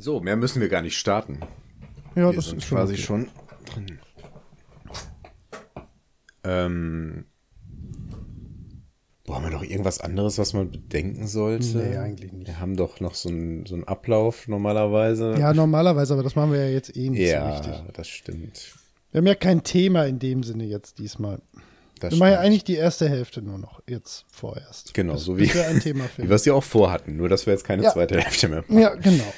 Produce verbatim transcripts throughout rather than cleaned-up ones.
So, mehr müssen wir gar nicht starten. Ja, wir das sind ist schon quasi okay. schon drin. Ähm, boah, haben wir noch irgendwas anderes, was man bedenken sollte? Nee, eigentlich nicht. Wir haben doch noch so einen so einen Ablauf normalerweise. Ja, normalerweise, aber das machen wir ja jetzt eh nicht ja, so richtig. das stimmt. Wir haben ja kein Thema in dem Sinne jetzt diesmal. Das wir machen ja stimmt. eigentlich die erste Hälfte nur noch, jetzt vorerst. Genau, bis, so wie, bis wir ein Thema wie finden. wir es ja auch vorhatten, nur dass wir jetzt keine Ja. zweite Hälfte mehr machen. Ja, genau.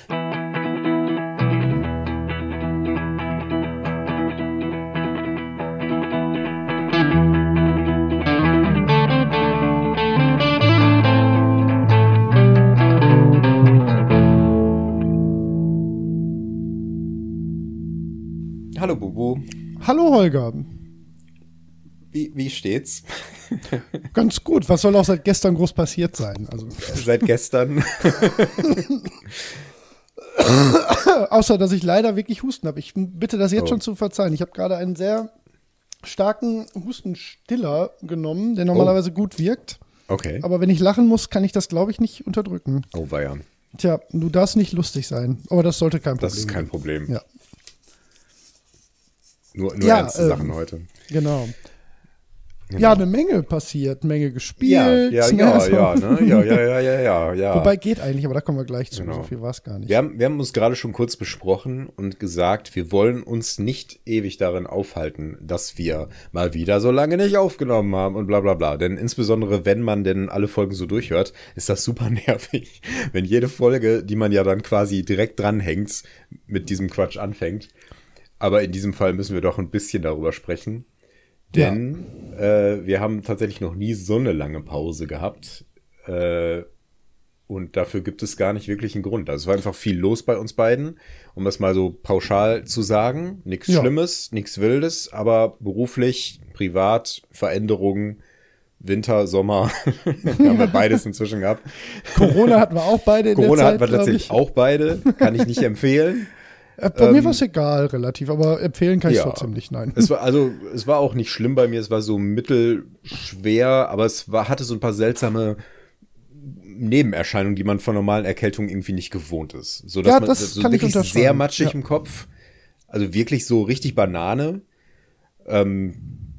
Hallo Bubu, Hallo Holger. wie, wie steht's? Ganz gut. Was soll auch seit gestern groß passiert sein? Also, Seit gestern. außer, dass ich leider wirklich Husten habe. Ich bitte das jetzt Oh. schon zu verzeihen. Ich habe gerade einen sehr starken Hustenstiller genommen, der normalerweise gut wirkt. Okay. Aber wenn ich lachen muss, kann ich das, glaube ich, nicht unterdrücken. Oh, weia. Tja, du darfst nicht lustig sein. Aber das sollte kein Problem Das ist kein sein. Problem. Ja, Nur, nur Ja, ernste ähm, Sachen heute. genau. Genau. Ja, eine Menge passiert, Menge gespielt. Ja, ja, ne? ja, So. ja, ne? ja, ja, ja, ja, ja, ja. Wobei geht eigentlich, aber da kommen wir gleich zu. Genau. So viel war es gar nicht. Wir haben, wir haben uns gerade schon kurz besprochen und gesagt, wir wollen uns nicht ewig darin aufhalten, dass wir mal wieder so lange nicht aufgenommen haben und bla bla bla. Denn insbesondere, wenn man denn alle Folgen so durchhört, ist das super nervig. Wenn jede Folge, die man ja dann quasi direkt dranhängt, mit diesem Quatsch anfängt. Aber in diesem Fall müssen wir doch ein bisschen darüber sprechen. Denn äh, wir haben tatsächlich noch nie so eine lange Pause gehabt. Äh, und dafür gibt es gar nicht wirklich einen Grund. Also es war einfach viel los bei uns beiden, um das mal so pauschal zu sagen. Nichts Ja. Schlimmes, nichts Wildes, aber beruflich, privat, Veränderungen, Winter, Sommer, haben wir beides inzwischen gehabt. Corona hatten wir auch beide in Corona der Zeit, hatten wir glaub tatsächlich ich. auch beide, kann ich nicht empfehlen. Äh, Bei ähm, mir war es egal, relativ, aber empfehlen kann ich ja. trotzdem nicht, nein. Es war also, es war auch nicht schlimm bei mir, es war so mittelschwer, aber es war, hatte so ein paar seltsame Nebenerscheinungen, die man von normalen Erkältungen irgendwie nicht gewohnt ist. So dass Ja, man das so kann ich wirklich unterschreiben. sehr matschig Ja. im Kopf, also wirklich so richtig Banane. Ähm,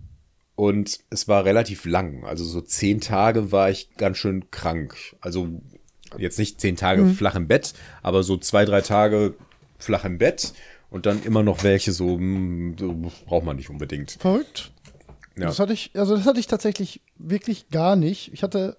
und es war relativ lang, also so zehn Tage war ich ganz schön krank. Also jetzt nicht zehn Tage Mhm. flach im Bett, aber so zwei, drei Tage flach im Bett und dann immer noch welche so, hm, so braucht man nicht unbedingt. Verrückt. Ja. Das hatte ich, also das hatte ich tatsächlich wirklich gar nicht. Ich hatte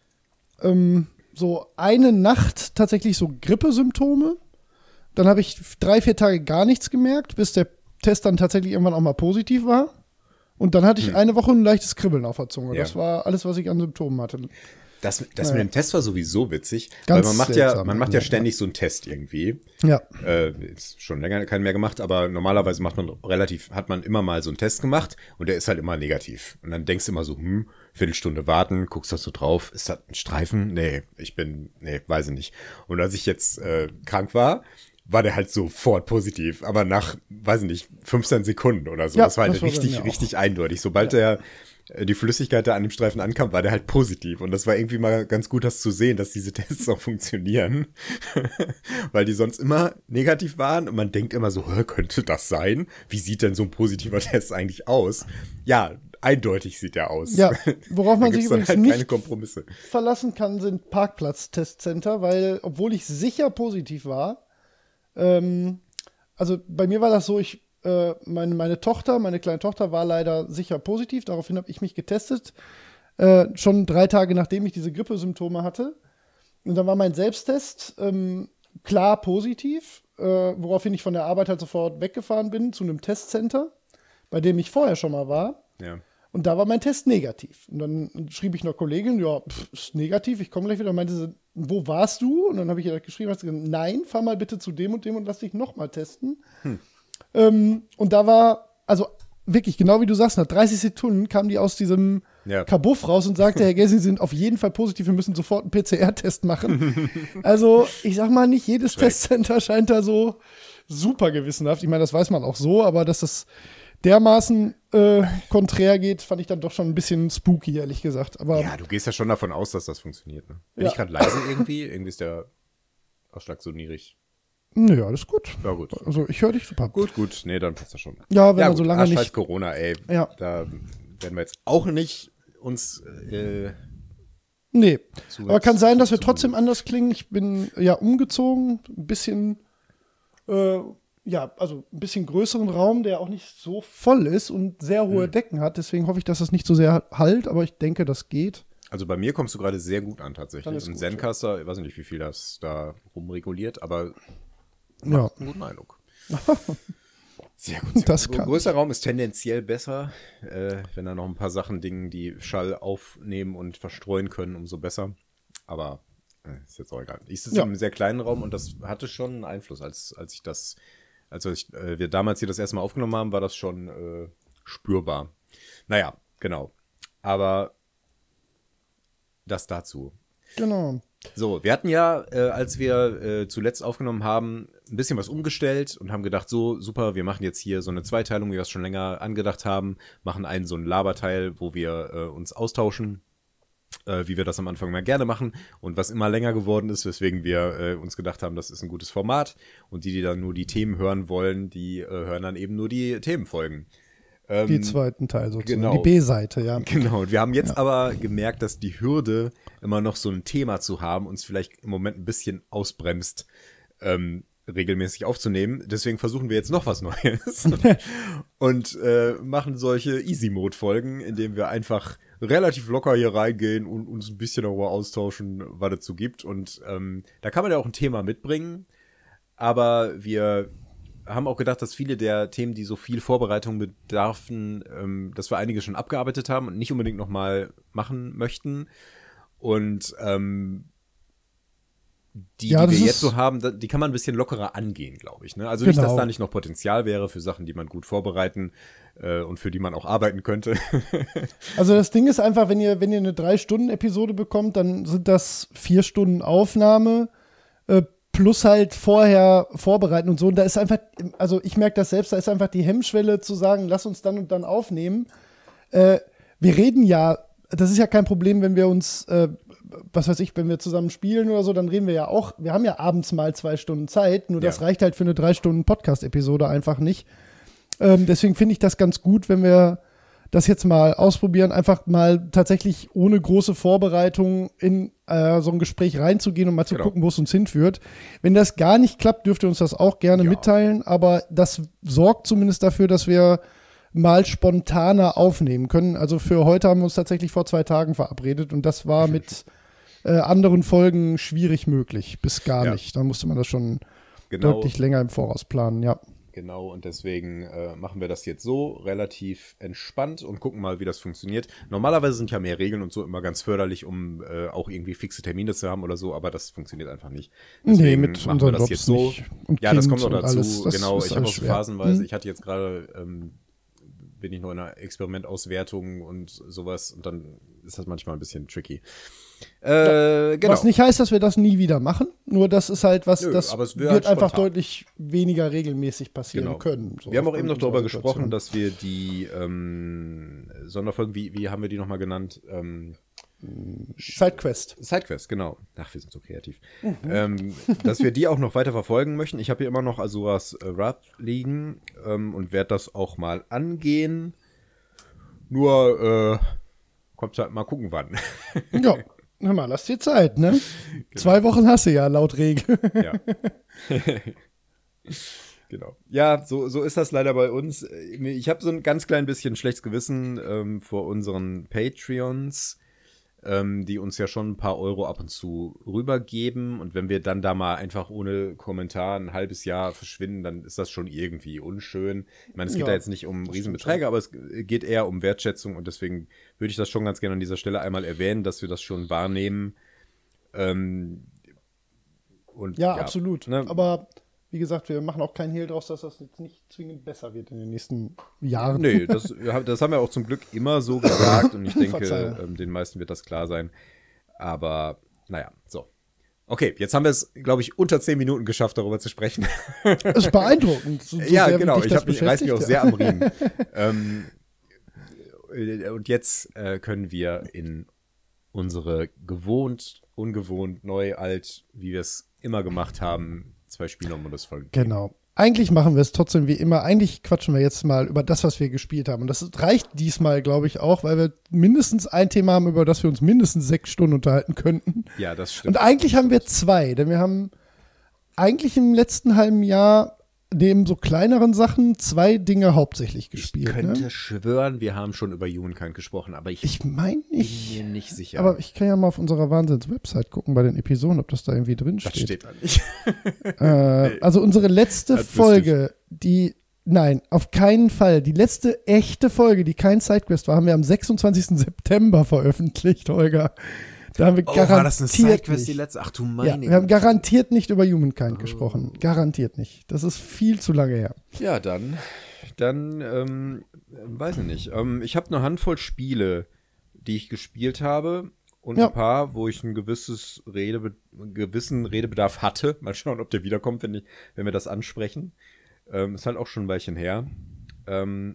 ähm, so eine Nacht tatsächlich so Grippesymptome. Dann habe ich drei, vier Tage gar nichts gemerkt, bis der Test dann tatsächlich irgendwann auch mal positiv war. Und dann hatte ich eine Woche ein leichtes Kribbeln auf der Zunge. Ja. Das war alles, was ich an Symptomen hatte. Das, das Ja. mit dem Test war sowieso witzig, Ganz weil man macht ja, seltsam, man macht ja ja. ständig so einen Test irgendwie. Ja. Äh, ist schon länger keinen mehr gemacht, aber normalerweise macht man relativ, hat man immer mal so einen Test gemacht und der ist halt immer negativ. Und dann denkst du immer so, hm, Viertelstunde warten, guckst da so drauf, ist das ein Streifen? Nee, ich bin, nee, weiß ich nicht. Und als ich jetzt äh, krank war, war der halt sofort positiv, aber nach, weiß ich nicht, fünfzehn Sekunden oder so. Ja, das war halt das war bei richtig, mir auch. richtig eindeutig. Sobald der äh, die Flüssigkeit da an dem Streifen ankam, war der halt positiv. Und das war irgendwie mal ganz gut, das zu sehen, dass diese Tests auch funktionieren. Weil die sonst immer negativ waren und man denkt immer so, hä, könnte das sein? Wie sieht denn so ein positiver Test eigentlich aus? Ja, eindeutig sieht der aus. Ja, worauf man Da sich gibt's dann übrigens halt nicht keine Kompromisse. verlassen kann, sind Parkplatz-Testcenter, weil, obwohl ich sicher positiv war, ähm, also bei mir war das so, ich, äh, meine, meine Tochter, meine kleine Tochter war leider sicher positiv, daraufhin habe ich mich getestet, äh, schon drei Tage nachdem ich diese Grippesymptome hatte. Und dann war mein Selbsttest ähm, klar positiv, äh, woraufhin ich von der Arbeit halt sofort weggefahren bin zu einem Testcenter, bei dem ich vorher schon mal war. Ja. Und da war mein Test negativ. Und dann schrieb ich einer Kollegin, ja, pff, ist negativ, ich komme gleich wieder. Und meinte sie, wo warst du? Und dann habe ich ihr geschrieben, hat sie gesagt, nein, fahr mal bitte zu dem und dem und lass dich nochmal testen. Hm. Ähm, und da war, also wirklich, genau wie du sagst, nach dreißig Sekunden kam die aus diesem Ja. Kabuff raus und sagte, Herr Gessing, Sie sind auf jeden Fall positiv, wir müssen sofort einen P C R-Test machen. Also, ich sag mal, nicht jedes Schreck. Testcenter scheint da so super gewissenhaft. Ich meine, das weiß man auch so, aber dass das dermaßen äh, konträr geht, fand ich dann doch schon ein bisschen spooky, ehrlich gesagt. Aber Ja, du gehst ja schon davon aus, dass das funktioniert. Ne? Bin Ja. ich gerade leise irgendwie? Irgendwie ist der Ausschlag so niedrig. Nö, alles gut. Ja, gut. Also ich höre dich super. Gut, gut. Nee, dann passt das schon. Ja, wenn ja, man so lange ah, nicht... scheiß Corona, ey. Ja. Da werden wir jetzt auch nicht uns äh, Nee, Zusatz- aber kann sein, dass wir zu- trotzdem anders klingen. Ich bin ja umgezogen, ein bisschen, äh, ja, also ein bisschen größeren Raum, der auch nicht so voll ist und sehr hohe Hm. Decken hat. Deswegen hoffe ich, dass das nicht so sehr halt, aber ich denke, das geht. Also bei mir kommst du gerade sehr gut an Dann tatsächlich. ist Und gut, Zencaster, ich weiß nicht, wie viel das da rumreguliert, aber Ja, macht einen guten Eindruck. Sehr gut. Sehr Das gut. kann Größer Raum ist tendenziell besser. Äh, wenn da noch ein paar Sachen dingen, die Schall aufnehmen und verstreuen können, umso besser. Aber äh, ist jetzt auch egal. Ich sitze Ja. in einem sehr kleinen Raum und das hatte schon einen Einfluss, als, als ich das, als ich, äh, wir damals hier das erste Mal aufgenommen haben, war das schon äh, spürbar. Naja, genau. Aber das dazu. genau. So, wir hatten ja, äh, als wir äh, zuletzt aufgenommen haben, ein bisschen was umgestellt und haben gedacht, so, super, wir machen jetzt hier so eine Zweiteilung, wie wir es schon länger angedacht haben, machen einen so einen Laberteil, wo wir äh, uns austauschen, äh, wie wir das am Anfang mal gerne machen und was immer länger geworden ist, weswegen wir äh, uns gedacht haben, das ist ein gutes Format und die, die dann nur die Themen hören wollen, die äh, hören dann eben nur die Themenfolgen. Die Ähm, zweiten Teil sozusagen, genau. die B-Seite, ja. Genau, und wir haben jetzt aber gemerkt, dass die Hürde, immer noch so ein Thema zu haben, uns vielleicht im Moment ein bisschen ausbremst, ähm, regelmäßig aufzunehmen. Deswegen versuchen wir jetzt noch was Neues und äh, machen solche Easy-Mode-Folgen, indem wir einfach relativ locker hier reingehen und uns ein bisschen darüber austauschen, was es so gibt. Und ähm, da kann man ja auch ein Thema mitbringen, aber wir haben auch gedacht, dass viele der Themen, die so viel Vorbereitung bedarfen, ähm, dass wir einige schon abgearbeitet haben und nicht unbedingt nochmal machen möchten. Und ähm, die, Ja, die das wir ist- jetzt so haben, da- die kann man ein bisschen lockerer angehen, glaube ich. Ne? Also nicht, dass Genau. da nicht noch Potenzial wäre für Sachen, die man gut vorbereiten äh, und für die man auch arbeiten könnte. Also das Ding ist einfach, wenn ihr, wenn ihr eine drei-Stunden-Episode bekommt, dann sind das vier Stunden Aufnahme äh, plus halt vorher vorbereiten und so. Und da ist einfach, also ich merke das selbst, da ist einfach die Hemmschwelle zu sagen, lass uns dann und dann aufnehmen. Äh, wir reden ja, das ist ja kein Problem, wenn wir uns, äh, was weiß ich, wenn wir zusammen spielen oder so, dann reden wir ja auch, wir haben ja abends mal zwei Stunden Zeit, nur das Ja. reicht halt für eine drei Stunden Podcast-Episode einfach nicht. Ähm, deswegen finde ich das ganz gut, wenn wir das jetzt mal ausprobieren, einfach mal tatsächlich ohne große Vorbereitung in äh, so ein Gespräch reinzugehen und mal zu Genau. gucken, wo es uns hinführt. Wenn das gar nicht klappt, dürft ihr uns das auch gerne Ja. mitteilen, aber das sorgt zumindest dafür, dass wir mal spontaner aufnehmen können. Also für heute haben wir uns tatsächlich vor zwei Tagen verabredet und das war mit äh, anderen Folgen schwierig möglich, bis gar Ja. nicht. Da musste man das schon Genau. deutlich länger im Voraus planen, ja. Genau, und deswegen äh, machen wir das jetzt so relativ entspannt und gucken mal, wie das funktioniert. Normalerweise sind ja mehr Regeln und so immer ganz förderlich, um äh, auch irgendwie fixe Termine zu haben oder so, aber das funktioniert einfach nicht. Nee, mit machen wir unseren das Jobs jetzt so. nicht. Und Ja, das Kind kommt noch und dazu. alles, das Genau, ist ich habe alles auch so schwer. phasenweise, Mhm. ich hatte jetzt gerade, ähm, bin ich noch in einer Experimentauswertung und sowas und dann ist das manchmal ein bisschen tricky. Äh, genau. Was nicht heißt, dass wir das nie wieder machen, nur das ist halt was, Nö, das aber es wird wäre halt einfach spontan. deutlich weniger regelmäßig passieren Genau. können. So Wir haben auch eben noch aufgrund darüber unserer gesprochen, Situation. dass wir die ähm, Sonderfolgen, wie, wie haben wir die nochmal genannt? Ähm, Sidequest. Sidequest, genau. Ach, wir sind so kreativ. Mhm. Ähm, dass wir die auch noch weiter verfolgen möchten. Ich habe hier immer noch Azuras äh, Wrath liegen ähm, und werde das auch mal angehen. Nur, äh, kommt halt mal gucken, wann. Ja, hör mal, lass dir Zeit, ne? Genau. Zwei Wochen hast du ja laut Regel. Ja. Genau. Ja, so, so ist das leider bei uns. Ich habe so ein ganz klein bisschen schlechtes Gewissen ähm, vor unseren Patreons, ähm, die uns ja schon ein paar Euro ab und zu rübergeben. Und wenn wir dann da mal einfach ohne Kommentar ein halbes Jahr verschwinden, dann ist das schon irgendwie unschön. Ich meine, es geht Ja, da jetzt nicht um Riesenbeträge, aber es geht eher um Wertschätzung. Und deswegen würde ich das schon ganz gerne an dieser Stelle einmal erwähnen, dass wir das schon wahrnehmen. Ähm, und, Ja, absolut. ne? Aber wie gesagt, wir machen auch keinen Hehl draus, dass das jetzt nicht zwingend besser wird in den nächsten Jahren. Nee, das, das haben wir auch zum Glück immer so gesagt und ich denke, Verzeihung. ähm, den meisten wird das klar sein. Aber naja, so. Okay, jetzt haben wir es, glaube ich, unter zehn Minuten geschafft, darüber zu sprechen. Das ist beeindruckend. So, so ja, sehr, wie genau, dich ich das hab, mich- reiß mich auch beschäftigt, sehr am Riemen. ähm, äh, und jetzt äh, können wir in unsere gewohnt, ungewohnt, neu, alt, wie wir es immer gemacht haben, zwei Spielermodus-Folgen. Genau. Eigentlich machen wir es trotzdem wie immer. Eigentlich quatschen wir jetzt mal über das, was wir gespielt haben. Und das reicht diesmal, glaube ich, auch, weil wir mindestens ein Thema haben, über das wir uns mindestens sechs Stunden unterhalten könnten. Ja, das stimmt. Und eigentlich haben wir zwei, denn wir haben eigentlich im letzten halben Jahr neben so kleineren Sachen zwei Dinge hauptsächlich gespielt. Ich könnte ne? schwören, wir haben schon über Humankind gesprochen, aber ich, ich meine nicht. bin mir nicht sicher. Aber ich kann ja mal auf unserer Wahnsinns-Website gucken bei den Episoden, ob das da irgendwie drin steht. Das steht da nicht. Äh, also unsere letzte Das Folge, die, nein, auf keinen Fall, die letzte echte Folge, die kein Sidequest war, haben wir am sechsundzwanzigsten September veröffentlicht, Holger. Da haben wir Oh, garantiert war das eine Sidequest, nicht. die letzte? Ach du meine Ja, wir haben Güte. garantiert nicht über Humankind Oh. gesprochen. Garantiert nicht. Das ist viel zu lange her. Ja, dann, dann, ähm, weiß ich nicht. Ähm, ich habe eine Handvoll Spiele, die ich gespielt habe und Ja. ein paar, wo ich ein gewisses Redebe gewissen Redebedarf hatte. Mal schauen, ob der wiederkommt, wenn, ich, wenn wir das ansprechen. Ähm, ist halt auch schon ein Weilchen her. Ähm,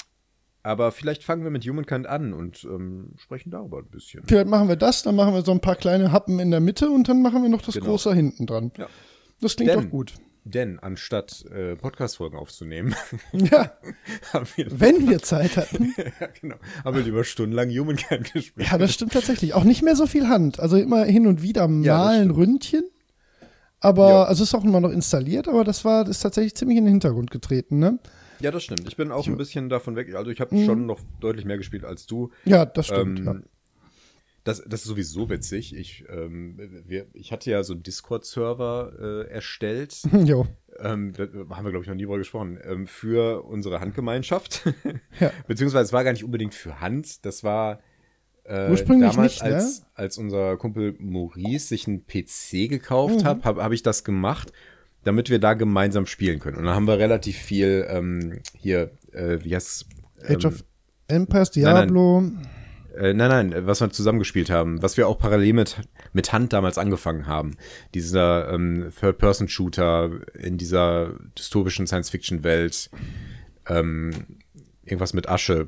aber vielleicht fangen wir mit Humankind an und ähm, sprechen darüber ein bisschen. Vielleicht machen wir das, dann machen wir so ein paar kleine Happen in der Mitte und dann machen wir noch das Genau. Große hinten dran. Ja. Das klingt Denn- doch gut. Denn anstatt äh, Podcast-Folgen aufzunehmen, Ja, haben wir, wenn wir Zeit hatten. ja, genau, haben wir lieber stundenlang Humankind gespielt. Ja, das stimmt tatsächlich. Auch nicht mehr so viel Hand. Also immer hin und wieder Ja, das malen stimmt. Ründchen. Aber, Ja. also ist auch immer noch installiert, aber das war, das ist tatsächlich ziemlich in den Hintergrund getreten, ne? Ja, das stimmt. Ich bin auch ein bisschen davon weg. Also ich habe Mhm. schon noch deutlich mehr gespielt als du. Ja, das stimmt. Ähm, das, das ist sowieso witzig. Ich, ähm, wir, ich hatte ja so einen Discord-Server äh, erstellt. ja. Jo. Ähm, da haben wir, glaube ich, noch nie drüber gesprochen. Ähm, für unsere Handgemeinschaft. Ja. Beziehungsweise es war gar nicht unbedingt für Hand. Das war äh, Ursprünglich damals, nicht, ne? als, als unser Kumpel Maurice sich einen P C gekauft Mhm. hat, habe hab ich das gemacht, damit wir da gemeinsam spielen können. Und dann haben wir relativ viel ähm, hier, äh, wie heißt es? Age of Empires, nein, nein. Diablo. Äh, nein, nein, was wir zusammengespielt haben, was wir auch parallel mit, mit Hand damals angefangen haben. Dieser ähm, Third-Person-Shooter in dieser dystopischen Science-Fiction-Welt. Ähm, irgendwas mit Asche.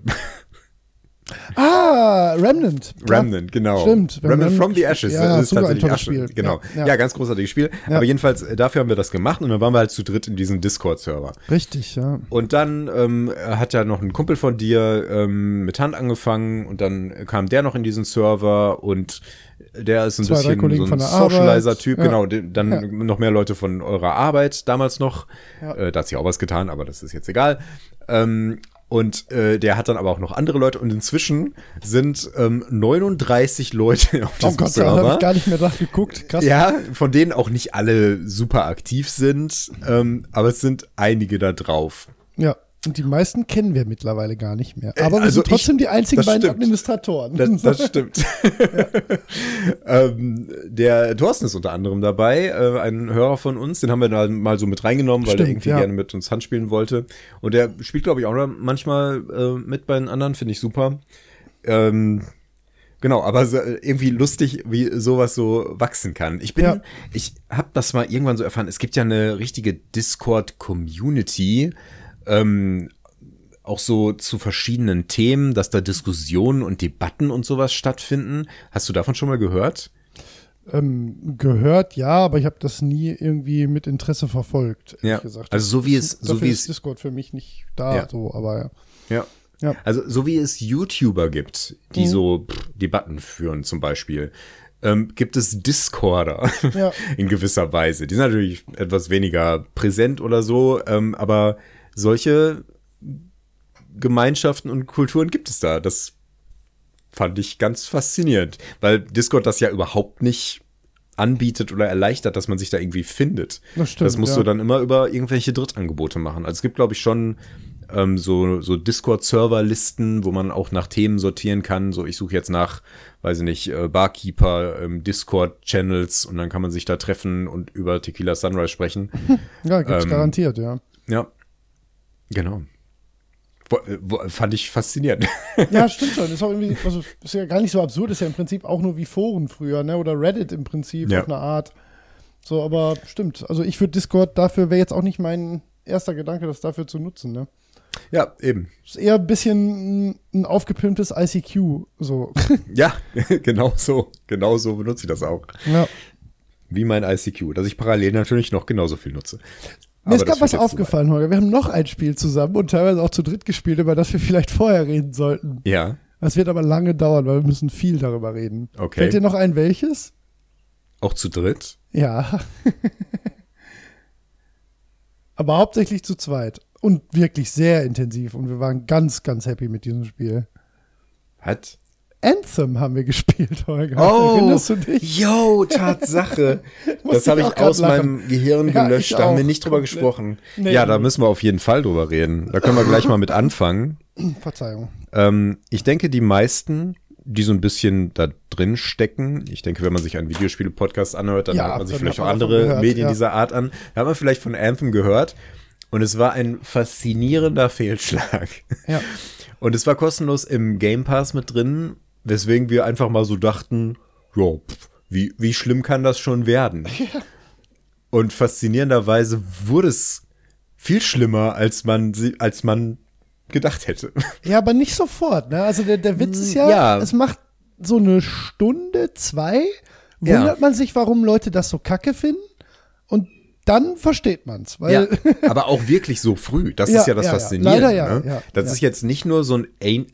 Ah, Remnant. Ja. Remnant, genau. Stimmt, wir haben Remnant from Remnant the Ashes. gespielt. Ja, das ist super ein tatsächlich tolles Asche. Spiel. Genau. Ja, Ja, ja. ganz großartiges Spiel. Ja. Aber jedenfalls, äh, dafür haben wir das gemacht und dann waren wir halt zu dritt in diesem Discord-Server. Richtig, ja. Und dann ähm, hat ja noch ein Kumpel von dir ähm, mit Hand angefangen und dann kam der noch in diesen Server und der ist ein Zwei, drei bisschen Kollegen so von ein der Arbeit. Socializer-Typ, Ja. genau. de- Dann Ja. noch mehr Leute von eurer Arbeit damals noch. Ja. Äh, da hat sich auch was getan, aber das ist jetzt egal. Ähm, und äh, der hat dann aber auch noch andere Leute und inzwischen sind ähm, neununddreißig Leute auf Oh diesem Gott, da habe Server. ich gar nicht mehr nachgeguckt. Krass. Ja, von denen auch nicht alle super aktiv sind, ähm, aber es sind einige da drauf. Ja. Und die meisten kennen wir mittlerweile gar nicht mehr. Aber wir also sind trotzdem ich- die einzigen das beiden stimmt. Administratoren. Das, das stimmt. ähm, der Thorsten ist unter anderem dabei, äh, ein Hörer von uns, den haben wir da mal so mit reingenommen, weil Stimmt, er irgendwie ja. gerne mit uns Hand spielen wollte. Und der spielt, glaube ich, auch noch manchmal äh, mit bei den anderen, finde ich super. Ähm, genau, aber so, äh, irgendwie lustig, wie sowas so wachsen kann. Ich bin, Ja. ich habe das mal irgendwann so erfahren, es gibt ja eine richtige Discord-Community, ähm, auch so zu verschiedenen Themen, dass da Diskussionen und Debatten und sowas stattfinden. Hast du davon schon mal gehört? Ähm, gehört, ja, aber ich habe das nie irgendwie mit Interesse verfolgt, ehrlich Ja, gesagt. also so wie Das- es- so dafür wie ist es- Discord für mich nicht da, Ja. so, aber ja. Ja. Ja. Also so wie es YouTuber gibt, die Mhm. so pff, Debatten führen zum Beispiel, ähm, gibt es Discorder Ja. in gewisser Weise. Die sind natürlich etwas weniger präsent oder so, ähm, aber solche Gemeinschaften und Kulturen gibt es da. Das fand ich ganz faszinierend, weil Discord das ja überhaupt nicht anbietet oder erleichtert, dass man sich da irgendwie findet. Das stimmt, das musst ja. du dann immer über irgendwelche Drittangebote machen. Also es gibt, glaube ich, schon ähm, so, so Discord-Server-Listen, wo man auch nach Themen sortieren kann. So, ich suche jetzt nach, weiß ich nicht, äh, Barkeeper, ähm, Discord-Channels und dann kann man sich da treffen und über Tequila Sunrise sprechen. Ja, gibt's Ähm, garantiert, ja. Ja, genau. Wo, wo, fand ich faszinierend. Ja, stimmt schon. Ist auch irgendwie, also ist ja gar nicht so absurd, ist ja im Prinzip auch nur wie Foren früher, ne? Oder Reddit im Prinzip Ja. auf eine Art. So, aber stimmt. Also ich würde Discord dafür, wäre jetzt auch nicht mein erster Gedanke, das dafür zu nutzen, ne? Ja, eben. Ist eher ein bisschen ein, ein aufgepimptes I C Q, so. Ja, genau so. Genau so benutze ich das auch. Ja. wie mein I C Q, das ich parallel natürlich noch genauso viel nutze. Mir ist gerade was aufgefallen, Holger. Wir haben noch ein Spiel zusammen und teilweise auch zu dritt gespielt, über das wir vielleicht vorher reden sollten. Ja. Das wird aber lange dauern, weil wir müssen viel darüber reden. Okay. Fällt dir noch ein welches? Auch zu dritt? Ja. Aber hauptsächlich zu zweit. Und wirklich sehr intensiv. Und wir waren ganz, ganz happy mit diesem Spiel. Hat? Anthem haben wir gespielt, Holger. Oh, erinnerst du dich? Yo, Tatsache. Das habe ich aus meinem Gehirn ja, gelöscht. Da haben wir nicht drüber komplett. gesprochen. Nee, ja, da müssen wir auf jeden Fall drüber reden. Da können wir gleich mal mit anfangen. Verzeihung. Ähm, ich denke, die meisten, die so ein bisschen da drin stecken, ich denke, wenn man sich einen Videospiele-Podcast anhört, dann ja, hört man sich vielleicht auch andere gehört, Medien ja. dieser Art an. Da hat man vielleicht von Anthem gehört. Und es war ein faszinierender Fehlschlag. Ja. Und es war kostenlos im Game Pass mit drin, weswegen wir einfach mal so dachten, ja, wie, wie schlimm kann das schon werden? Ja. Und faszinierenderweise wurde es viel schlimmer, als man, als man gedacht hätte. Ja, aber nicht sofort, ne? Also der, der Witz ist ja, ja, es macht so eine Stunde, zwei, wundert ja. man sich, warum Leute das so kacke finden. Und dann versteht man's. Weil ja, aber auch wirklich so früh. Das ja, ist ja das ja, Faszinierende. Ja. Leider ja, ne? ja. Das ja. ist jetzt nicht nur so ein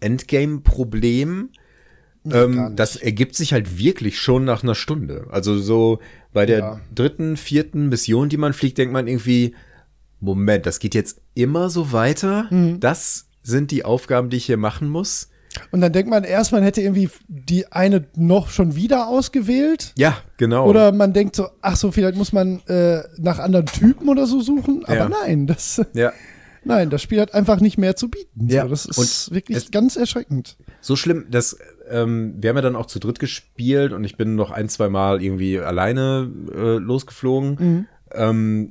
Endgame-Problem. Nee, ähm, das ergibt sich halt wirklich schon nach einer Stunde. Also so bei der ja. dritten, vierten Mission, die man fliegt, denkt man irgendwie, Moment, das geht jetzt immer so weiter? Mhm. Das sind die Aufgaben, die ich hier machen muss? Und dann denkt man erst, man hätte irgendwie die eine noch schon wieder ausgewählt. Ja, genau. Oder man denkt so, ach so, vielleicht muss man äh, nach anderen Typen oder so suchen. Aber ja. nein, das, ja. nein, das Spiel hat einfach nicht mehr zu bieten. Ja. So, das ist und wirklich ganz erschreckend. So schlimm, dass ähm, wir haben ja dann auch zu dritt gespielt und ich bin noch ein, zwei Mal irgendwie alleine äh, losgeflogen. Mhm. Ähm,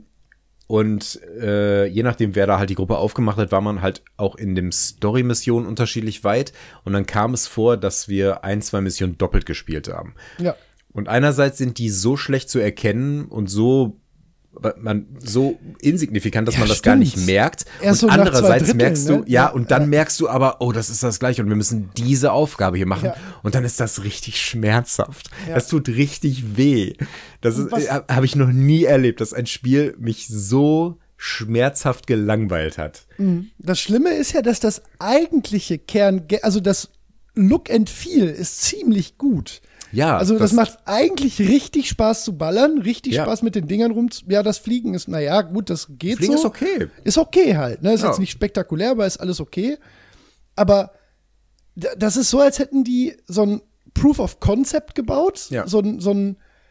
Und äh, je nachdem, wer da halt die Gruppe aufgemacht hat, war man halt auch in dem Story-Missionen unterschiedlich weit. Und dann kam es vor, dass wir ein, zwei Missionen doppelt gespielt haben. Ja. Und einerseits sind die so schlecht zu erkennen und so man so insignifikant, dass ja, man das stimmt. gar nicht merkt. Erst und so andererseits Drittel, merkst du, ne? ja, ja, und dann ja. merkst du aber, oh, das ist das Gleiche und wir müssen diese Aufgabe hier machen. Ja. Und dann ist das richtig schmerzhaft. Ja. Das tut richtig weh. Das ist, habe ich noch nie erlebt, dass ein Spiel mich so schmerzhaft gelangweilt hat. Das Schlimme ist ja, dass das eigentliche Kern, also das Look and Feel ist ziemlich gut. Ja. Also das, das macht eigentlich richtig Spaß zu ballern, richtig ja. Spaß mit den Dingern rum. Ja, das Fliegen ist, naja, gut, das geht Fliegen so. Fliegen ist okay. Ist okay halt, ne? Ist ja. jetzt nicht spektakulär, aber ist alles okay. Aber d- das ist so, als hätten die so ein Proof of Concept gebaut. Ja. So ein, so ein,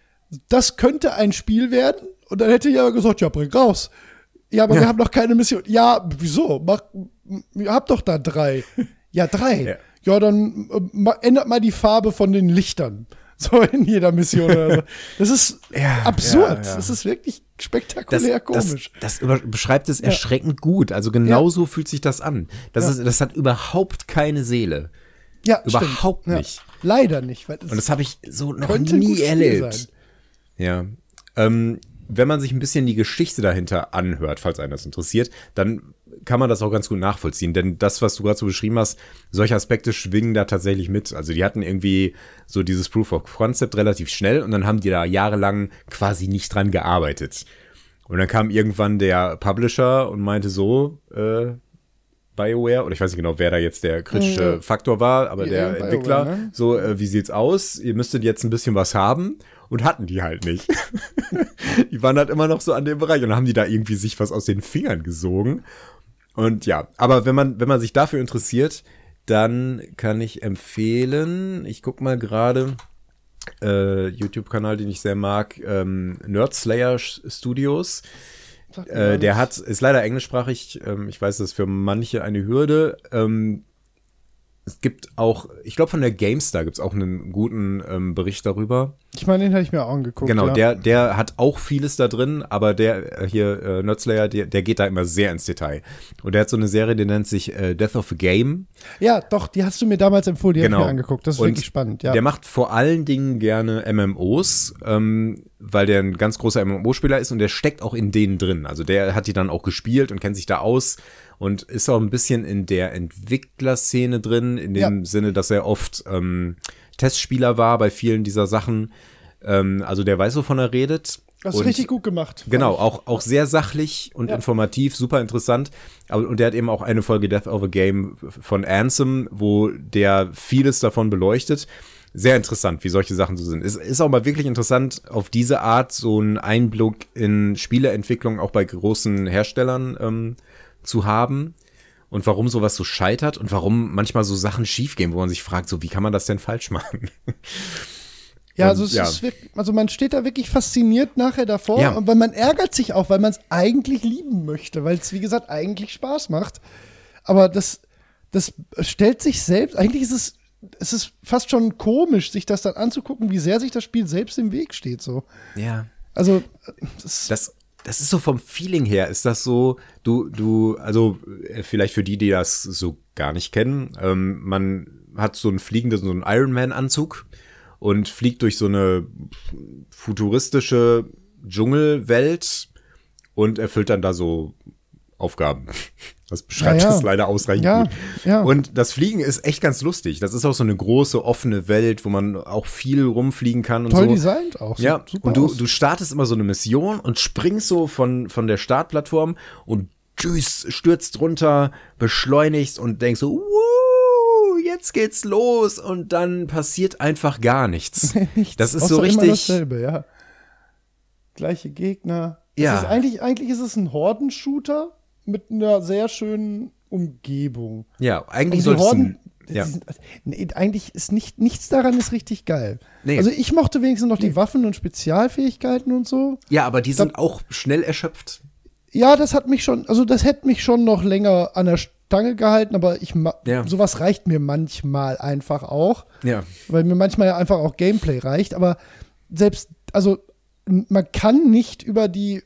das könnte ein Spiel werden. Und dann hätte ich aber gesagt, ja, bring raus. Ja, aber ja. wir haben noch keine Mission. Ja, wieso? Mach, ihr habt doch da drei. Ja, drei. Ja. Ja, dann äh, ändert mal die Farbe von den Lichtern. So in jeder Mission oder so. Das ist ja, absurd. Ja, ja. Das ist wirklich spektakulär das, komisch. Das, das über, beschreibt es erschreckend ja. gut. Also genau so ja. fühlt sich das an. Das, ja. ist, das hat überhaupt keine Seele. Ja, überhaupt stimmt. nicht. Ja. Leider nicht. Weil das Und das habe ich so noch könnte nie erlebt. Sein. Ja. Ähm, wenn man sich ein bisschen die Geschichte dahinter anhört, falls einen das interessiert, dann kann man das auch ganz gut nachvollziehen. Denn das, was du gerade so beschrieben hast, solche Aspekte schwingen da tatsächlich mit. Also die hatten irgendwie so dieses Proof of Concept relativ schnell und dann haben die da jahrelang quasi nicht dran gearbeitet. Und dann kam irgendwann der Publisher und meinte so, äh, BioWare, oder ich weiß nicht genau, wer da jetzt der kritische mhm. Faktor war, aber ja, der BioWare, Entwickler, ne? so, äh, wie sieht's aus? Ihr müsstet jetzt ein bisschen was haben. Und hatten die halt nicht. Die waren halt immer noch so an dem Bereich und dann haben die da irgendwie sich was aus den Fingern gesogen. Und ja, aber wenn man, wenn man sich dafür interessiert, dann kann ich empfehlen, ich guck mal gerade, äh, YouTube-Kanal, den ich sehr mag, ähm, Nerdslayer Studios. Äh, der hat, ist leider englischsprachig, ähm, ich weiß, das ist für manche eine Hürde. Ähm, Es gibt auch, ich glaube von der GameStar gibt es auch einen guten ähm, Bericht darüber. Ich meine, den hatte ich mir auch angeguckt. Genau, ja. der, der hat auch vieles da drin, aber der äh, hier, äh, Nerdslayer, der, der geht da immer sehr ins Detail. Und der hat so eine Serie, die nennt sich äh, Death of a Game. Ja, doch, die hast du mir damals empfohlen, die genau. habe ich mir angeguckt. Das ist Und wirklich spannend, ja. Der macht vor allen Dingen gerne M M Os, ähm, weil der ein ganz großer M M O-Spieler ist und der steckt auch in denen drin. Also der hat die dann auch gespielt und kennt sich da aus. Und ist auch ein bisschen in der Entwicklerszene drin, in dem ja. Sinne, dass er oft ähm, Testspieler war bei vielen dieser Sachen. Ähm, also der weiß, wovon er redet. Das ist und richtig gut gemacht. Genau, auch, auch sehr sachlich und Ja. informativ, super interessant. Aber, und der hat eben auch eine Folge Death of a Game von Ansem, wo der vieles davon beleuchtet. Sehr interessant, wie solche Sachen so sind. Es ist auch mal wirklich interessant, auf diese Art so einen Einblick in Spieleentwicklung auch bei großen Herstellern ähm, zu haben. Und warum sowas so scheitert und warum manchmal so Sachen schiefgehen, wo man sich fragt, so wie kann man das denn falsch machen? Ja, also, Und, es ja. Ist wirklich, also man steht da wirklich fasziniert nachher davor, Ja. und weil man ärgert sich auch, weil man es eigentlich lieben möchte, weil es, wie gesagt, eigentlich Spaß macht. Aber das, das stellt sich selbst, eigentlich ist es, es ist fast schon komisch, sich das dann anzugucken, wie sehr sich das Spiel selbst im Weg steht. So. Ja. Also, das, Das, das ist so vom Feeling her, ist das so, du, du, also äh, vielleicht für die, die das so gar nicht kennen, ähm, man hat so einen fliegenden, so einen Iron-Man-Anzug und fliegt durch so eine futuristische Dschungelwelt und erfüllt dann da so Aufgaben. Das beschreibt Ja, ja. das leider ausreichend Ja, gut. ja. Und das Fliegen ist echt ganz lustig. Das ist auch so eine große, offene Welt, wo man auch viel rumfliegen kann und toll so. designt auch. Ja, super und du, aus. du startest immer so eine Mission und springst so von, von der Startplattform und tschüss, stürzt runter, beschleunigst und denkst so, wuh, jetzt geht's los, und dann passiert einfach gar nichts. Nichts, Das ist außer so immer richtig, dasselbe, ja. Gleiche Gegner. Es Ja. Ist eigentlich, eigentlich ist es ein Horden-Shooter mit einer sehr schönen Umgebung. ja, eigentlich Und sollte die es Horden, ein, ja. die sind, nee, eigentlich ist nicht, nichts daran ist richtig geil. Nee. Also ich mochte wenigstens noch die Waffen und Spezialfähigkeiten und so. ja, aber die sind auch schnell erschöpft. Ja, das hat mich schon, also das hätte mich schon noch länger an der Stange gehalten, aber ich ma- Ja. sowas reicht mir manchmal einfach auch, Ja, weil mir manchmal ja einfach auch Gameplay reicht, aber selbst, also n- man kann nicht über die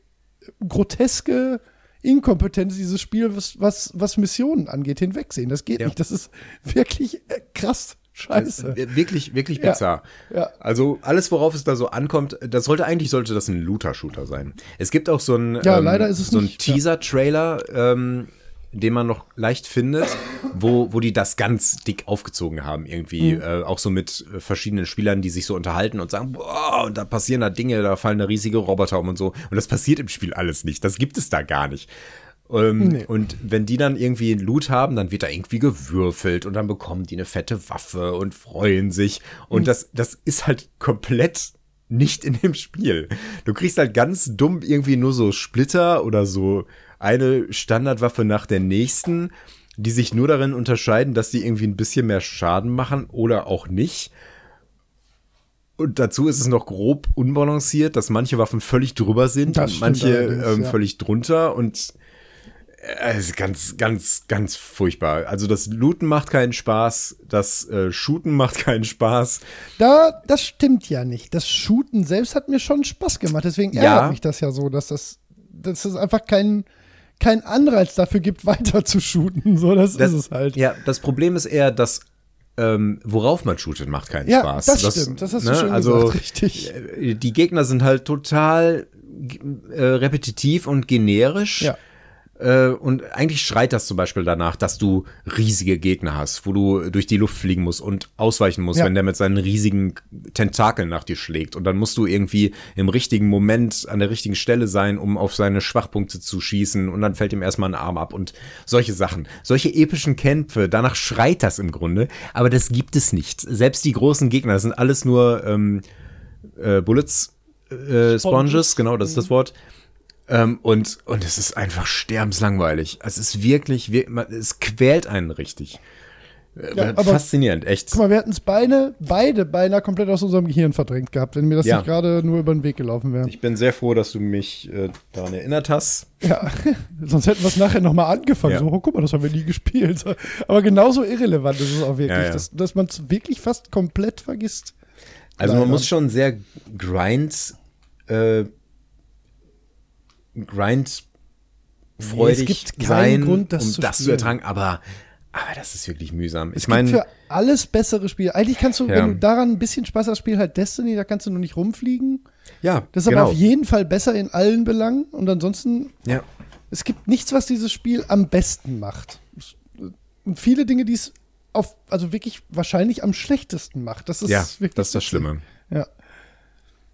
groteske Inkompetenz dieses Spiels, was, was, was Missionen angeht, hinwegsehen. Das geht Ja. nicht. Das ist wirklich äh, krass scheiße. äh, wirklich, wirklich Ja. bizarr. Ja. Also alles, worauf es da so ankommt, das sollte eigentlich sollte das ein Looter-Shooter sein. Es gibt auch so einen, Ja, ähm, leider ist es so einen nicht, ja. Teaser-Trailer, ähm, den man noch leicht findet, wo, wo die das ganz dick aufgezogen haben irgendwie. Mhm. Äh, auch so mit äh, verschiedenen Spielern, die sich so unterhalten und sagen, boah, und da passieren da Dinge, da fallen da riesige Roboter um und so. Und das passiert im Spiel alles nicht. Das gibt es da gar nicht. Ähm, Nee. Und wenn die dann irgendwie Loot haben, dann wird da irgendwie gewürfelt und dann bekommen die eine fette Waffe und freuen sich. Und das, das ist halt komplett nicht in dem Spiel. Du kriegst halt ganz dumm irgendwie nur so Splitter oder so eine Standardwaffe nach der nächsten, die sich nur darin unterscheiden, dass die irgendwie ein bisschen mehr Schaden machen oder auch nicht. Und dazu ist es noch grob unbalanciert, dass manche Waffen völlig drüber sind Das und stimmt manche allerdings, ähm, ja. völlig drunter, und äh, es ist ganz, ganz, ganz furchtbar. Also das Looten macht keinen Spaß, das äh, Shooten macht keinen Spaß. Da, das stimmt ja nicht. Das Shooten selbst hat mir schon Spaß gemacht. Deswegen Ja. ärgert mich das ja so, dass das, dass es einfach kein, kein Anreiz dafür gibt, weiter zu shooten. So, das, Das, ist es halt. Ja, das Problem ist eher, dass ähm, worauf man shootet, macht keinen Ja, Spaß. das stimmt. Das hast du schön also, gesagt, richtig. äh, Die Gegner sind halt total äh, repetitiv und generisch. Ja. Äh, und eigentlich schreit das zum Beispiel danach, dass du riesige Gegner hast, wo du durch die Luft fliegen musst und ausweichen musst, Ja. wenn der mit seinen riesigen Tentakeln nach dir schlägt. Und dann musst du irgendwie im richtigen Moment an der richtigen Stelle sein, um auf seine Schwachpunkte zu schießen. Und dann fällt ihm erstmal ein Arm ab und solche Sachen. Solche epischen Kämpfe, danach schreit das im Grunde. Aber das gibt es nicht. Selbst die großen Gegner, das sind alles nur ähm, äh, Bullets, äh, Sponges, Sponges. genau, das ist das Wort. Ähm, und, und es ist einfach sterbenslangweilig. Es ist wirklich, wir- man- es quält einen richtig. Äh, Ja, aber- Faszinierend, echt. Guck mal, wir hatten es beide, beide beinahe komplett aus unserem Gehirn verdrängt gehabt, wenn mir das Ja. nicht gerade nur über den Weg gelaufen wäre. Ich bin sehr froh, dass du mich äh, daran erinnert hast. Ja, sonst hätten wir es nachher nochmal angefangen. Ja. So, oh, guck mal, das haben wir nie gespielt. Aber genauso irrelevant ist es auch wirklich, Ja, ja. dass, dass man es wirklich fast komplett vergisst. Also man Leider. muss schon sehr grind, äh, grind freudig Nee, es gibt keinen sein, Grund, das um zu das zu spielen. ertragen, aber, aber das ist wirklich mühsam. Es Ich gibt meine, für alles bessere Spiele. Eigentlich kannst du, Ja. wenn du daran ein bisschen Spaß hast, Spiel halt Destiny, da kannst du nur nicht rumfliegen. ja, Das ist genau. aber auf jeden Fall besser in allen Belangen. Und ansonsten, Ja. es gibt nichts, was dieses Spiel am besten macht. Und viele Dinge, die es auf, also wirklich wahrscheinlich am schlechtesten macht. Das ist Ja, wirklich das ist das witzig. Schlimme. Ja.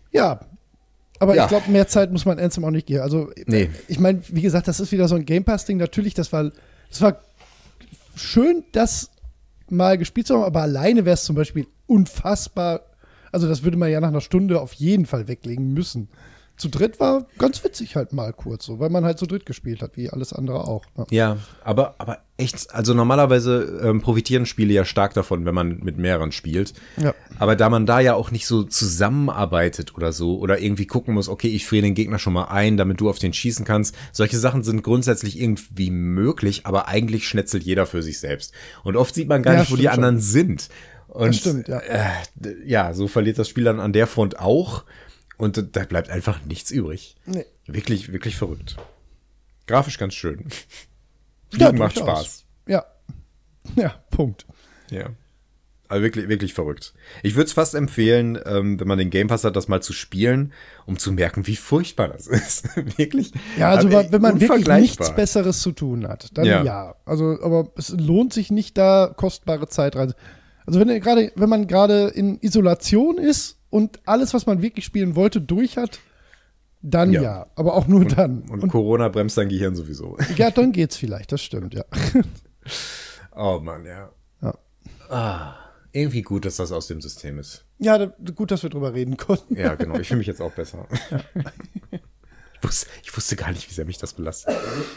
Ja, aber Ja. ich glaube, mehr Zeit muss man Anthem auch nicht geben. Also, Nee. ich meine, wie gesagt, das ist wieder so ein Game Pass-Ding. Natürlich, das war, das war schön, das mal gespielt zu haben, aber alleine wäre es zum Beispiel unfassbar. Also, das würde man ja nach einer Stunde auf jeden Fall weglegen müssen. Zu dritt war ganz witzig halt mal kurz so, weil man halt zu dritt gespielt hat, wie alles andere auch. Ne? Ja, aber, aber echt, also normalerweise ähm, profitieren Spiele ja stark davon, wenn man mit mehreren spielt. Ja. Aber da man da ja auch nicht so zusammenarbeitet oder so oder irgendwie gucken muss, okay, ich friere den Gegner schon mal ein, damit du auf den schießen kannst. Solche Sachen sind grundsätzlich irgendwie möglich, aber eigentlich schnetzelt jeder für sich selbst. Und oft sieht man gar Ja, nicht, wo die stimmt schon. anderen sind. Und Das stimmt, ja. Äh, d- ja, so verliert das Spiel dann an der Front auch. Und da bleibt einfach nichts übrig. Nee. Wirklich, wirklich verrückt. Grafisch ganz schön. Ja, Fliegen macht durchaus. Spaß. Ja. Ja, Punkt. Ja. Aber wirklich, wirklich verrückt. Ich würde es fast empfehlen, ähm, wenn man den Game Pass hat, das mal zu spielen, um zu merken, wie furchtbar das ist. Wirklich. Ja, also Aber wenn man wirklich unvergleichbar. nichts Besseres zu tun hat, dann Ja. ja. Also, aber es lohnt sich nicht, da kostbare Zeit rein. Also wenn ihr gerade, wenn man gerade in Isolation ist und alles, was man wirklich spielen wollte, durch hat, dann ja. Ja. Aber auch nur dann. Und, Corona bremst dein Gehirn sowieso. Ja, dann geht's vielleicht, das stimmt, ja. Oh Mann, ja. Ja. Ah, irgendwie gut, dass das aus dem System ist. Ja, da, gut, dass wir drüber reden konnten. Ja, genau. Ich fühle mich jetzt auch besser. Ich, wusste, ich wusste gar nicht, wie sehr mich das belastet.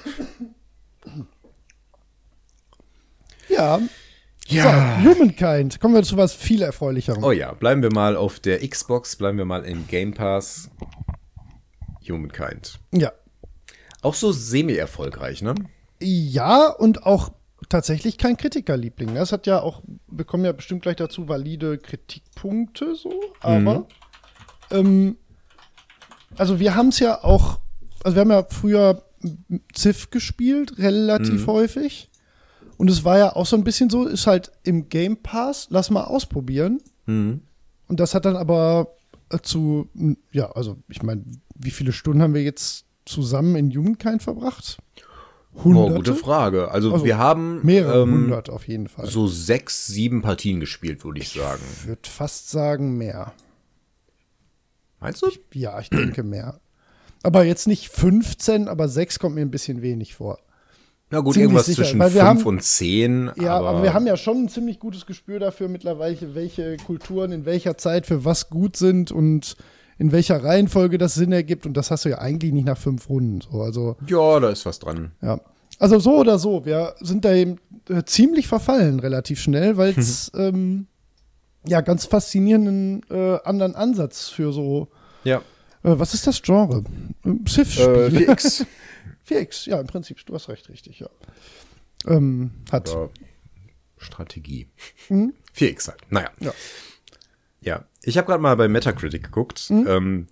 Ja. Ja. So, Humankind. Kommen wir zu was viel Erfreulicherem. Oh ja, bleiben wir mal auf der Xbox, bleiben wir mal im Game Pass. Humankind. Ja. Auch so semi-erfolgreich, ne? Ja, und auch tatsächlich kein Kritikerliebling. Das hat ja auch, wir kommen ja bestimmt gleich dazu, valide Kritikpunkte so, aber ähm, also wir haben es ja auch, also wir haben ja früher Civ gespielt, relativ häufig. Und es war ja auch so ein bisschen so, ist halt im Game Pass, lass mal ausprobieren. Mhm. Und das hat dann aber äh, zu, m, ja, also ich meine, wie viele Stunden haben wir jetzt zusammen in Humankind verbracht? Oh, Hunderte? gute Frage. Also, Also wir haben Mehrere ähm, hundert auf jeden Fall. so sechs, sieben Partien gespielt, würde ich sagen. Ich würde fast sagen mehr. Meinst du? Ja, ich denke mehr. Aber jetzt nicht fünfzehn, aber sechs kommt mir ein bisschen wenig vor. Na gut, ziemlich irgendwas sicher, zwischen weil wir fünf haben- und zehn. Ja, aber, aber, wir haben ja schon ein ziemlich gutes Gespür dafür mittlerweile, welche Kulturen in welcher Zeit für was gut sind und in welcher Reihenfolge das Sinn ergibt. Und das hast du ja eigentlich nicht nach fünf Runden. So. Also, Ja, da ist was dran. ja. Also so oder so, wir sind da eben äh, ziemlich verfallen relativ schnell, weil es ähm, ja ganz faszinierenden äh, anderen Ansatz für so, Ja. äh, was ist das Genre? Ähm, Äh, Civ-Spiel. vier X. vier X, ja, im Prinzip, du hast recht, richtig, ja. Ähm, hat. Oder Strategie. Mhm. vier X halt. Naja. Ja. Ja. Ich habe gerade mal bei Metacritic geguckt. Mhm. Ähm,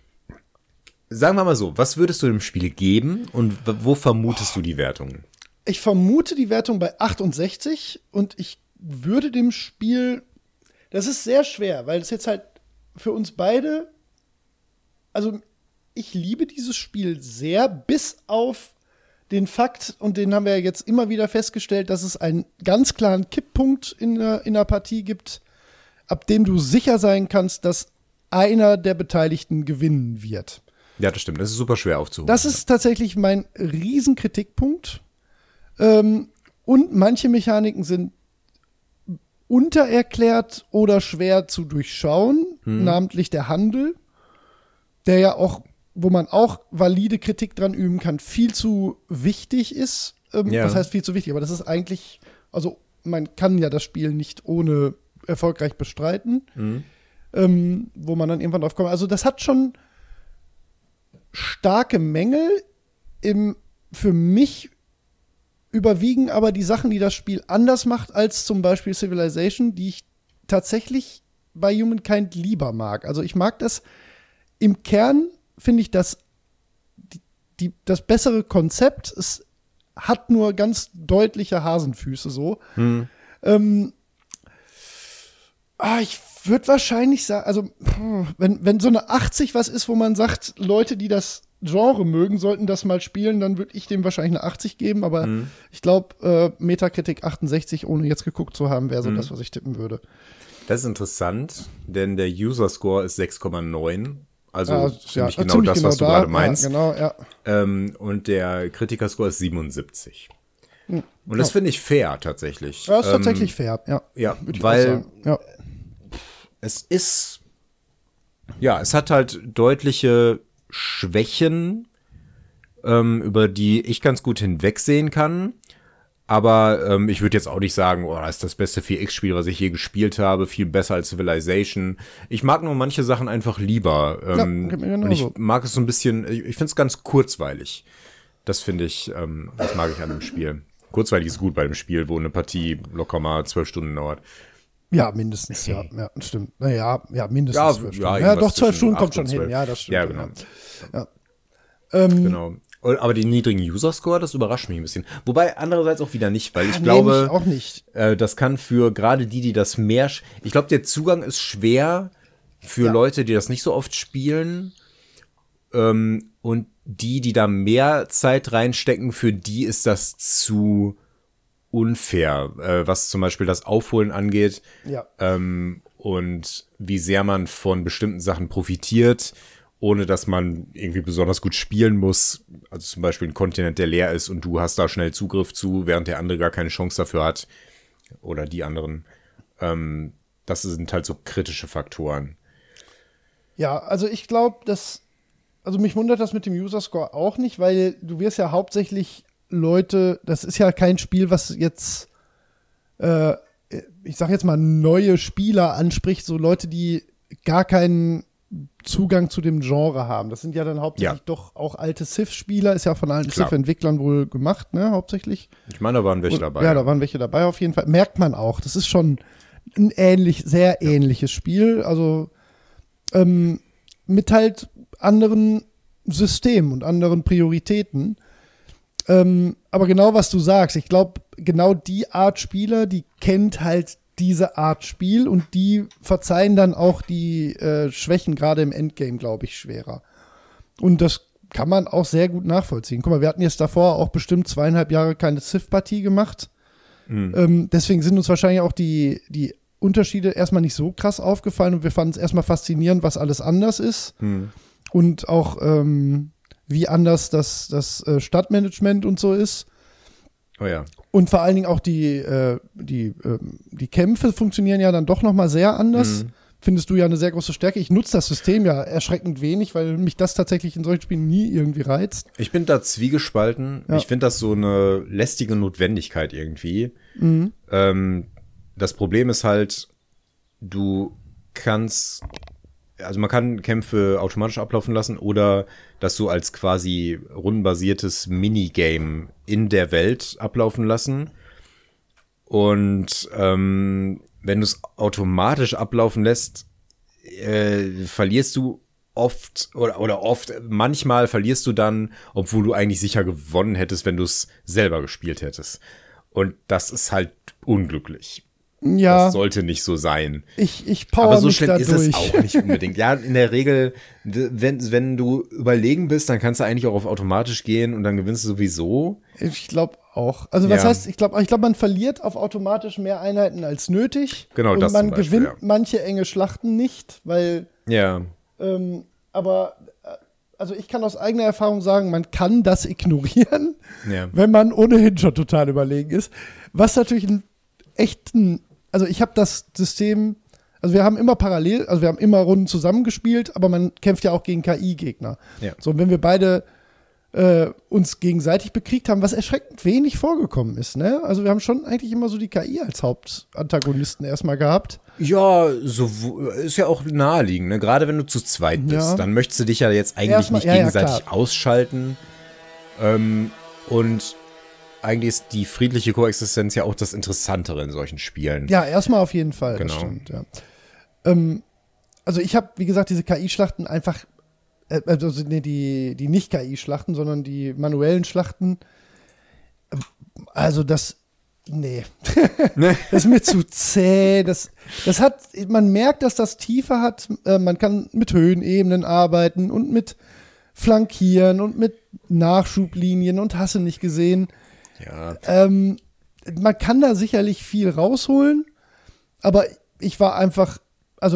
sagen wir mal so, was würdest du dem Spiel geben und w- wo vermutest du die Wertung? Ich vermute die Wertung bei achtundsechzig und ich würde dem Spiel, das ist sehr schwer, weil es jetzt halt für uns beide, also ich liebe dieses Spiel sehr, bis auf den Fakt, und den haben wir ja jetzt immer wieder festgestellt, dass es einen ganz klaren Kipppunkt in der, in der Partie gibt, ab dem du sicher sein kannst, dass einer der Beteiligten gewinnen wird. Ja, das stimmt. Das ist super schwer aufzuholen. Das ist tatsächlich mein Riesenkritikpunkt. Ähm, und manche Mechaniken sind untererklärt oder schwer zu durchschauen, namentlich der Handel, der ja auch, wo man auch valide Kritik dran üben kann, viel zu wichtig ist. Ähm, Ja. Was heißt viel zu wichtig? Aber das ist eigentlich, also man kann ja das Spiel nicht ohne erfolgreich bestreiten, ähm, wo man dann irgendwann drauf kommt. Also das hat schon starke Mängel. Im, für mich überwiegen aber die Sachen, die das Spiel anders macht als zum Beispiel Civilization, die ich tatsächlich bei Humankind lieber mag. Also ich mag das im Kern, finde ich das die, die, das bessere Konzept. Es hat nur ganz deutliche Hasenfüße so. Hm. Ähm, ah, ich würde wahrscheinlich sagen, also puh, wenn, wenn so eine achtzig was ist, wo man sagt, Leute, die das Genre mögen, sollten das mal spielen, dann würde ich dem wahrscheinlich eine achtzig geben, aber Mhm. ich glaube, äh, Metacritic achtundsechzig, ohne jetzt geguckt zu haben, wäre so Mhm. das, was ich tippen würde. Das ist interessant, denn der User-Score ist sechs Komma neun Also ja, ziemlich ja, genau ziemlich das, genau was du da. gerade meinst. Ja, genau, ja. Ähm, und der Kritikerscore ist siebenundsiebzig. Hm, Und das ja. finde ich fair tatsächlich. Ja, ist ähm, tatsächlich fair, ja. Ja, Würde ich weil auch sagen. Ja. es ist, ja, es hat halt deutliche Schwächen, ähm, über die ich ganz gut hinwegsehen kann. Aber ähm, ich würde jetzt auch nicht sagen, oh, das ist das beste vier X-Spiel, was ich je gespielt habe, viel besser als Civilization. Ich mag nur manche Sachen einfach lieber. Ähm, ja, geht mir und ich genauso. mag es so ein bisschen, ich, ich finde es ganz kurzweilig. Das finde ich, ähm, das mag ich an dem Spiel. Kurzweilig ist gut bei dem Spiel, wo eine Partie locker mal zwölf Stunden dauert. Ja, mindestens, ja, ja, stimmt. Naja, ja, mindestens Ja, zwölf ja, Stunden. Ja, doch, zwölf zwischen Stunden acht kommt schon und hin. zwölf. Ja, das stimmt. Ja, genau. Ja. Ähm, Genau. Aber den niedrigen User-Score, das überrascht mich ein bisschen. Wobei andererseits auch wieder nicht, weil ich nee, glaube, nicht, auch nicht. Äh, das kann für gerade die, die das mehr, sch- ich glaube, der Zugang ist schwer für Ja. Leute, die das nicht so oft spielen. Ähm, und die, die da mehr Zeit reinstecken, für die ist das zu unfair, äh, was zum Beispiel das Aufholen angeht. Ja. Ähm, und wie sehr man von bestimmten Sachen profitiert, ohne dass man irgendwie besonders gut spielen muss. Also zum Beispiel ein Kontinent, der leer ist und du hast da schnell Zugriff zu, während der andere gar keine Chance dafür hat. Oder die anderen. Ähm, das sind halt so kritische Faktoren. Ja, also ich glaube, dass, also mich wundert das mit dem User-Score auch nicht, weil du wirst ja hauptsächlich Leute, das ist ja kein Spiel, was jetzt, äh, ich sag jetzt mal, neue Spieler anspricht, so Leute, die gar keinen Zugang zu dem Genre haben. Das sind ja dann hauptsächlich Ja. doch auch alte Civ-Spieler, ist ja von alten Klar. Civ-Entwicklern wohl gemacht, ne, hauptsächlich. Ich meine, da waren welche Und- dabei. Ja, da waren welche dabei auf jeden Fall. Merkt man auch. Das ist schon ein ähnlich, sehr ähnliches Spiel. Also ähm, mit halt anderen Systemen und anderen Prioritäten. Ähm, aber genau was du sagst, ich glaube, genau die Art Spieler, die kennt halt diese Art Spiel und die verzeihen dann auch die äh, Schwächen gerade im Endgame, glaube ich, schwerer. Und das kann man auch sehr gut nachvollziehen. Guck mal, wir hatten jetzt davor auch bestimmt zweieinhalb Jahre keine Civ-Partie gemacht. Mhm. Ähm, deswegen sind uns wahrscheinlich auch die, die Unterschiede erstmal nicht so krass aufgefallen und wir fanden es erstmal faszinierend, was alles anders ist. Mhm. Und auch ähm, wie anders das, das äh, Stadtmanagement und so ist. Oh ja. Und vor allen Dingen auch die, äh, die, ähm, die Kämpfe funktionieren ja dann doch noch mal sehr anders. Mhm. Findest du ja eine sehr große Stärke. Ich nutze das System ja erschreckend wenig, weil mich das tatsächlich in solchen Spielen nie irgendwie reizt. Ich bin da zwiegespalten. Ja. Ich finde das so eine lästige Notwendigkeit irgendwie. Mhm. Ähm, das Problem ist halt, du kannst, also man kann Kämpfe automatisch ablaufen lassen oder das so als quasi rundenbasiertes Minigame in der Welt ablaufen lassen. Und ähm, wenn du es automatisch ablaufen lässt, äh, verlierst du oft oder, oder oft, manchmal verlierst du dann, obwohl du eigentlich sicher gewonnen hättest, wenn du es selber gespielt hättest. Und das ist halt unglücklich. Ja, Das sollte nicht so sein. ich, ich power Aber so mich schlimm da ist durch. es auch nicht unbedingt. Ja, in der Regel, d- wenn, wenn du überlegen bist, dann kannst du eigentlich auch auf automatisch gehen und dann gewinnst du sowieso. Ich glaube auch. Also was Ja. heißt, ich glaube, ich glaube, man verliert auf automatisch mehr Einheiten als nötig. Genau, und das man zum Beispiel, gewinnt ja. manche enge Schlachten nicht, weil Ja. Ähm, aber äh, also ich kann aus eigener Erfahrung sagen, man kann das ignorieren, Ja. wenn man ohnehin schon total überlegen ist. Was natürlich ein echten, also ich habe das System, also wir haben immer parallel, also wir haben immer Runden zusammengespielt, aber man kämpft ja auch gegen K I-Gegner. Ja. So, und wenn wir beide äh, uns gegenseitig bekriegt haben, was erschreckend wenig vorgekommen ist, ne? Also wir haben schon eigentlich immer so die K I als Hauptantagonisten erstmal gehabt. Ja, so ist ja auch naheliegend, ne? Gerade wenn du zu zweit bist, Ja. dann möchtest du dich ja jetzt eigentlich Erstmal- nicht ja, ja, gegenseitig klar. ausschalten. Ähm, und eigentlich ist die friedliche Koexistenz ja auch das Interessantere in solchen Spielen. Ja, erstmal auf jeden Fall. Genau. Das stimmt, ja. Ähm, also ich habe, wie gesagt, diese K I-Schlachten einfach, äh, also nee, die, die nicht K I-Schlachten, sondern die manuellen Schlachten. äh, Also das, nee, Ne? das ist mir zu zäh. Das, das hat, man merkt, dass das Tiefe hat. Äh, man kann mit Höhenebenen arbeiten und mit Flankieren und mit Nachschublinien und hast du nicht gesehen. Ja. Ähm, man kann da sicherlich viel rausholen, aber ich war einfach, also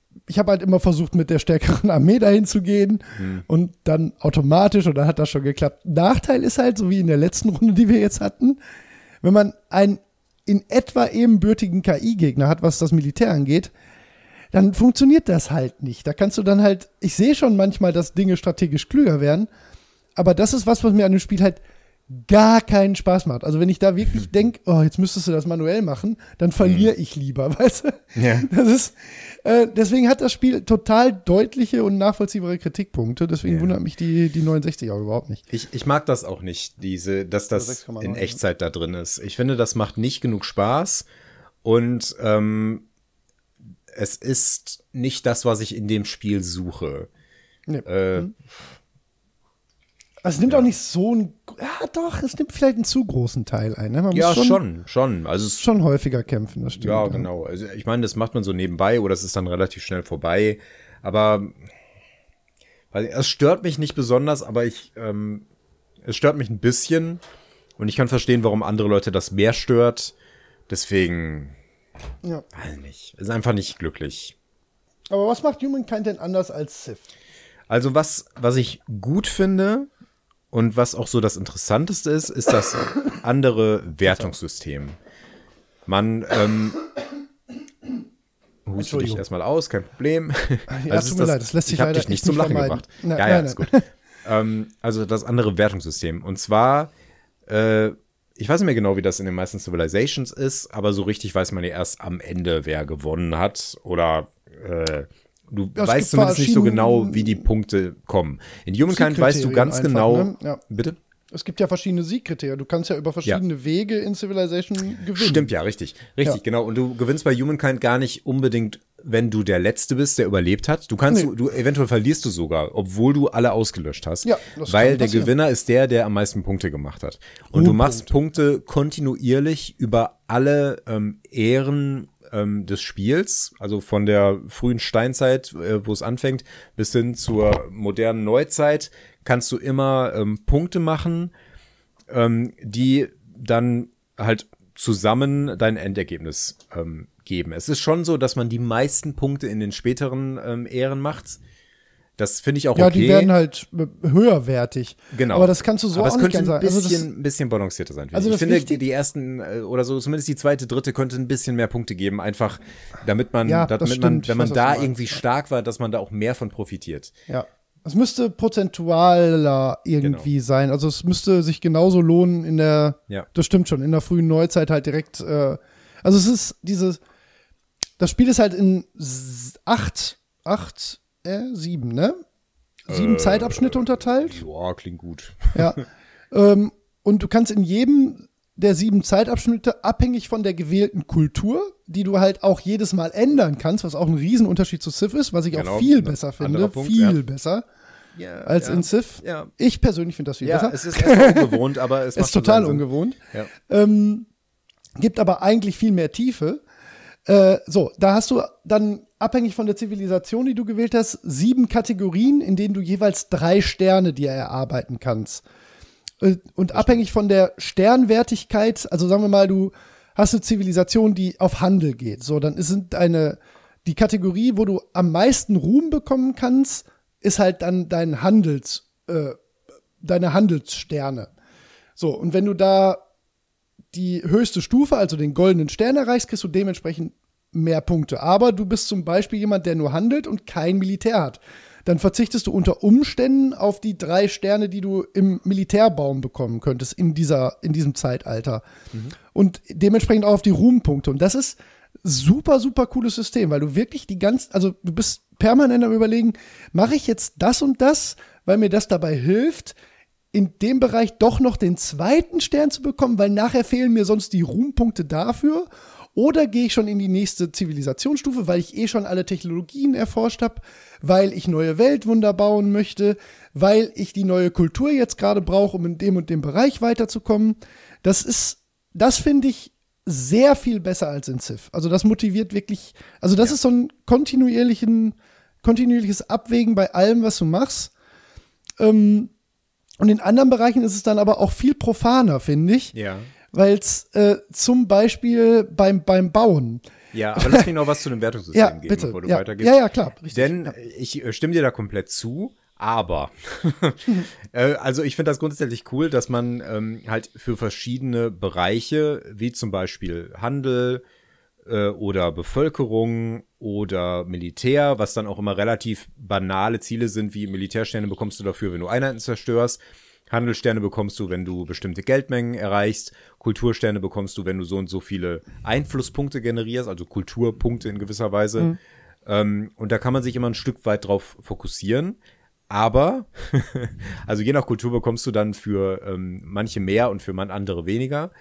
ich habe halt immer versucht, mit der stärkeren Armee dahin zu gehen hm. und dann automatisch, und dann hat das schon geklappt. Nachteil ist halt, so wie in der letzten Runde, die wir jetzt hatten, wenn man einen in etwa ebenbürtigen K I-Gegner hat, was das Militär angeht, dann funktioniert das halt nicht. Da kannst du dann halt, ich sehe schon manchmal, dass Dinge strategisch klüger werden, aber das ist was, was mir an dem Spiel halt gar keinen Spaß macht. Also wenn ich da wirklich denke, oh, jetzt müsstest du das manuell machen, dann verliere ich lieber, weißt du? Ja. Das ist, äh, deswegen hat das Spiel total deutliche und nachvollziehbare Kritikpunkte. Deswegen ja. wundert mich die, die neunundsechzig auch überhaupt nicht. Ich, ich mag das auch nicht, diese, dass das in Echtzeit da drin ist. Ich finde, das macht nicht genug Spaß und ähm, es ist nicht das, was ich in dem Spiel suche. Nee. Äh, mhm. Also es nimmt ja. auch nicht so ein, ja doch, es nimmt vielleicht einen zu großen Teil ein. Ne? Man ja, muss schon, schon, schon. Also es schon häufiger kämpfen, das stimmt. Ja, genau. Also ich meine, das macht man so nebenbei oder es ist dann relativ schnell vorbei. Aber weil, es stört mich nicht besonders, aber ich, ähm, es stört mich ein bisschen und ich kann verstehen, warum andere Leute das mehr stört. Deswegen, ja. weiß nicht. Ist einfach nicht glücklich. Aber was macht Humankind denn anders als Civ? Also was, was ich gut finde und was auch so das Interessanteste ist, ist das andere Wertungssystem. Man, ähm, huste dich erstmal aus, kein Problem. Ja, also tut mir das, leid, das lässt sich ich habe leider dich nicht echt zum nicht Lachen vermeiden. gebracht. Na, ja, ja, nein, ist nein. gut. ähm, also das andere Wertungssystem. Und zwar, äh, ich weiß nicht mehr genau, wie das in den meisten Civilizations ist, aber so richtig weiß man ja erst am Ende, wer gewonnen hat oder äh, du Ja, weißt zumindest nicht so genau, wie die Punkte kommen. In Humankind weißt du ganz einfach, genau. ne? Ja. Bitte? Es gibt ja verschiedene Siegkriterien. Du kannst ja über verschiedene Ja. Wege in Civilization gewinnen. Stimmt, ja, richtig. Richtig, Ja. genau. Und du gewinnst bei Humankind gar nicht unbedingt, wenn du der Letzte bist, der überlebt hat. Du kannst, Nee. du, eventuell verlierst du sogar, obwohl du alle ausgelöscht hast. Ja, das weil kann der passieren. Gewinner ist der, der am meisten Punkte gemacht hat. Und du machst Punkte kontinuierlich über alle ähm, Ehren ähm, des Spiels, also von der frühen Steinzeit, äh, wo es anfängt, bis hin zur modernen Neuzeit, kannst du immer ähm, Punkte machen, ähm, die dann halt zusammen dein Endergebnis ähm, geben. Es ist schon so, dass man die meisten Punkte in den späteren ähm, Ähren macht. Das finde ich auch Ja, okay. die werden halt äh, höherwertig. Genau. Aber das kannst du so Aber auch es nicht könnte ganz ein sagen. bisschen, Also das, bisschen balancierter sein. also ich das finde, Wichtig- die, die ersten äh, oder so, zumindest die zweite, dritte könnte ein bisschen mehr Punkte geben, einfach damit man, Ja, damit das man stimmt. wenn Ich man weiß, was da du meinst. irgendwie stark war, dass man da auch mehr von profitiert. ja. Es müsste prozentualer irgendwie Genau. sein. Also es müsste sich genauso lohnen in der, Ja. das stimmt schon, in der frühen Neuzeit halt direkt, äh, also es ist dieses, das Spiel ist halt in s- acht, acht, äh, sieben, ne? Sieben Äh, Zeitabschnitte unterteilt. Ja, klingt gut. Ja. ähm, und du kannst in jedem der sieben Zeitabschnitte, abhängig von der gewählten Kultur, die du halt auch jedes Mal ändern kannst, was auch ein Riesenunterschied zu Civ ist, was ich Genau, auch viel ein besser anderer finde, Punkt, viel ja. besser Ja, als ja. in Civ. Ja. Ich persönlich finde das viel Ja, besser. es ist erstmal ungewohnt, aber es macht Ist schon total seinen Sinn. ungewohnt. Ja. Ähm, gibt aber eigentlich viel mehr Tiefe. Äh, so, da hast du dann abhängig von der Zivilisation, die du gewählt hast, sieben Kategorien, in denen du jeweils drei Sterne dir erarbeiten kannst. Äh, Und abhängig von der Sternwertigkeit, also sagen wir mal, du hast eine Zivilisation, die auf Handel geht. So, dann ist eine, die Kategorie, wo du am meisten Ruhm bekommen kannst, ist halt dann dein Handels, äh, deine Handelssterne. So, und wenn du da die höchste Stufe, also den goldenen Stern erreichst, kriegst du dementsprechend mehr Punkte. Aber du bist zum Beispiel jemand, der nur handelt und kein Militär hat. Dann verzichtest du unter Umständen auf die drei Sterne, die du im Militärbaum bekommen könntest in, dieser, in diesem Zeitalter. Mhm. Und dementsprechend auch auf die Ruhmpunkte. Und das ist super, super cooles System, weil du wirklich die ganz, also du bist permanent am Überlegen, mache ich jetzt das und das, weil mir das dabei hilft, in dem Bereich doch noch den zweiten Stern zu bekommen, weil nachher fehlen mir sonst die Ruhmpunkte dafür. Oder gehe ich schon in die nächste Zivilisationsstufe, weil ich eh schon alle Technologien erforscht habe, weil ich neue Weltwunder bauen möchte, weil ich die neue Kultur jetzt gerade brauche, um in dem und dem Bereich weiterzukommen. Das ist, das finde ich sehr viel besser als in Civ. Also das motiviert wirklich, also das Ja. ist so ein kontinuierlichen, kontinuierliches Abwägen bei allem, was du machst. Ähm, und in anderen Bereichen ist es dann aber auch viel profaner, finde ich. Ja. Weil es äh, zum Beispiel beim, beim Bauen, Ja, aber lass mich noch was zu dem Wertungssystem ja, geben, bitte. bevor du ja. weitergehst. Ja, ja, klar. Richtig. Denn ja. ich äh, stimme dir da komplett zu, aber äh, also ich finde das grundsätzlich cool, dass man ähm, halt für verschiedene Bereiche, wie zum Beispiel Handel äh, oder Bevölkerung oder Militär, was dann auch immer relativ banale Ziele sind, wie Militärsterne bekommst du dafür, wenn du Einheiten zerstörst. Handelssterne bekommst du, wenn du bestimmte Geldmengen erreichst. Kultursterne bekommst du, wenn du so und so viele Einflusspunkte generierst, also Kulturpunkte in gewisser Weise. Mhm. Ähm, und da kann man sich immer ein Stück weit drauf fokussieren. Aber, also je nach Kultur bekommst du dann für ähm, manche mehr und für manche andere weniger.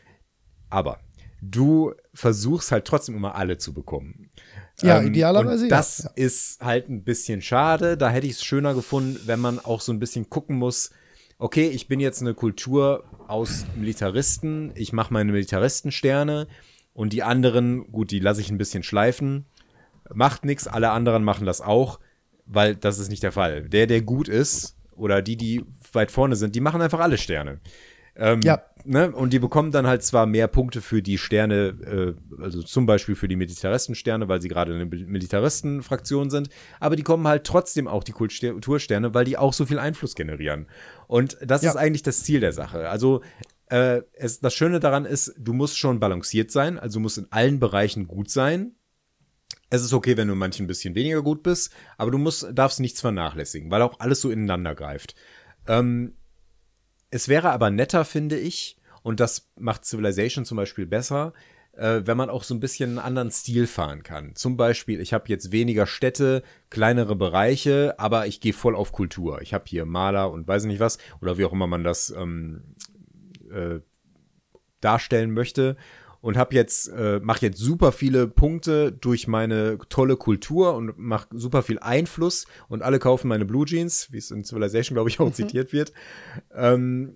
Aber du versuchst halt trotzdem immer alle zu bekommen. Ja, ähm, idealerweise und das ja. ist halt ein bisschen schade. Da hätte ich es schöner gefunden, wenn man auch so ein bisschen gucken muss, okay, ich bin jetzt eine Kultur aus Militaristen, ich mache meine Militaristensterne und die anderen, gut, die lasse ich ein bisschen schleifen, macht nichts, alle anderen machen das auch, weil das ist nicht der Fall. Der, der gut ist oder die, die weit vorne sind, die machen einfach alle Sterne. Ähm, ja. Ne? Und die bekommen dann halt zwar mehr Punkte für die Sterne, äh, also zum Beispiel für die Militaristen-Sterne, weil sie gerade eine Militaristen-Fraktion sind, aber die kommen halt trotzdem auch die Kultursterne, weil die auch so viel Einfluss generieren. Und das ja. ist eigentlich das Ziel der Sache. Also äh, es, das Schöne daran ist, du musst schon balanciert sein, also du musst in allen Bereichen gut sein. Es ist okay, wenn du in manchen ein bisschen weniger gut bist, aber du musst, darfst nichts vernachlässigen, weil auch alles so ineinander greift. Ähm, Es wäre aber netter, finde ich, und das macht Civilization zum Beispiel besser, äh, wenn man auch so ein bisschen einen anderen Stil fahren kann. Zum Beispiel, ich habe jetzt weniger Städte, kleinere Bereiche, aber ich gehe voll auf Kultur. Ich habe hier Maler und weiß nicht was, oder wie auch immer man das ähm, äh, darstellen möchte. Und habe jetzt, äh, mache jetzt super viele Punkte durch meine tolle Kultur und mache super viel Einfluss und alle kaufen meine Blue Jeans, wie es in Civilization, glaube ich, auch mhm. zitiert wird. Ähm,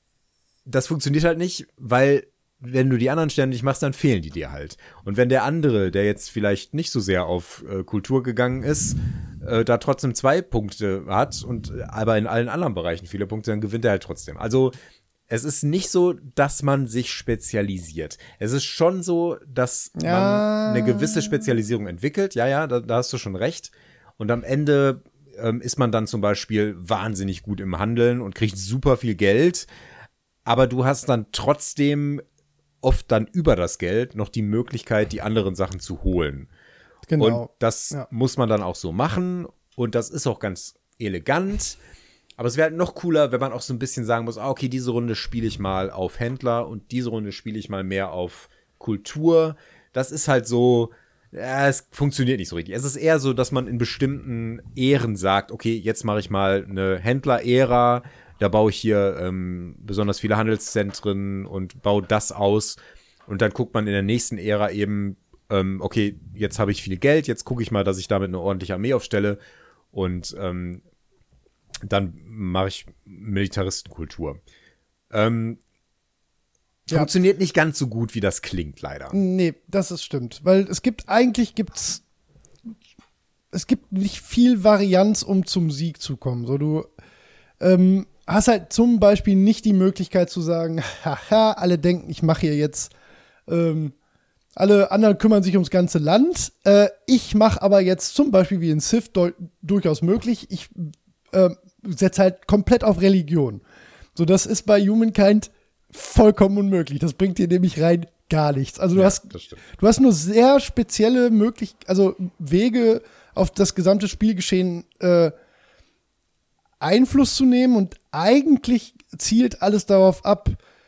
das funktioniert halt nicht, weil wenn du die anderen Sterne nicht machst, dann fehlen die dir halt. Und wenn der andere, der jetzt vielleicht nicht so sehr auf äh, Kultur gegangen ist, äh, da trotzdem zwei Punkte hat und aber in allen anderen Bereichen viele Punkte, dann gewinnt er halt trotzdem. Also es ist nicht so, dass man sich spezialisiert. Es ist schon so, dass ja. man eine gewisse Spezialisierung entwickelt. Ja, ja, da, da hast du schon recht. Und am Ende ähm, ist man dann zum Beispiel wahnsinnig gut im Handeln und kriegt super viel Geld. Aber du hast dann trotzdem oft dann über das Geld noch die Möglichkeit, die anderen Sachen zu holen. Genau. Und das ja. muss man dann auch so machen. Und das ist auch ganz elegant. Aber es wäre halt noch cooler, wenn man auch so ein bisschen sagen muss, ah, okay, diese Runde spiele ich mal auf Händler und diese Runde spiele ich mal mehr auf Kultur. Das ist halt so, ja, es funktioniert nicht so richtig. Es ist eher so, dass man in bestimmten Ähren sagt, okay, jetzt mache ich mal eine Händler-Ära, da baue ich hier ähm, besonders viele Handelszentren und baue das aus. Und dann guckt man in der nächsten Ära eben, ähm, okay, jetzt habe ich viel Geld, jetzt gucke ich mal, dass ich damit eine ordentliche Armee aufstelle und ähm, dann mache ich Militaristenkultur. Ähm, ja. Funktioniert nicht ganz so gut, wie das klingt, leider. Nee, das ist stimmt. Weil es gibt, eigentlich gibt's, es gibt nicht viel Varianz, um zum Sieg zu kommen. So, du ähm, hast halt zum Beispiel nicht die Möglichkeit zu sagen, haha, alle denken, ich mache hier jetzt, ähm, alle anderen kümmern sich ums ganze Land. Äh, ich mache aber jetzt zum Beispiel wie in Civ do- durchaus möglich, ich äh, setze halt komplett auf Religion. So, das ist bei Humankind vollkommen unmöglich. Das bringt dir nämlich rein gar nichts. Also du ja, hast du hast nur sehr spezielle möglich, also Wege auf das gesamte Spielgeschehen äh, Einfluss zu nehmen und eigentlich zielt alles darauf ab,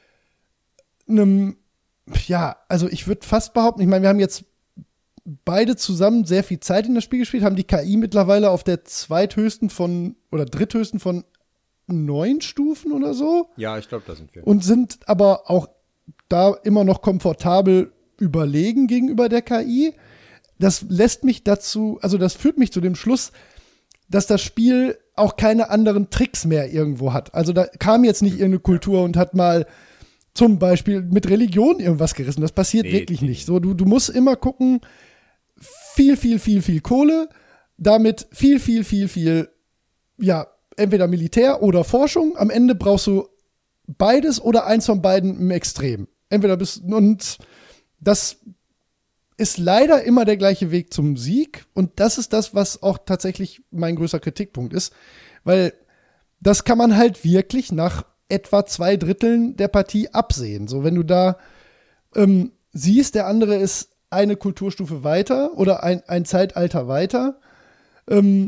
einem, ja, also ich würde fast behaupten, ich meine, wir haben jetzt beide zusammen sehr viel Zeit in das Spiel gespielt, haben die K I mittlerweile auf der zweithöchsten von, oder dritthöchsten von neun Stufen oder so. Ja, ich glaube, da sind wir. Und sind aber auch da immer noch komfortabel überlegen gegenüber der K I. Das lässt mich dazu, also das führt mich zu dem Schluss, dass das Spiel auch keine anderen Tricks mehr irgendwo hat. Also da kam jetzt nicht irgendeine Kultur und hat mal zum Beispiel mit Religion irgendwas gerissen. Das passiert nee, wirklich nee. nicht. So, du, du musst immer gucken, viel, viel, viel, viel Kohle, damit viel, viel, viel, viel, ja, entweder Militär oder Forschung. Am Ende brauchst du beides oder eins von beiden im Extrem. Entweder bist, und das ist leider immer der gleiche Weg zum Sieg. Und das ist das, was auch tatsächlich mein größter Kritikpunkt ist. Weil das kann man halt wirklich nach etwa zwei Dritteln der Partie absehen. So, wenn du da ähm, siehst, der andere ist eine Kulturstufe weiter oder ein, ein Zeitalter weiter ähm,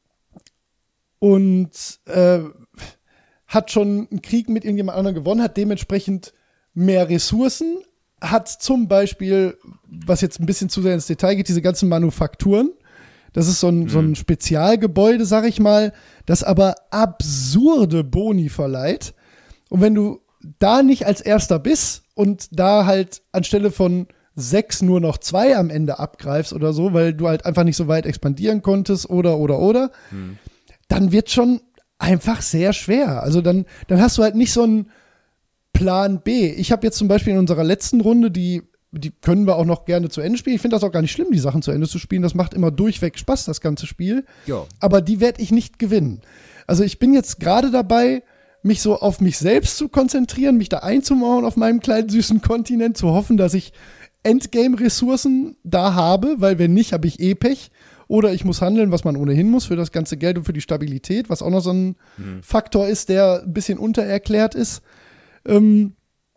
und äh, hat schon einen Krieg mit irgendjemand anderem gewonnen, hat dementsprechend mehr Ressourcen, hat zum Beispiel, was jetzt ein bisschen zu sehr ins Detail geht, diese ganzen Manufakturen. Das ist so ein, mhm. so ein Spezialgebäude, sag ich mal, das aber absurde Boni verleiht. Und wenn du da nicht als Erster bist und da halt anstelle von sechs nur noch zwei am Ende abgreifst oder so, weil du halt einfach nicht so weit expandieren konntest oder, oder, oder, mhm. dann wird schon einfach sehr schwer. Also dann, dann hast du halt nicht so einen Plan B. Ich habe jetzt zum Beispiel in unserer letzten Runde, die, die können wir auch noch gerne zu Ende spielen. Ich finde das auch gar nicht schlimm, die Sachen zu Ende zu spielen. Das macht immer durchweg Spaß, das ganze Spiel. Ja. Aber die werde ich nicht gewinnen. Also ich bin jetzt gerade dabei, mich so auf mich selbst zu konzentrieren, mich da einzumauern auf meinem kleinen süßen Kontinent, zu hoffen, dass ich Endgame-Ressourcen da habe, weil wenn nicht, habe ich eh Pech. Oder ich muss handeln, was man ohnehin muss für das ganze Geld und für die Stabilität, was auch noch so ein mhm. Faktor ist, der ein bisschen untererklärt ist. Ähm,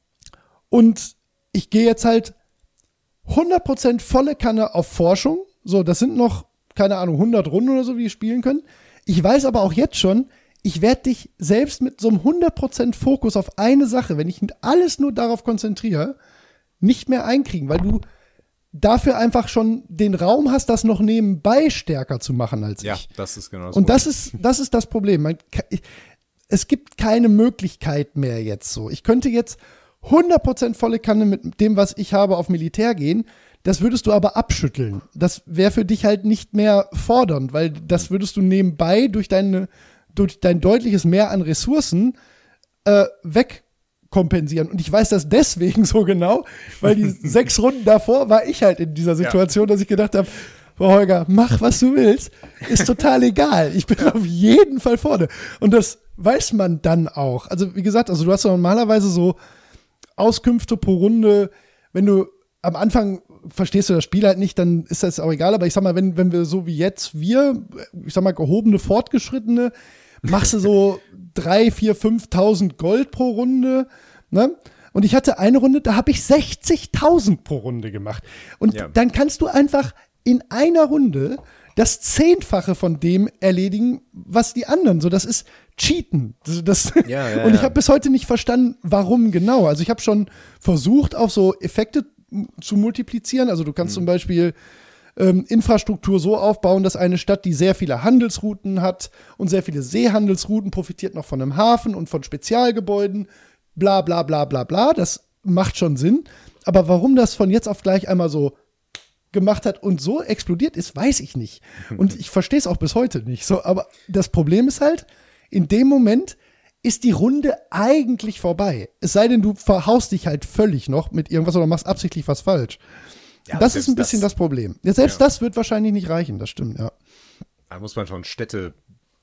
und ich gehe jetzt halt hundert Prozent volle Kanne auf Forschung. So, das sind noch, keine Ahnung, hundert Runden oder so, wie wir spielen können. Ich weiß aber auch jetzt schon, ich werde dich selbst mit so einem hundert Prozent Fokus auf eine Sache, wenn ich alles nur darauf konzentriere, nicht mehr einkriegen, weil du dafür einfach schon den Raum hast, das noch nebenbei stärker zu machen als ja, ich. Ja, das ist genau das Und Problem. das ist, das ist das Problem. Man, es gibt keine Möglichkeit mehr jetzt so. Ich könnte jetzt hundert Prozent volle Kanne mit dem, was ich habe, auf Militär gehen. Das würdest du aber abschütteln. Das wäre für dich halt nicht mehr fordernd, weil das würdest du nebenbei durch, deine, durch dein deutliches Mehr an Ressourcen äh, wegkompensieren. Und ich weiß das deswegen so genau, weil die sechs Runden davor war ich halt in dieser Situation, ja. dass ich gedacht habe, Frau Holger, mach, was du willst. Ist total egal. Ich bin auf jeden Fall vorne. Und das weiß man dann auch. Also wie gesagt, also du hast ja normalerweise so Auskünfte pro Runde, wenn du am Anfang verstehst du das Spiel halt nicht, dann ist das auch egal, aber ich sag mal, wenn, wenn wir so wie jetzt, wir, ich sag mal, gehobene Fortgeschrittene, machst du so drei, vier, fünftausend Gold pro Runde, ne? Und ich hatte eine Runde, da habe ich sechzigtausend pro Runde gemacht. Und ja. dann kannst du einfach in einer Runde das Zehnfache von dem erledigen, was die anderen. So, das ist Cheaten. Das, das ja, ja, und ich ja. habe bis heute nicht verstanden, warum genau. Also ich habe schon versucht, auf so Effekte zu multiplizieren. Also du kannst mhm. zum Beispiel ähm, Infrastruktur so aufbauen, dass eine Stadt, die sehr viele Handelsrouten hat und sehr viele Seehandelsrouten, profitiert noch von einem Hafen und von Spezialgebäuden, bla bla bla bla bla. Das macht schon Sinn. Aber warum das von jetzt auf gleich einmal so gemacht hat und so explodiert ist, weiß ich nicht. Und ich verstehe es auch bis heute nicht. So, aber das Problem ist halt, in dem Moment ist die Runde eigentlich vorbei. Es sei denn, du verhaust dich halt völlig noch mit irgendwas oder machst absichtlich was falsch. Ja, das ist ein bisschen das, das Problem. Ja, selbst ja. das wird wahrscheinlich nicht reichen, das stimmt, ja. Da muss man schon Städte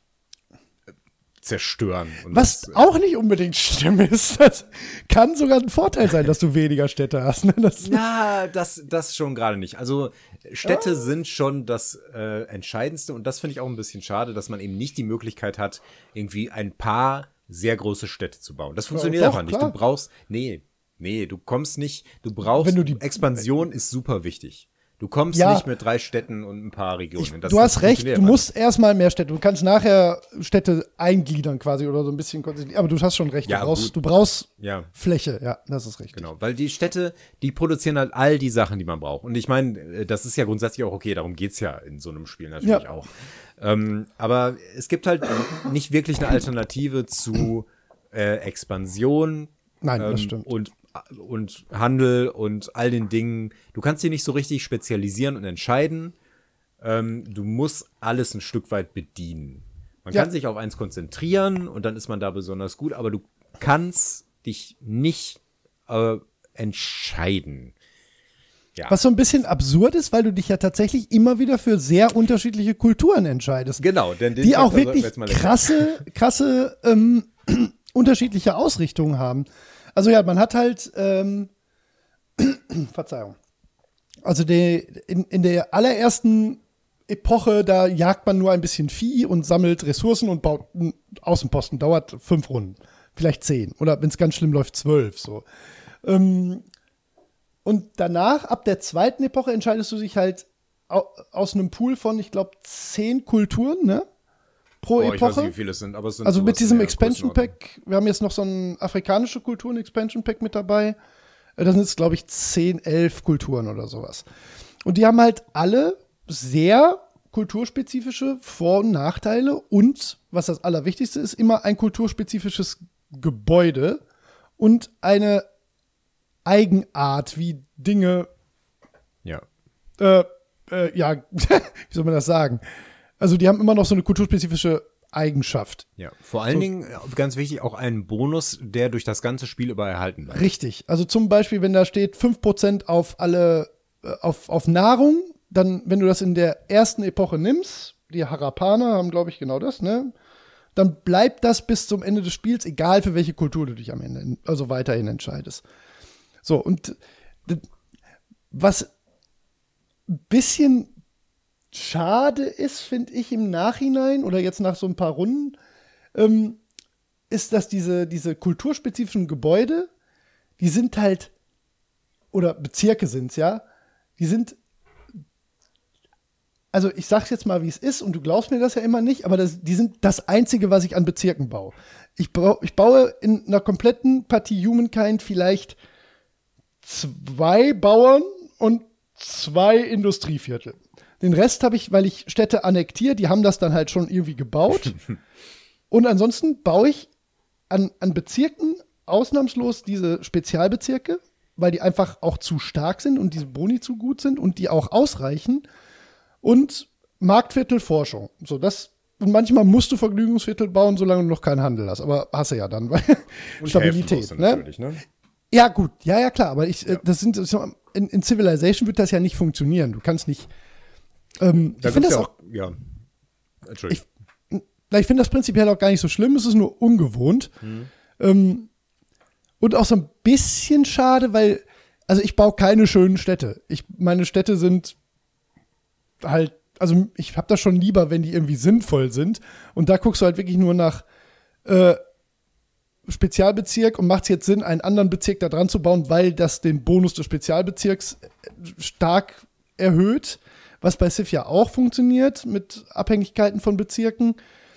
zerstören. Und was das, auch nicht unbedingt schlimm ist. Das kann sogar ein Vorteil sein, dass du weniger Städte hast. Ne? Das Na, das, das schon gerade nicht. Also Städte ja. sind schon das äh, Entscheidendste und das finde ich auch ein bisschen schade, dass man eben nicht die Möglichkeit hat, irgendwie ein paar sehr große Städte zu bauen. Das funktioniert ja, einfach nicht. Klar. Du brauchst, nee, nee, du kommst nicht, du brauchst, Wenn du die, Expansion ist super wichtig. Du kommst ja, nicht mit drei Städten und ein paar Regionen. Ich, das, du hast das recht, du musst erstmal mehr Städte. Du kannst nachher Städte eingliedern quasi oder so ein bisschen konzentrieren. Aber du hast schon recht, ja, du brauchst, du brauchst ja. Fläche. Ja, das ist richtig. Genau, weil die Städte, die produzieren halt all die Sachen, die man braucht. Und ich meine, das ist ja grundsätzlich auch okay, darum geht's ja in so einem Spiel natürlich ja. auch. Ähm, aber es gibt halt nicht wirklich eine Alternative zu äh, Expansion. Nein, ähm, das stimmt. Und und Handel und all den Dingen. Du kannst dich nicht so richtig spezialisieren und entscheiden. Ähm, du musst alles ein Stück weit bedienen. Man ja. kann sich auf eins konzentrieren und dann ist man da besonders gut, aber du kannst dich nicht äh, entscheiden. Ja. Was so ein bisschen absurd ist, weil du dich ja tatsächlich immer wieder für sehr unterschiedliche Kulturen entscheidest. Genau. Denn den die auch Faktor wirklich krasse, krasse ähm, unterschiedliche Ausrichtungen haben. Also ja, man hat halt, ähm, Verzeihung, Also die, in, in der allerersten Epoche, da jagt man nur ein bisschen Vieh und sammelt Ressourcen und baut einen Außenposten. Dauert fünf Runden, vielleicht zehn. Oder wenn es ganz schlimm läuft, zwölf. So. Ähm, und danach, ab der zweiten Epoche, entscheidest du dich halt au- aus einem Pool von, ich glaube, zehn Kulturen, ne? Pro oh, Epoche. Ich weiß nicht, wie viele es sind, aber es sind Also mit sowas diesem in der Expansion Pack, wir haben jetzt noch so ein afrikanische Kulturen Expansion Pack mit dabei. Äh, Da sind es, glaube ich, zehn, elf Kulturen oder sowas. Und die haben halt alle sehr kulturspezifische Vor- und Nachteile und, was das Allerwichtigste ist, immer ein kulturspezifisches Gebäude und eine Eigenart, wie Dinge, Ja. äh, äh, ja, wie soll man das sagen? Also die haben immer noch so eine kulturspezifische Eigenschaft. Ja, vor allen So. Dingen, äh, ganz wichtig, auch einen Bonus, der durch das ganze Spiel über erhalten bleibt. Richtig. Also zum Beispiel, wenn da steht fünf Prozent auf alle, äh, auf, auf Nahrung, dann, wenn du das in der ersten Epoche nimmst, die Harappaner haben, glaube ich, genau das, ne? Dann bleibt das bis zum Ende des Spiels, egal für welche Kultur du dich am Ende, also weiterhin entscheidest. So, und d- was ein bisschen schade ist, finde ich im Nachhinein oder jetzt nach so ein paar Runden, ähm, ist, dass diese, diese kulturspezifischen Gebäude, die sind halt, oder Bezirke sind es ja, die sind, also ich sag's jetzt mal, wie es ist, und du glaubst mir das ja immer nicht, aber das, die sind das Einzige, was ich an Bezirken baue. Ich, bau, ich baue in einer kompletten Partie Humankind vielleicht zwei Bauern und zwei Industrieviertel. Den Rest habe ich, weil ich Städte annektiere, die haben das dann halt schon irgendwie gebaut. Und ansonsten baue ich an, an Bezirken ausnahmslos diese Spezialbezirke, weil die einfach auch zu stark sind und diese Boni zu gut sind und die auch ausreichen. Und Marktviertelforschung. So, das, und manchmal musst du Vergnügungsviertel bauen, solange du noch keinen Handel hast. Aber hast du ja dann, weil Und Stabilität. Häfen Ne? natürlich, ne? Ja, gut, ja, ja, klar, aber ich, Ja. äh, das sind, in, in Civilization wird das ja nicht funktionieren. Du kannst nicht. Ähm, Da ich finde gibt's das ja auch, ja. Entschuldigung. Na, ich finde das prinzipiell auch gar nicht so schlimm, es ist nur ungewohnt. Mhm. Ähm, und auch so ein bisschen schade, weil, also ich baue keine schönen Städte. Ich, meine Städte sind halt, also ich habe das schon lieber, wenn die irgendwie sinnvoll sind. Und da guckst du halt wirklich nur nach äh, Spezialbezirk und macht es jetzt Sinn, einen anderen Bezirk da dran zu bauen, weil das den Bonus des Spezialbezirks stark erhöht, was bei Civ ja auch funktioniert mit Abhängigkeiten von Bezirken.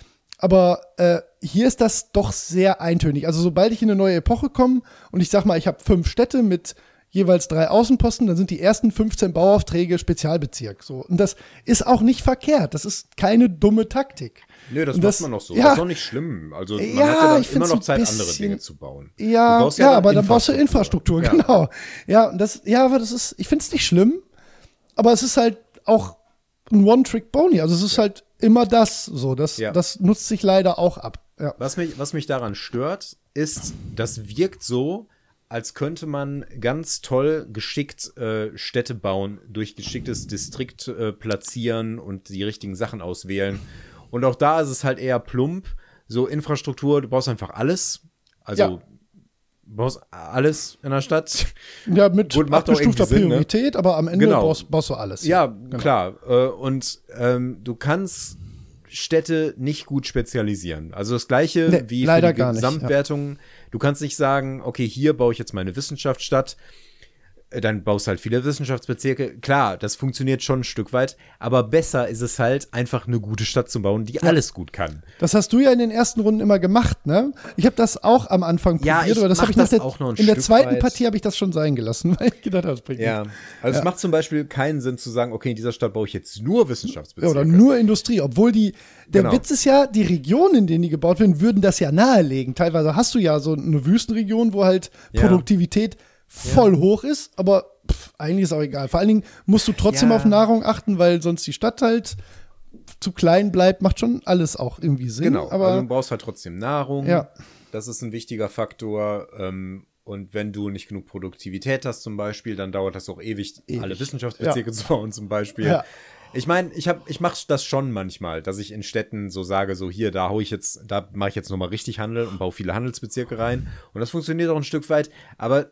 Aber äh, hier ist das doch sehr eintönig. Also sobald ich in eine neue Epoche komme und ich sag mal, ich habe fünf Städte mit jeweils drei Außenposten, dann sind die ersten fünfzehn Bauaufträge Spezialbezirk. So. Und das ist auch nicht verkehrt. Das ist keine dumme Taktik. Nö, das Und macht das- man noch so. ja. Das ist doch nicht schlimm. Also man Ja, hat ja dann ich immer find's noch ein Zeit, andere bisschen- Dinge zu bauen. Ja, Du baust ja, ja dann aber dann baust du Infrastruktur. Infrastruktur, Ja. genau. Ja, und das, ja, aber das ist, ich finde es nicht schlimm, aber es ist halt auch ein One-Trick-Pony. Also es ist halt immer das so. Das, Ja. das nutzt sich leider auch ab. Ja. Was mich, was mich daran stört, ist, das wirkt so, als könnte man ganz toll geschickt äh, Städte bauen, durch geschicktes Distrikt äh, platzieren und die richtigen Sachen auswählen. Und auch da ist es halt eher plump. So Infrastruktur, du brauchst einfach alles. Also Ja. du brauchst alles in der Stadt. Ja, mit Gut, macht auch abgestufter irgendwie Sinn, ne? Priorität, aber am Ende Genau. baust, baust du alles. Ja, Genau. klar. Äh, und ähm, du kannst Städte nicht gut spezialisieren. Also das Gleiche Nee, wie leider für die gar nicht, Gesamtwertung. Du kannst nicht sagen, okay, hier baue ich jetzt meine Wissenschaftsstadt. Äh, Dann baust du halt viele Wissenschaftsbezirke. Klar, das funktioniert schon ein Stück weit. Aber besser ist es halt, einfach eine gute Stadt zu bauen, die alles gut kann. Das hast du ja in den ersten Runden immer gemacht, ne? Ich habe das auch am Anfang Ja, probiert, ich aber das mach habe ich nach das der, auch noch ein in der Stück zweiten weit. Partie habe ich das schon sein gelassen, weil ich gedacht habe, das bringt Ja, nichts. also Ja. es macht zum Beispiel keinen Sinn zu sagen, okay, in dieser Stadt baue ich jetzt nur Ja, Wissenschaftsbezirke. oder nur Industrie, obwohl die, der Genau. Witz ist ja, die Regionen, in denen die gebaut werden, würden das ja nahelegen. Teilweise hast du ja so eine Wüstenregion, wo halt Ja. Produktivität voll hoch ist, aber pff, eigentlich ist auch egal. Vor allen Dingen musst du trotzdem Ja. auf Nahrung achten, weil sonst die Stadt halt zu klein bleibt, macht schon alles auch irgendwie Sinn. Genau, aber also du brauchst halt trotzdem Nahrung. Ja. Das ist ein wichtiger Faktor. Ähm, und wenn du nicht genug Produktivität hast zum Beispiel, dann dauert das auch ewig, Ewig. alle Wissenschaftsbezirke zu bauen zum Beispiel. Ja. Ich meine, ich hab, ich mache das schon manchmal, dass ich in Städten so sage, so hier, da hau ich jetzt, da mache ich jetzt nochmal richtig Handel und baue viele Handelsbezirke rein. Und das funktioniert auch ein Stück weit. Aber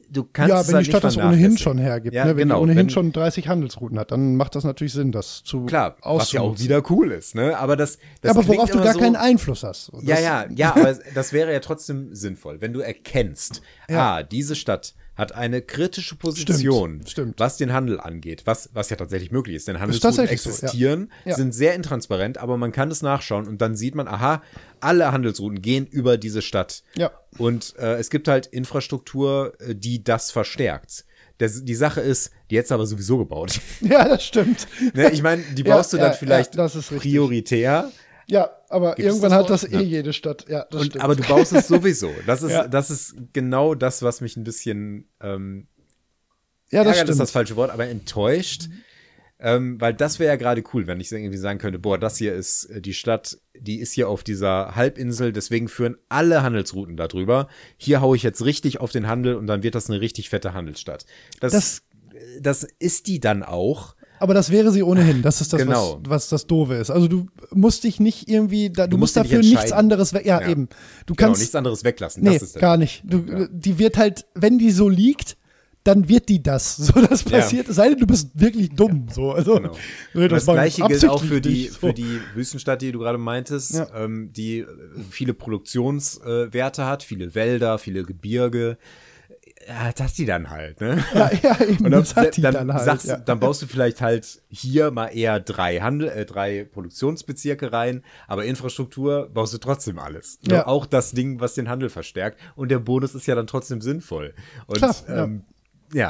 du kannst ja, es wenn halt die Stadt nicht das ohnehin vernachlässigen. schon hergibt, Ja, ne? wenn genau, die ohnehin wenn, schon dreißig Handelsrouten hat, dann macht das natürlich Sinn, das zu Klar, was ja auch auszunutzen. wieder cool ist, ne? Aber das, das Ja, aber klingt worauf du immer gar so, keinen Einfluss hast. Und Ja, das, ja, ja, aber das wäre ja trotzdem sinnvoll, wenn du erkennst, Ja. ah, diese Stadt hat eine kritische Position, Stimmt, stimmt. was den Handel angeht, was, was ja tatsächlich möglich ist. Denn ist Handelsrouten tatsächlich so, ja. existieren, Ja. sind sehr intransparent, aber man kann es nachschauen und dann sieht man, aha, alle Handelsrouten gehen über diese Stadt. Ja. Und äh, es gibt halt Infrastruktur, äh, die das verstärkt. Das, die Sache ist, die hättest du aber sowieso gebaut. Ja, das stimmt. Ne, ich meine, die Ja, baust du ja, dann ja, vielleicht das ist richtig. prioritär. Ja, aber Gibt es irgendwann das hat das Wort? eh Ja. jede Stadt. Ja, das Und, stimmt. aber du baust es sowieso. Das ist, Ja. das ist genau das, was mich ein bisschen ähm, ja, das ärgert, stimmt. ist das falsche Wort, aber enttäuscht. Ähm, weil das wäre ja gerade cool, wenn ich irgendwie sagen könnte, boah, das hier ist äh, die Stadt, die ist hier auf dieser Halbinsel, deswegen führen alle Handelsrouten da drüber. Hier haue ich jetzt richtig auf den Handel und dann wird das eine richtig fette Handelsstadt. Das, Das- das ist die dann auch. Aber das wäre sie ohnehin. Das ist das, Genau. was, was das Doofe ist. Also du musst dich nicht irgendwie, da, du, Du musst musst dich dafür nicht nichts entscheiden. anderes weg. Ja, Ja. eben. Du Genau, kannst. nichts anderes weglassen. nee, Das ist der gar nicht. Du, Ja. Die wird halt, wenn die so liegt, dann wird die das. So, das passiert. Es sei denn, du bist wirklich dumm. So, also, Genau. nee, Und das war Gleiche gilt auch für absichtlich die, nicht so. für die Wüstenstadt, die du gerade meintest, Ja. ähm, die viele Produktionswerte hat, viele Wälder, viele Gebirge. Ja, das hat die dann halt, ne? Ja, ja, eben, Und dann, das hat die dann, dann halt. sagst, ja. dann baust du vielleicht halt hier mal eher drei Handel, äh, drei Produktionsbezirke rein, aber Infrastruktur baust du trotzdem alles. Ja. Nur auch das Ding, was den Handel verstärkt. Und der Bonus ist ja dann trotzdem sinnvoll. Und Klar, ja. ähm, ja.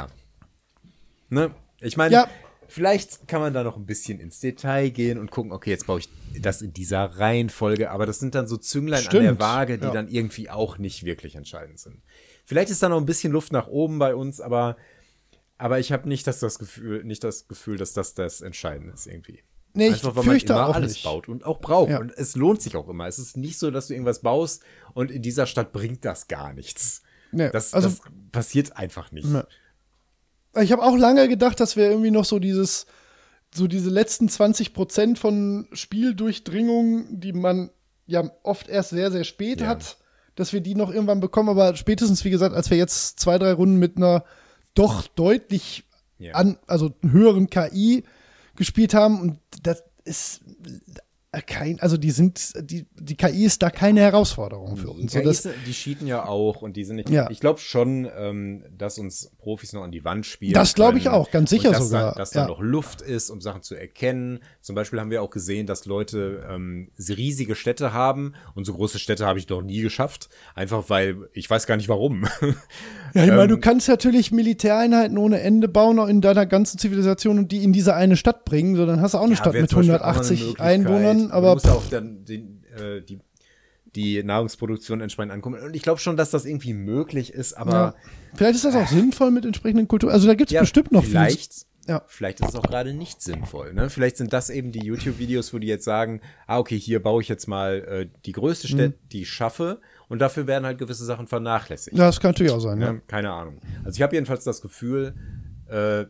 Ne? Ich meine, Ja. vielleicht kann man da noch ein bisschen ins Detail gehen und gucken, okay, jetzt baue ich das in dieser Reihenfolge, aber das sind dann so Zünglein an der Stimmt, Waage, die ja. dann irgendwie auch nicht wirklich entscheidend sind. Vielleicht ist da noch ein bisschen Luft nach oben bei uns, aber, aber ich habe nicht das, das Gefühl, nicht das Gefühl, dass das das Entscheidende ist irgendwie. Nee, ich Einfach, weil man fürchte immer auch alles nicht. baut und auch braucht. Ja. Und es lohnt sich auch immer. Es ist nicht so, dass du irgendwas baust und in dieser Stadt bringt das gar nichts. Nee, Das, also- das passiert einfach nicht. Nee. Ich habe auch lange gedacht, dass wir irgendwie noch so dieses, so diese letzten zwanzig Prozent von Spieldurchdringung, die man ja oft erst sehr, sehr spät Ja. hat, dass wir die noch irgendwann bekommen. Aber spätestens, wie gesagt, als wir jetzt zwei, drei Runden mit einer doch deutlich Ja. an, also höheren K I gespielt haben, und das ist kein, also die sind, die, die K I ist da keine Herausforderung für uns. So, Ja, das, ist, die cheaten ja auch und die sind nicht. Ja. Ich glaube schon, ähm, dass uns Profis noch an die Wand spielen. Das glaube ich können auch, ganz sicher und dass sogar, Da, dass da ja. noch Luft ist, um Sachen zu erkennen. Zum Beispiel haben wir auch gesehen, dass Leute ähm, riesige Städte haben und so große Städte habe ich noch nie geschafft. Einfach weil ich weiß gar nicht warum. Ja, ich meine, Ähm, du kannst natürlich Militäreinheiten ohne Ende bauen, auch in deiner ganzen Zivilisation, und die in diese eine Stadt bringen. So, dann hast du auch eine Stadt wäre mit zum Beispiel auch mal eine hundertachtzig Möglichkeit. Einwohnern, Man aber muss ja auch dann den, äh, die, die Nahrungsproduktion entsprechend ankommen. Und ich glaube schon, dass das irgendwie möglich ist, aber ja. Vielleicht ist das auch sinnvoll mit entsprechenden Kulturen. Also da gibt es bestimmt noch vielleicht, viel. Ja. vielleicht ist es auch gerade nicht sinnvoll. Ne? Vielleicht sind das eben die YouTube-Videos, wo die jetzt sagen, ah, okay, hier baue ich jetzt mal äh, die größte Stadt, Mhm. die ich schaffe, und dafür werden halt gewisse Sachen vernachlässigt. Ja, das kann natürlich auch sein, ja. Ne? Keine Ahnung. Also ich habe jedenfalls das Gefühl, äh,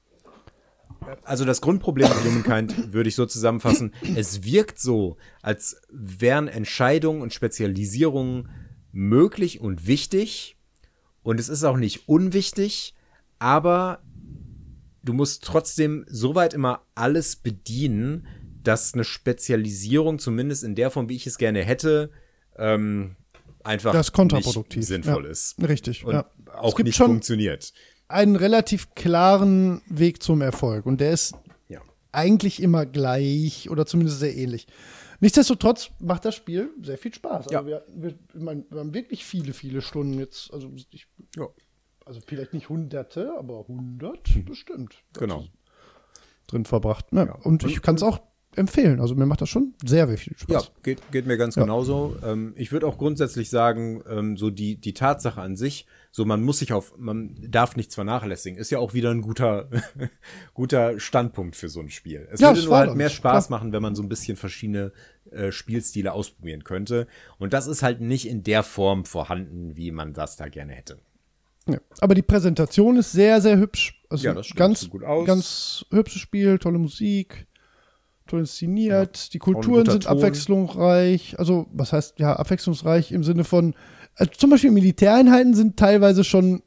also das Grundproblem mit Humankind würde ich so zusammenfassen, es wirkt so, als wären Entscheidungen und Spezialisierungen möglich und wichtig, und es ist auch nicht unwichtig, aber du musst trotzdem soweit immer alles bedienen, dass eine Spezialisierung, zumindest in der Form, wie ich es gerne hätte, ähm, einfach Das ist kontraproduktiv, nicht sinnvoll ja. ist. Richtig, Und ja. auch Es gibt nicht schon- funktioniert. Einen relativ klaren Weg zum Erfolg, und der ist Ja. eigentlich immer gleich oder zumindest sehr ähnlich. Nichtsdestotrotz macht das Spiel sehr viel Spaß. Also Ja. wir, wir, ich meine, wir haben wirklich viele, viele Stunden jetzt, also ich, Ja. also vielleicht nicht hunderte, aber hundert bestimmt. Genau. Drin verbracht. Ne? Ja. Und ich kann es auch empfehlen. Also mir macht das schon sehr, sehr viel Ja, Spaß. geht, geht mir ganz Ja. genauso. Ähm, ich würde auch grundsätzlich sagen, ähm, so die, die Tatsache an sich, so man muss sich auf, man darf nichts vernachlässigen, ist ja auch wieder ein guter, guter Standpunkt für so ein Spiel. Es Ja, würde es nur war halt das, mehr Spaß klar. machen, wenn man so ein bisschen verschiedene äh, Spielstile ausprobieren könnte. Und das ist halt nicht in der Form vorhanden, wie man das da gerne hätte. Ja. Aber die Präsentation ist sehr, sehr hübsch. Also Ja, das stimmt. ganz, Sieht gut aus. ganz hübsches Spiel, tolle Musik, toll inszeniert. Die Kulturen guter sind Ton. abwechslungsreich. Also, was heißt, ja, abwechslungsreich im Sinne von, also zum Beispiel Militäreinheiten sind teilweise schon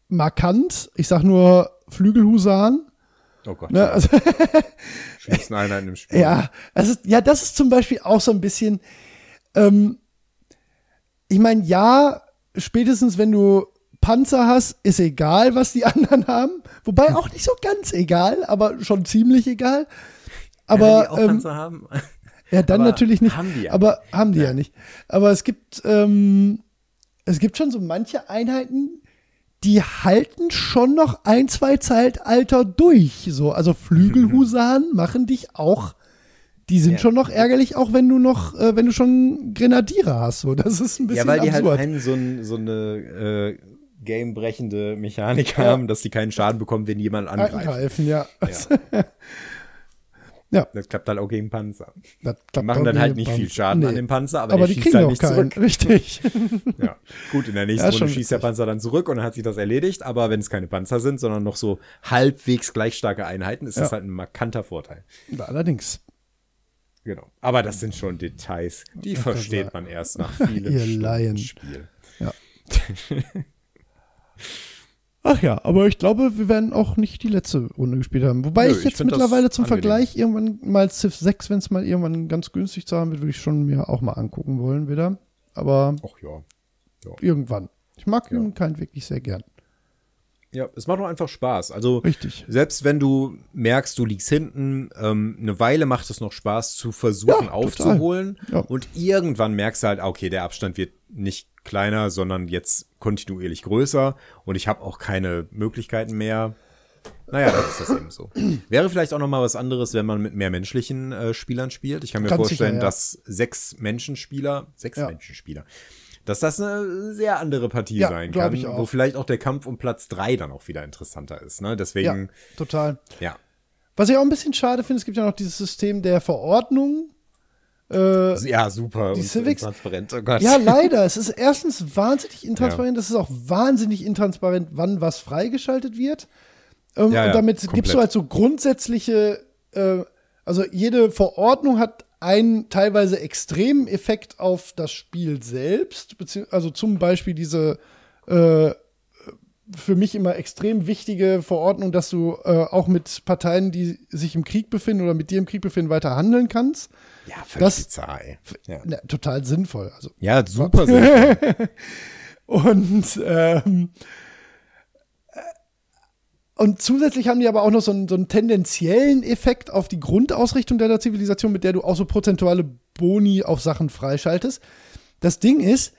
markant. Ich sag nur Flügelhusaren. Oh Gott. Ne? Also schlimmsten Einheiten im Spiel. Ja, also, ja, das ist zum Beispiel auch so ein bisschen, ähm, ich meine, ja, spätestens wenn du Panzer hast, ist egal, was die anderen haben. Wobei auch nicht so ganz egal, aber schon ziemlich egal. Aber, ja, wenn die auch ähm, Panzer haben. Ja, dann aber natürlich nicht. Haben die ja. Aber haben die ja, ja nicht. Aber es gibt, ähm, es gibt schon so manche Einheiten, die halten schon noch ein, zwei Zeitalter durch. So, also Flügelhusaren machen dich auch, die sind ja. schon noch ärgerlich, auch wenn du noch, äh, wenn du schon Grenadiere hast. So, das ist ein bisschen Ja, weil die absurd. halt einen so, ein, so eine äh, gamebrechende Mechanik ja. haben, dass die keinen Schaden bekommen, wenn jemand angreift. Angreifen, ja. ja. Ja. Das klappt halt auch gegen Panzer. Das die machen dann halt nicht Panzer. viel Schaden nee. an dem Panzer, aber, aber der die schießt kriegen halt auch nicht keinen. zurück. Richtig. Ja. Gut, in der nächsten Ja, Runde schon schießt der Panzer dann zurück und dann hat sich das erledigt, aber wenn es keine Panzer sind, sondern noch so halbwegs gleich starke Einheiten, ist ja. das halt ein markanter Vorteil. Allerdings. Genau. Aber das sind schon Details, die das versteht man erst nach vielen Ihr Stunden Laien. Spiel. Ja. Ach ja, aber ich glaube, wir werden auch nicht die letzte Runde gespielt haben. Wobei Nö, ich jetzt ich mittlerweile zum angenehm. Vergleich irgendwann mal Civ sechs, wenn es mal irgendwann ganz günstig zu haben wird, würde ich schon mir auch mal angucken wollen wieder. Aber Ach ja. ja. irgendwann. Ich mag Ja. Humankind wirklich sehr gern. Ja, es macht doch einfach Spaß. Also Richtig. selbst wenn du merkst, du liegst hinten, ähm, eine Weile macht es noch Spaß zu versuchen Ja, aufzuholen. Ja. Und irgendwann merkst du halt, okay, der Abstand wird nicht kleiner, sondern jetzt kontinuierlich größer und ich habe auch keine Möglichkeiten mehr. Naja, das ist das eben so. Wäre vielleicht auch noch mal was anderes, wenn man mit mehr menschlichen äh, Spielern spielt. Ich kann mir Ganz vorstellen, sicher, ja. dass sechs Menschenspieler, sechs Ja. Menschenspieler, dass das eine sehr andere Partie Ja, sein glaub kann, ich auch. wo vielleicht auch der Kampf um Platz drei dann auch wieder interessanter ist. Ne? Ja, Deswegen, total. ja. Was ich auch ein bisschen schade finde, es gibt ja noch dieses System der Verordnung. Äh, Ja, super. die und Civics- transparent. Oh Gott. Ja, leider. Es ist erstens wahnsinnig intransparent. Es ist auch wahnsinnig intransparent, wann was freigeschaltet wird. Ähm, Ja, ja, und damit komplett. gibst du halt so grundsätzliche, äh, also jede Verordnung hat einen teilweise extremen Effekt auf das Spiel selbst. Bezieh- also zum Beispiel diese äh, für mich immer extrem wichtige Verordnung, dass du äh, auch mit Parteien, die sich im Krieg befinden oder mit dir im Krieg befinden, weiter handeln kannst. Ja, völlig Das- bizarr, ey. Ja, Na, total sinnvoll. Also ja super sinnvoll. Und, ähm, und zusätzlich haben die aber auch noch so einen, so einen tendenziellen Effekt auf die Grundausrichtung deiner Zivilisation, mit der du auch so prozentuale Boni auf Sachen freischaltest. Das Ding ist,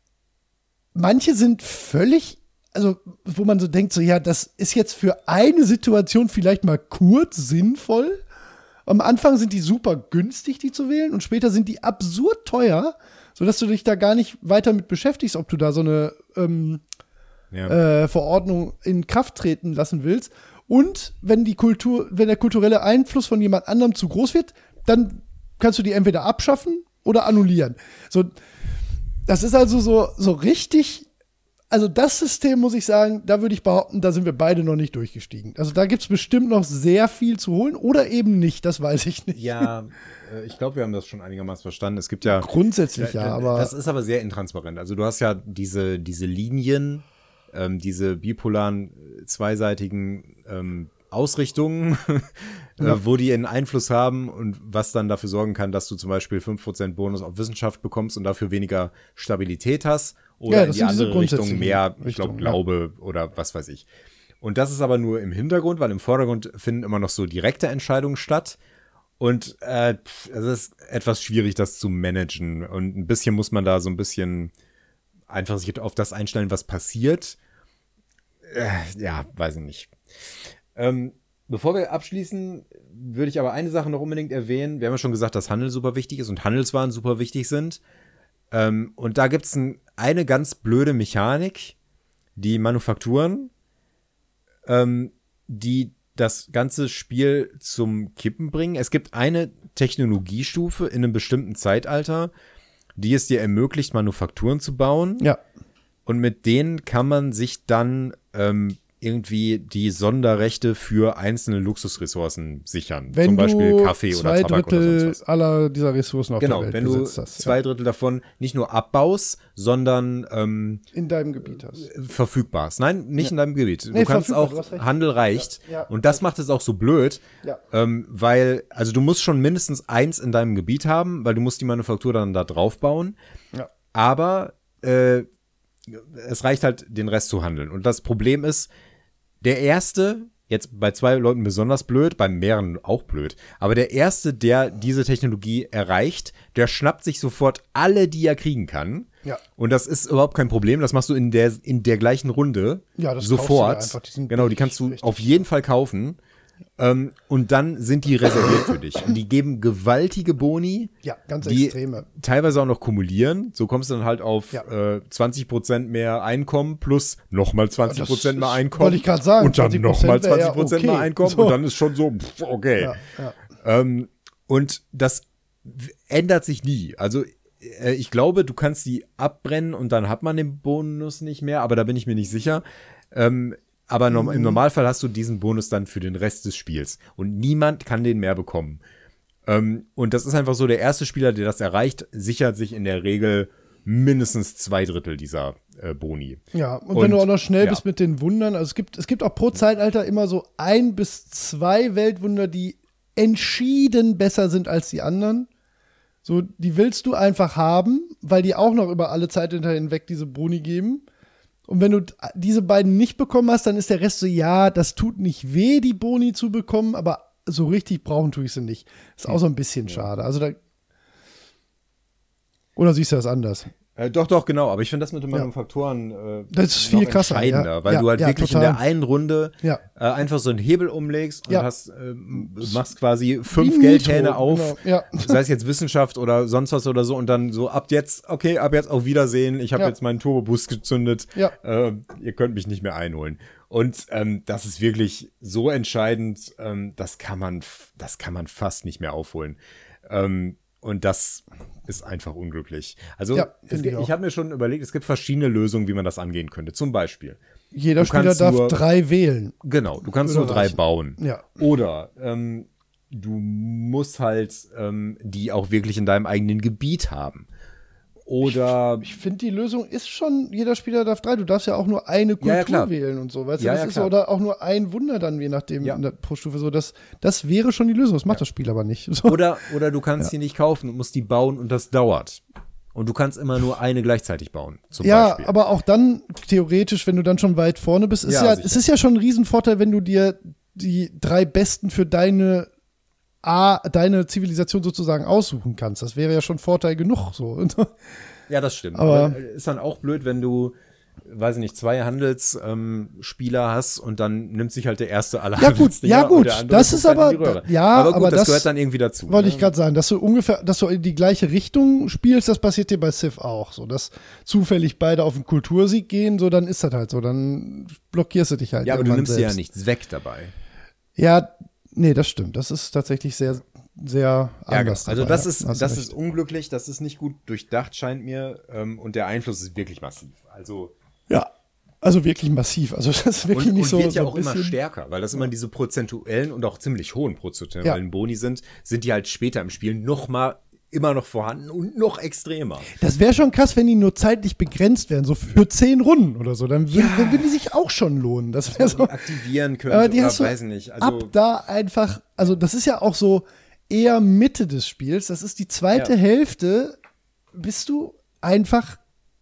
manche sind völlig, also wo man so denkt, so ja, das ist jetzt für eine Situation vielleicht mal kurz sinnvoll. Am Anfang sind die super günstig, die zu wählen, und später sind die absurd teuer, sodass du dich da gar nicht weiter mit beschäftigst, ob du da so eine ähm, Ja. äh, Verordnung in Kraft treten lassen willst. Und wenn die Kultur, wenn der kulturelle Einfluss von jemand anderem zu groß wird, dann kannst du die entweder abschaffen oder annullieren. So, das ist also so, so richtig. Also das System, muss ich sagen, da würde ich behaupten, da sind wir beide noch nicht durchgestiegen. Also da gibt es bestimmt noch sehr viel zu holen oder eben nicht, das weiß ich nicht. Ja, äh, ich glaube, wir haben das schon einigermaßen verstanden. Es gibt ja Grundsätzlich ja, äh, aber das ist aber sehr intransparent. Also du hast ja diese, diese Linien, ähm, diese bipolaren, äh, zweiseitigen ähm, Ausrichtungen, äh, Ja. wo die einen Einfluss haben und was dann dafür sorgen kann, dass du zum Beispiel fünf Prozent Bonus auf Wissenschaft bekommst und dafür weniger Stabilität hast oder Ja, in das die sind diese andere Richtung grundsätzlichen mehr, ich Richtungen, glaube, ja. Glaube oder was weiß ich. Und das ist aber nur im Hintergrund, weil im Vordergrund finden immer noch so direkte Entscheidungen statt. Und äh, pf, es ist etwas schwierig, das zu managen. Und ein bisschen muss man da so ein bisschen einfach sich auf das einstellen, was passiert. Äh, ja, weiß ich nicht. Ähm, bevor wir abschließen, würde ich aber eine Sache noch unbedingt erwähnen. Wir haben ja schon gesagt, dass Handel super wichtig ist und Handelswaren super wichtig sind. Ähm, und da gibt es ein, eine ganz blöde Mechanik, die Manufakturen, ähm, die das ganze Spiel zum Kippen bringen. Es gibt eine Technologiestufe in einem bestimmten Zeitalter, die es dir ermöglicht, Manufakturen zu bauen. ja. Und mit denen kann man sich dann ähm, irgendwie die Sonderrechte für einzelne Luxusressourcen sichern. Wenn Zum Beispiel du Kaffee oder zwei Tabak Drittel oder sonst was. aller dieser Ressourcen auf Genau, der Welt wenn du besetzt hast, zwei ja. Drittel davon nicht nur abbaust, sondern ähm, in deinem Gebiet hast. verfügbar ist. Nein, nicht Ja. in deinem Gebiet. Du Nee, kannst verfügbar, auch, du hast recht. Handel reicht. Ja, ja. Und das macht es auch so blöd, Ja. ähm, weil, also du musst schon mindestens eins in deinem Gebiet haben, weil du musst die Manufaktur dann da drauf bauen. Ja. Aber äh, es reicht halt, den Rest zu handeln. Und das Problem ist, der Erste, jetzt bei zwei Leuten besonders blöd, bei mehreren auch blöd, aber der Erste, der diese Technologie erreicht, der schnappt sich sofort alle, die er kriegen kann. Ja. Und das ist überhaupt kein Problem. Das machst du in der, in der gleichen Runde Ja, das kaufst sofort. du da einfach. Die sind Genau, die billig, kannst du richtig. auf jeden Fall kaufen. Ähm, und dann sind die reserviert für dich. Und die geben gewaltige Boni, Ja, ganz die extreme. teilweise auch noch kumulieren. So kommst du dann halt auf Ja. äh, zwanzig Prozent mehr Einkommen plus nochmal zwanzig Prozent Das mehr ist- Einkommen. wollte ich gerade sagen, Und dann zwanzig nochmal Prozent wäre ja zwanzig Prozent mehr okay. Einkommen. So. Und dann ist schon so, pff, okay. Ja, ja. Ähm, und das w- ändert sich nie. Also äh, ich glaube, du kannst die abbrennen und dann hat man den Bonus nicht mehr, aber da bin ich mir nicht sicher. Ähm, aber norm- im Normalfall hast du diesen Bonus dann für den Rest des Spiels. Und niemand kann den mehr bekommen. Ähm, und das ist einfach so, der erste Spieler, der das erreicht, sichert sich in der Regel mindestens zwei Drittel dieser äh, Boni. Ja, und, Und- wenn du auch noch schnell ja. bist mit den Wundern, also es gibt, es gibt auch pro Zeitalter immer so ein bis zwei Weltwunder, die entschieden besser sind als die anderen. So, die willst du einfach haben, weil die auch noch über alle Zeitalter hinweg diese Boni geben. Und wenn du diese beiden nicht bekommen hast, dann ist der Rest so, ja, das tut nicht weh, die Boni zu bekommen, aber so richtig brauchen tue ich sie nicht. Ist auch so ein bisschen schade. Also da Oder siehst du das anders? Äh, doch, doch, genau. Aber ich finde das mit den Manufaktoren äh, Das ist viel noch krasser, entscheidender, ja. weil Ja, du halt ja, wirklich total. in der einen Runde Ja. äh, einfach so einen Hebel umlegst und Ja. hast, äh, machst quasi fünf Wie Geldhähne Nitro, auf, genau, ja. sei es jetzt Wissenschaft oder sonst was oder so, und dann so ab jetzt, okay, ab jetzt auf Wiedersehen, ich habe Ja. jetzt meinen Turboboost gezündet, Ja. äh, ihr könnt mich nicht mehr einholen. Und ähm, das ist wirklich so entscheidend, ähm, das kann man, f- das kann man fast nicht mehr aufholen. Ähm, und das ist einfach unglücklich. Also Ja, es finde gibt, ich auch. ich habe mir schon überlegt, es gibt verschiedene Lösungen, wie man das angehen könnte. Zum Beispiel, Jeder Du Spieler kannst darf nur- drei wählen. genau, du kannst Würde nur drei reichen. bauen. Ja. Oder ähm, du musst halt ähm, die auch wirklich in deinem eigenen Gebiet haben. Oder Ich finde, die Lösung ist schon, jeder Spieler darf drei. Du darfst ja auch nur eine Kultur Ja, ja, klar. wählen und so. Weißt Ja, du, das ja, ist klar. oder auch nur ein Wunder dann, je nachdem, Ja. in der, pro Stufe. So, das, das wäre schon die Lösung. Das macht das Spiel aber nicht. So. Oder, oder du kannst die nicht kaufen und musst die bauen und das dauert. Und du kannst immer nur eine gleichzeitig bauen, zum Ja, Beispiel. aber auch dann, theoretisch, wenn du dann schon weit vorne bist, ist Ja, ja, sicher. es ist ja schon ein Riesenvorteil, wenn du dir die drei Besten für deine A, deine Zivilisation sozusagen aussuchen kannst. Das wäre ja schon Vorteil genug. So. Ja, das stimmt. Aber- Aber, ist dann auch blöd, wenn du, weiß ich nicht, zwei Handelsspieler ähm, Spieler hast und dann nimmt sich halt der erste alle Ja, gut, Handelsdinger ja, gut. und der andere Das guckt ist halt in aber- die Röhre. ja, aber gut, aber das, das gehört dann irgendwie dazu. Wollte ne? ich gerade sagen, dass du ungefähr, dass du in die gleiche Richtung spielst, das passiert dir bei Civ auch. So, dass zufällig beide auf den Kultursieg gehen, so dann ist das halt so. Dann blockierst du dich halt. Ja, aber du irgendwann nimmst dir ja selbst. nichts weg dabei. Ja, nee, das stimmt. Das ist tatsächlich sehr, sehr Ja, anders. also dabei, das ja. ist, Hast du das recht. ist unglücklich, das ist nicht gut durchdacht, scheint mir. Ähm, und der Einfluss ist wirklich massiv. Also Ja, also wirklich massiv. Also das ist wirklich und, nicht und so. wird ja so auch ein immer bisschen- stärker, weil das immer diese prozentuellen und auch ziemlich hohen prozentuellen Ja. Boni sind, sind die halt später im Spiel noch mal immer noch vorhanden und noch extremer. Das wäre schon krass, wenn die nur zeitlich begrenzt wären, so für zehn Runden oder so. Dann würden, dann würden die sich auch schon lohnen. Das wäre Die so. aktivieren könnte Aber die oder hast du weiß nicht. Also ab da einfach, also das ist ja auch so eher Mitte des Spiels. Das ist die zweite Ja. Hälfte, bist du einfach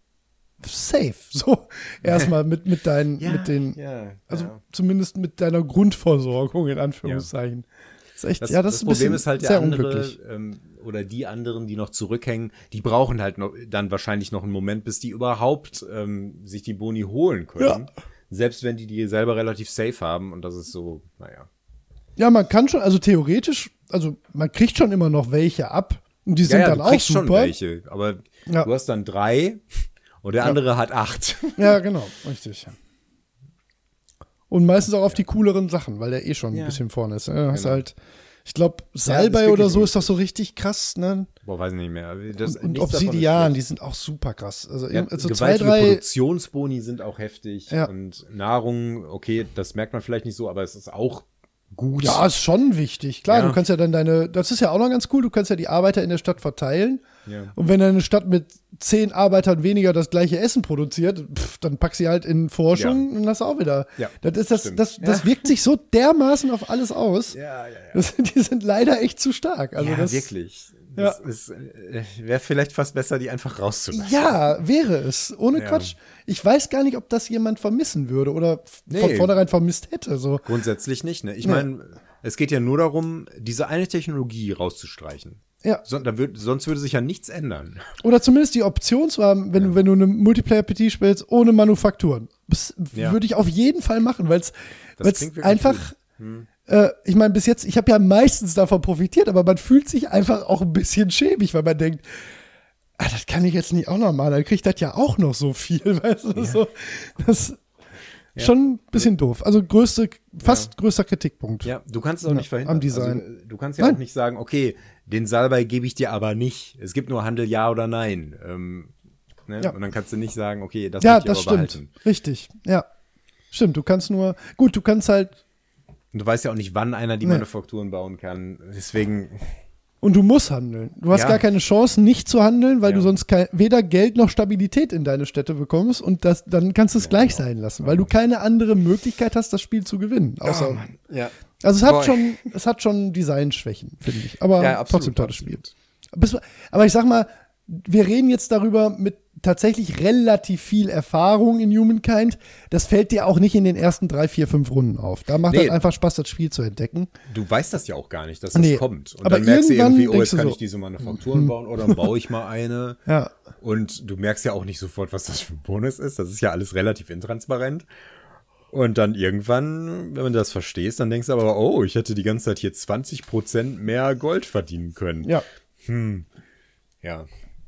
safe. So erstmal mit, mit deinen, ja, mit den, ja, also ja. zumindest mit deiner Grundversorgung in Anführungszeichen. Das ist echt, Das, ja, das, das ist ein Problem bisschen ist halt, der sehr andere unglücklich. ähm, oder die anderen, die noch zurückhängen, die brauchen halt noch, dann wahrscheinlich noch einen Moment, bis die überhaupt ähm, sich die Boni holen können. Selbst wenn die die selber relativ safe haben. Und das ist so, naja. Ja, man kann schon, also theoretisch, also man kriegt schon immer noch welche ab. Und die sind ja, ja, dann du auch kriegst super. schon welche, aber Ja. du hast dann drei und der andere hat acht. Ja, genau, richtig. Und meistens auch auf die cooleren Sachen, weil der eh schon ein Ja. bisschen vorne ist. Ja, hast Genau. halt, Ich glaube, Salbei wirklich oder so ist doch lustig. so richtig krass, ne? Boah, weiß ich nicht mehr. Das, Und, und nichts davon ist Obsidian, die schlecht. sind auch super krass. Also, Ja, also zwei, gewaltige drei. Produktionsboni sind auch heftig. Ja. Und Nahrung, okay, das merkt man vielleicht nicht so, aber es ist auch gut. Ja, ist schon wichtig. Klar, Ja. du kannst ja dann deine, das ist ja auch noch ganz cool, du kannst ja die Arbeiter in der Stadt verteilen. Ja. Und wenn eine Stadt mit zehn Arbeitern weniger das gleiche Essen produziert, pff, dann pack sie halt in Forschung Ja. und hast auch wieder. Ja, Das, ist das, stimmt. das, das wirkt sich so dermaßen auf alles aus. Ja, ja, ja. Das, die sind leider echt zu stark. Also ja, das, wirklich. Ja. Das ist, äh, wäre vielleicht fast besser, die einfach rauszulassen. Ja, wäre es. Ohne Ja. Quatsch. Ich weiß gar nicht, ob das jemand vermissen würde oder f- Nee. von vornherein vermisst hätte. So. Grundsätzlich nicht, ne? Ich Nee. meine, es geht ja nur darum, diese eine Technologie rauszustreichen. Ja. Son da würd, sonst würde sich ja nichts ändern. Oder zumindest die Option zu haben, wenn, du, wenn du eine Multiplayer-P T spielst, ohne Manufakturen. Das Ja. würde ich auf jeden Fall machen, weil es klingt wirklich einfach, äh, ich meine, bis jetzt, ich habe ja meistens davon profitiert, aber man fühlt sich einfach auch ein bisschen schäbig, weil man denkt, ah, das kann ich jetzt nicht auch noch machen, dann kriegt das ja auch noch so viel, weißt du, so. Das ist schon ein bisschen doof. Also größte, fast größter Kritikpunkt. Ja, du kannst es auch Ja, nicht verhindern. am Design. Also, du kannst ja Nein. auch nicht sagen, okay, den Salbei gebe ich dir aber nicht. Es gibt nur Handel ja oder nein. Ähm, ne? Ja. Und dann kannst du nicht sagen, okay, das Ja, will ich das aber stimmt. behalten. Richtig, ja. Stimmt, du kannst nur, gut, du kannst halt, Und du weißt ja auch nicht, wann einer die Nee. Manufakturen bauen kann. Deswegen, und du musst handeln. Du hast Ja. gar keine Chance, nicht zu handeln, weil Ja. du sonst kein, weder Geld noch Stabilität in deine Städte bekommst und das, dann kannst du es gleich sein lassen, weil du keine andere Möglichkeit hast, das Spiel zu gewinnen. Außer, ja. also es hat Boah. schon, es hat schon Designschwächen, finde ich. Aber Ja, absolut, trotzdem tolles Spiel. absolut. Bis- Aber ich sag mal, wir reden jetzt darüber mit tatsächlich relativ viel Erfahrung in Humankind. Das fällt dir auch nicht in den ersten drei, vier, fünf Runden auf. Da macht Nee. es einfach Spaß, das Spiel zu entdecken. Du weißt das ja auch gar nicht, dass das Nee. kommt. Und Aber dann merkst du irgendwann irgendwie, oh, denkst jetzt du kann so, ich diese Manufakturen bauen oder dann baue ich mal eine. Ja. Und du merkst ja auch nicht sofort, was das für ein Bonus ist. Das ist ja alles relativ intransparent. Und dann irgendwann, wenn du das verstehst, dann denkst du aber, oh, ich hätte die ganze Zeit hier zwanzig Prozent mehr Gold verdienen können. Ja. Ja.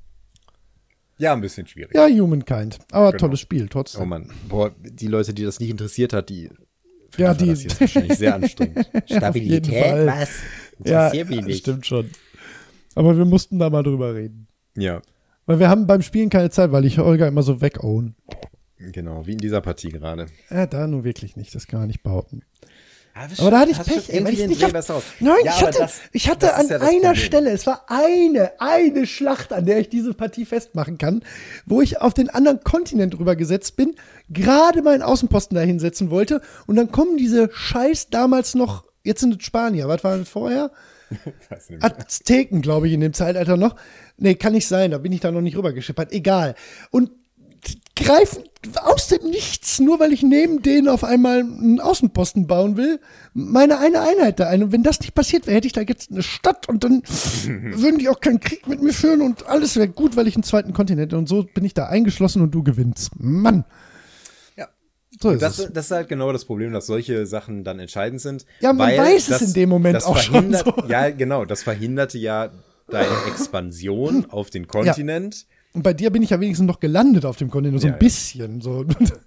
Ja, ein bisschen schwierig. Ja, Humankind. Aber Genau. tolles Spiel, trotzdem. Oh Mann. Boah, die Leute, die das nicht interessiert hat, die Ja, finden die- das jetzt wahrscheinlich sehr anstrengend. jeden Fall. Was? Ja, Interessiert mich nicht. stimmt schon. Aber wir mussten da mal drüber reden. Ja, Weil wir haben beim Spielen keine Zeit, weil ich Olga immer so wegown. genau, wie in dieser Partie gerade. Ja, da nun wirklich nicht, das kann man nicht behaupten. Aber da hatte ich Pech, ey, weil ich nicht auf, Nein, ja, ich hatte, das, ich hatte das an ist ja das einer Problem. Stelle, es war eine, eine Schlacht, an der ich diese Partie festmachen kann, wo ich auf den anderen Kontinent rübergesetzt bin, gerade meinen Außenposten da hinsetzen wollte und dann kommen diese Scheiß damals noch, jetzt sind es Spanier, was war das vorher? Weiß nicht mehr. Azteken, glaube ich, in dem Zeitalter noch. Nee, kann nicht sein, da bin ich da noch nicht rübergeschippert. Egal. Und greifen aus dem Nichts, nur weil ich neben denen auf einmal einen Außenposten bauen will, meine eine Einheit da ein. Und wenn das nicht passiert wäre, hätte ich da jetzt eine Stadt und dann würden die auch keinen Krieg mit mir führen und alles wäre gut, weil ich einen zweiten Kontinent hätte. Und so bin ich da eingeschlossen und du gewinnst. Mann. Ja. So ist Das, es. das ist halt genau das Problem, dass solche Sachen dann entscheidend sind. Ja, man weil weiß es das, in dem Moment das auch schon verhindert, so. Ja, genau, das verhinderte ja deine Expansion auf den Kontinent. Und bei dir bin ich ja wenigstens noch gelandet auf dem Kontinent, so Ja, ein ja. bisschen. So.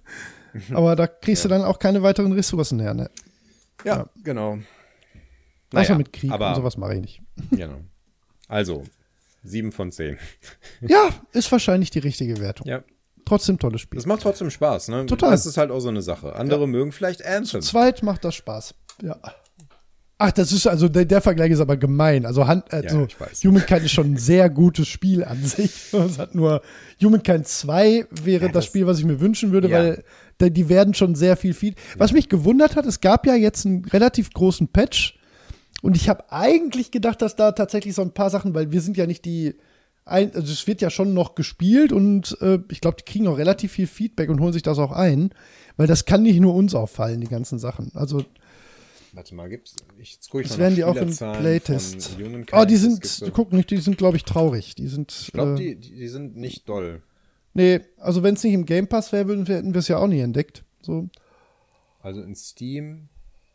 Aber da kriegst du dann auch keine weiteren Ressourcen her. Ne? Ja, Ja. genau. Außer Naja, mit Krieg aber, und sowas mache ich nicht. Genau. Also, sieben von zehn. Ja, ist wahrscheinlich die richtige Wertung. Ja. Trotzdem tolles Spiel. Das macht trotzdem Spaß, ne? Total. Das ist halt auch so eine Sache. Andere mögen vielleicht Anthem. Zweit macht das Spaß. Ja. Ach, das ist also, der, der Vergleich ist aber gemein. Also, Hand, also Ja, ich weiß. Humankind ist schon ein sehr gutes Spiel an sich. Es hat nur Humankind zwei wäre Ja, das das- Spiel, was ich mir wünschen würde, Ja. weil da- die werden schon sehr viel Feed. Was mich gewundert hat, es gab ja jetzt einen relativ großen Patch und ich habe eigentlich gedacht, dass da tatsächlich so ein paar Sachen, weil wir sind ja nicht die, ein, also es wird ja schon noch gespielt und äh, ich glaube, die kriegen auch relativ viel Feedback und holen sich das auch ein, weil das kann nicht nur uns auffallen, die ganzen Sachen. Also Warte mal, gibt's. Ich, jetzt gucke ich das mal werden nach die auch im Spielerzahlen Playtest. von Humankind. Oh, die Es sind, gibt so- guck nicht, die sind, glaube ich, traurig. Die sind, Ich glaube, äh, die, die, die sind nicht doll. nee, also wenn es nicht im Game Pass wäre, würden wir, hätten wir es ja auch nie entdeckt. So. Also in Steam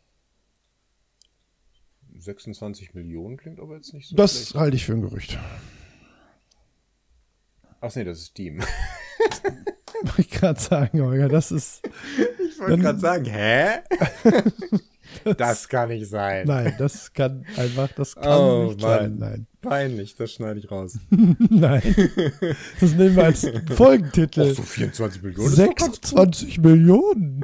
sechsundzwanzig Millionen klingt aber jetzt nicht so Das schlecht. halte ich für ein Gerücht. Ach nee, das ist Steam. Wollte ich gerade sagen, Olga, das ist. Ich wollte gerade sagen, hä? Das, das kann nicht sein. Nein, das kann einfach, das kann oh, nicht Mann. sein. Nein. Peinlich, das schneide ich raus. Nein. Das nehmen wir als Folgentitel. Oh, so vierundzwanzig Millionen. sechsundzwanzig Millionen.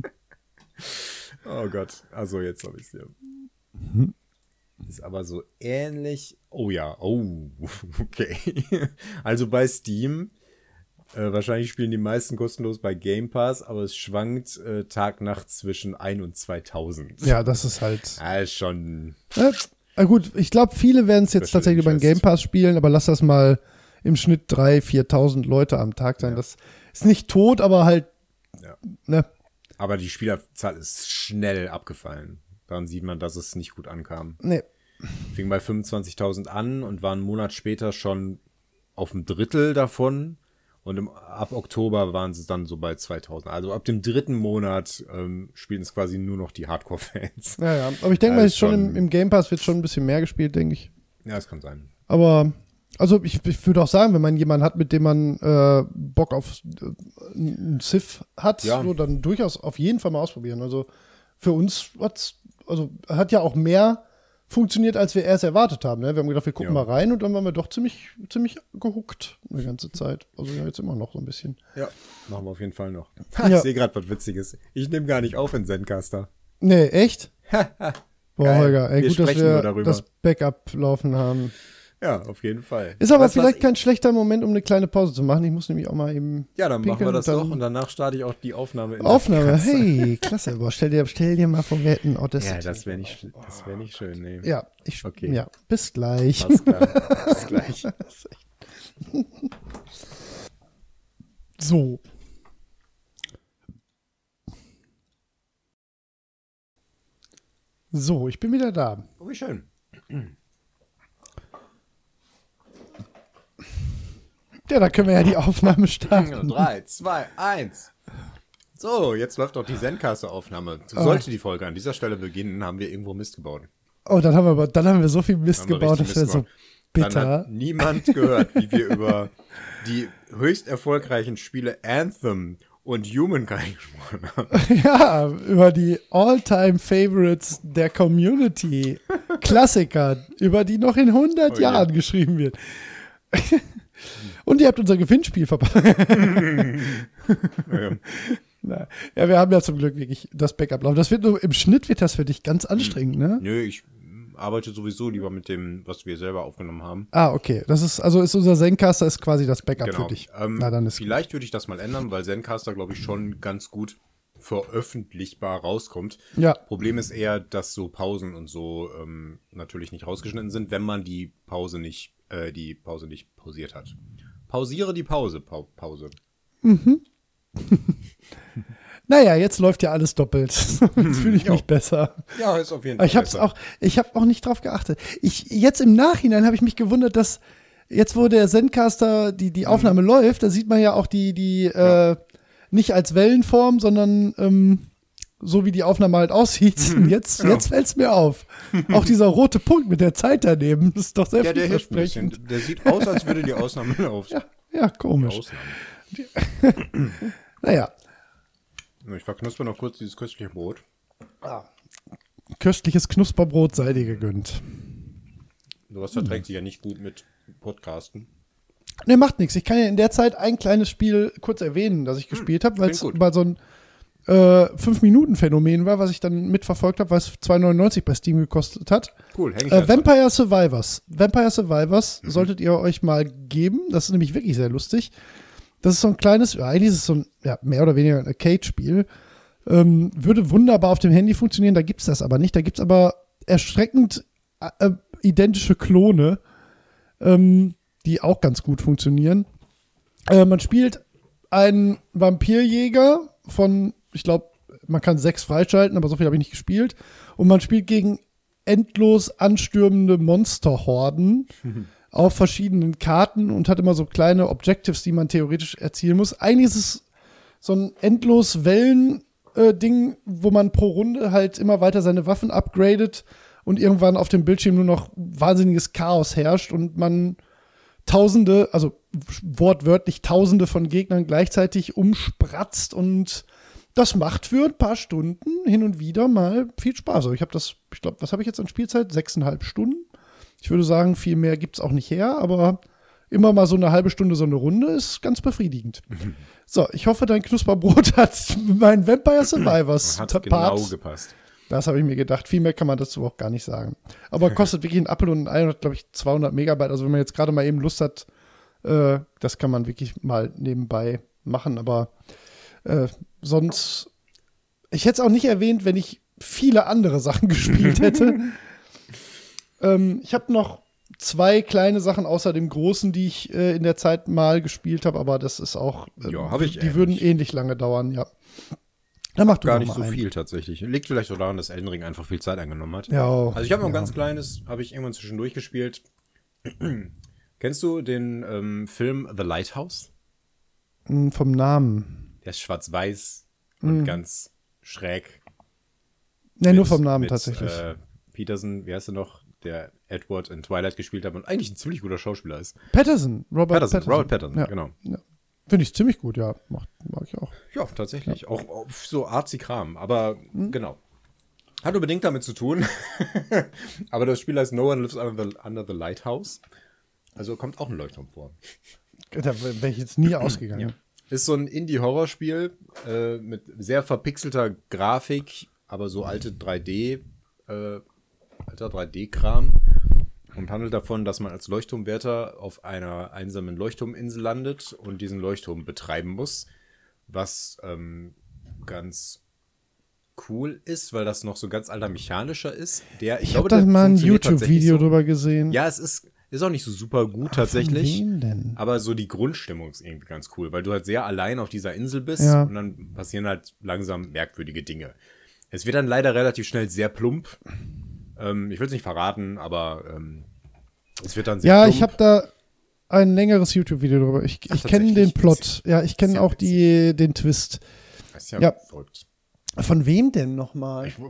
Oh Gott. Also jetzt habe ich es hier. Mhm. Ist aber so ähnlich. Oh ja. Oh, okay. Also bei Steam. Äh, wahrscheinlich spielen die meisten kostenlos bei Game Pass, aber es schwankt äh, Tag-Nacht zwischen ein und zweitausend. Ja, das ist halt. Ja, ist schon. Ja, na gut, ich glaube, viele werden es jetzt tatsächlich beim Game Pass spielen, aber lass das mal im Schnitt dreitausend, viertausend Leute am Tag sein. Ja. Das ist nicht tot, aber halt. Ja. Ne? Aber die Spielerzahl ist schnell abgefallen. Daran sieht man, dass es nicht gut ankam. Nee. Fing bei fünfundzwanzigtausend an und war einen Monat später schon auf einem Drittel davon. Und im, ab Oktober waren sie dann so bei zweitausend. Also ab dem dritten Monat ähm, spielen es quasi nur noch die Hardcore-Fans. Ja, ja. Aber ich denke mal, schon im, im Game Pass wird schon ein bisschen mehr gespielt, denke ich. Ja, das kann sein. Aber, also ich, ich würde auch sagen, wenn man jemanden hat, mit dem man äh, Bock auf äh, ein Civ hat, ja. so, dann durchaus auf jeden Fall mal ausprobieren. Also für uns hat's, also hat ja auch mehr funktioniert, als wir erst erwartet haben. Ne? Wir haben gedacht, wir gucken ja. mal rein und dann waren wir doch ziemlich, ziemlich gehuckt eine ganze Zeit. Also ja, jetzt immer noch so ein bisschen. Ja, machen wir auf jeden Fall noch. Ha, ja. Ich sehe gerade was Witziges. Ich nehme gar nicht auf in Zencaster. Nee, echt? Boah, Geil. Holger, ey, wir gut, dass wir das Backup laufen haben. Ja, auf jeden Fall. Ist aber weißt, vielleicht kein schlechter Moment, um eine kleine Pause zu machen. Ich muss nämlich auch mal eben. Ja, dann machen wir das doch und danach starte ich auch die Aufnahme. In Aufnahme, hey, klasse. Boah, stell dir, stell dir mal vor, wir hätten Audacity. Ja, das wäre nicht, das wär nicht schön. Nee. Ja, ich, okay. ja, bis gleich. Alles klar. Bis gleich. So. So, ich bin wieder da. Oh, wie schön. Ja, da können wir ja die Aufnahme starten. Drei, zwei, eins. So, jetzt läuft auch die Zencaster-Aufnahme. Sollte oh. die Folge an dieser Stelle beginnen, haben wir irgendwo Mist gebaut. Oh, dann haben wir, aber, dann haben wir so viel Mist gebaut, das wäre so bitter. Dann hat niemand gehört, wie wir über die höchst erfolgreichen Spiele Anthem und Humankind gesprochen haben. Ja, über die All-Time-Favorites der Community. Klassiker, über die noch in hundert oh, Jahren ja. geschrieben wird. Und ihr habt unser Gewinnspiel verpasst. ja. Na, ja, wir haben ja zum Glück wirklich das Backup laufen. Das wird nur, im Schnitt wird das für dich ganz anstrengend, ne? Nö, ich arbeite sowieso lieber mit dem, was wir selber aufgenommen haben. Ah, okay. Das ist, also ist unser Zencaster ist quasi das Backup genau. für dich. Ähm, Na, dann ist vielleicht würde ich das mal ändern, weil Zencaster, glaube ich, schon ganz gut veröffentlichbar rauskommt. Ja. Problem ist eher, dass so Pausen und so ähm, natürlich nicht rausgeschnitten sind, wenn man die Pause nicht, äh, die Pause nicht pausiert hat. Pausiere die Pause, pa- Pause. Mhm. Naja, jetzt läuft ja alles doppelt. Jetzt fühle ich jo. mich besser. Ja, ist auf jeden Fall ich hab's besser. auch, ich habe auch nicht drauf geachtet. Ich, jetzt im Nachhinein habe ich mich gewundert, dass jetzt, wo der Zencaster, die, die Aufnahme mhm. läuft, da sieht man ja auch die, die ja. äh, nicht als Wellenform, sondern ähm, so wie die Aufnahme halt aussieht. Mhm. Jetzt, genau. jetzt fällt es mir auf. Auch dieser rote Punkt mit der Zeit daneben, das ist doch sehr ja, der hilft ein vielversprechend. bisschen. Der sieht aus, als würde die Ausnahme laufen. Ja, ja, komisch. Die Ausnahme. Naja. Ich verknusper noch kurz dieses köstliche Brot. Ah. Köstliches Knusperbrot sei dir gegönnt. Sowas verträgt hm. sich ja nicht gut mit Podcasten. Ne, macht nichts. Ich kann ja in der Zeit ein kleines Spiel kurz erwähnen, das ich hm. gespielt habe, weil es mal so ein äh, fünf Minuten Phänomen war, was ich dann mitverfolgt habe, weil es zwei neunundneunzig bei Steam gekostet hat. Cool, häng ich äh, Vampire Survivors. Vampire Survivors mhm. solltet ihr euch mal geben. Das ist nämlich wirklich sehr lustig. Das ist so ein kleines, eigentlich ist es so ein, ja, mehr oder weniger ein Arcade-Spiel. Ähm, würde wunderbar auf dem Handy funktionieren, da gibt es das aber nicht. Da gibt es aber erschreckend äh, identische Klone, ähm, die auch ganz gut funktionieren. Äh, man spielt einen Vampirjäger von, ich glaube, man kann sechs freischalten, aber so viel habe ich nicht gespielt. Und man spielt gegen endlos anstürmende Monsterhorden. Mhm. auf verschiedenen Karten und hat immer so kleine Objectives, die man theoretisch erzielen muss. Eigentlich ist es so ein endlos Wellen-Ding, äh, wo man pro Runde halt immer weiter seine Waffen upgradet und irgendwann auf dem Bildschirm nur noch wahnsinniges Chaos herrscht und man Tausende, also wortwörtlich Tausende von Gegnern gleichzeitig umspratzt und das macht für ein paar Stunden hin und wieder mal viel Spaß. Also ich habe das, ich glaube, was habe ich jetzt an Spielzeit? Sechseinhalb Stunden. Ich würde sagen, viel mehr gibt es auch nicht her, aber immer mal so eine halbe Stunde so eine Runde ist ganz befriedigend. So, ich hoffe, dein Knusperbrot hat mein Vampire Survivors hat Part. genau gepasst. Das habe ich mir gedacht. Viel mehr kann man dazu auch gar nicht sagen. Aber kostet wirklich ein Apfel und ein Ei und hat, glaube ich, zweihundert Megabyte. Also wenn man jetzt gerade mal eben Lust hat, äh, das kann man wirklich mal nebenbei machen. Aber äh, sonst, ich hätte es auch nicht erwähnt, wenn ich viele andere Sachen gespielt hätte. ähm, ich habe noch zwei kleine Sachen außer dem großen, die ich äh, in der Zeit mal gespielt habe. Aber das ist auch, äh, ja, hab ich die ähnlich. würden ähnlich lange dauern, ja. Dann mach du Gar noch nicht mal so einen. viel tatsächlich. Liegt vielleicht auch daran, dass Elden Ring einfach viel Zeit eingenommen hat. Ja, auch, also ich habe noch ein ja. ganz kleines, habe ich irgendwann zwischendurch gespielt. Kennst du den ähm, Film The Lighthouse? Mm, Vom Namen. Der ist schwarz-weiß und Mhm. ganz schräg. Ne, nur Mit- vom Namen mit, tatsächlich. Äh, Peterson, wie heißt er noch? Der Edward in Twilight gespielt hat und eigentlich ein ziemlich guter Schauspieler ist. Patterson, Robert Patterson, Patterson. Robert Patterson, ja. genau. Ja. Finde ich ziemlich gut, ja. Mag, mag ich auch. Ja, tatsächlich. Auch, auch so artsy Kram. Aber Mhm. genau. Hat nur bedingt damit zu tun. Aber das Spiel heißt No One Lives Under the, under the Lighthouse. Also kommt auch ein Leuchtturm vor. Da wäre ich jetzt nie ausgegangen. Ja. Ist so ein Indie-Horrorspiel äh, mit sehr verpixelter Grafik, aber so alte drei D, äh, alter drei D-Kram. Und handelt davon, dass man als Leuchtturmwärter auf einer einsamen Leuchtturminsel landet und diesen Leuchtturm betreiben muss. Was ähm, ganz cool ist, weil das noch so ganz alter mechanischer ist. Der, ich, Ich glaube, habe da der mal ein funktioniert tatsächlich YouTube-Video so. drüber gesehen. Ja, es ist, ist auch nicht so super gut Ah, tatsächlich. Von wem denn? Aber so die Grundstimmung ist irgendwie ganz cool, weil du halt sehr allein auf dieser Insel bist Ja. und dann passieren halt langsam merkwürdige Dinge. Es wird dann leider relativ schnell sehr plump. Ähm, ich will es nicht verraten, aber ähm, es wird dann sehr Ja, plump. ich habe da ein längeres YouTube-Video drüber. Ich, Ach, ich kenne den tatsächlich? Plot. Ja, ich kenne Sehr auch die, den Twist. Das ist ja, Ja. verrückt. Von wem denn nochmal? Ich,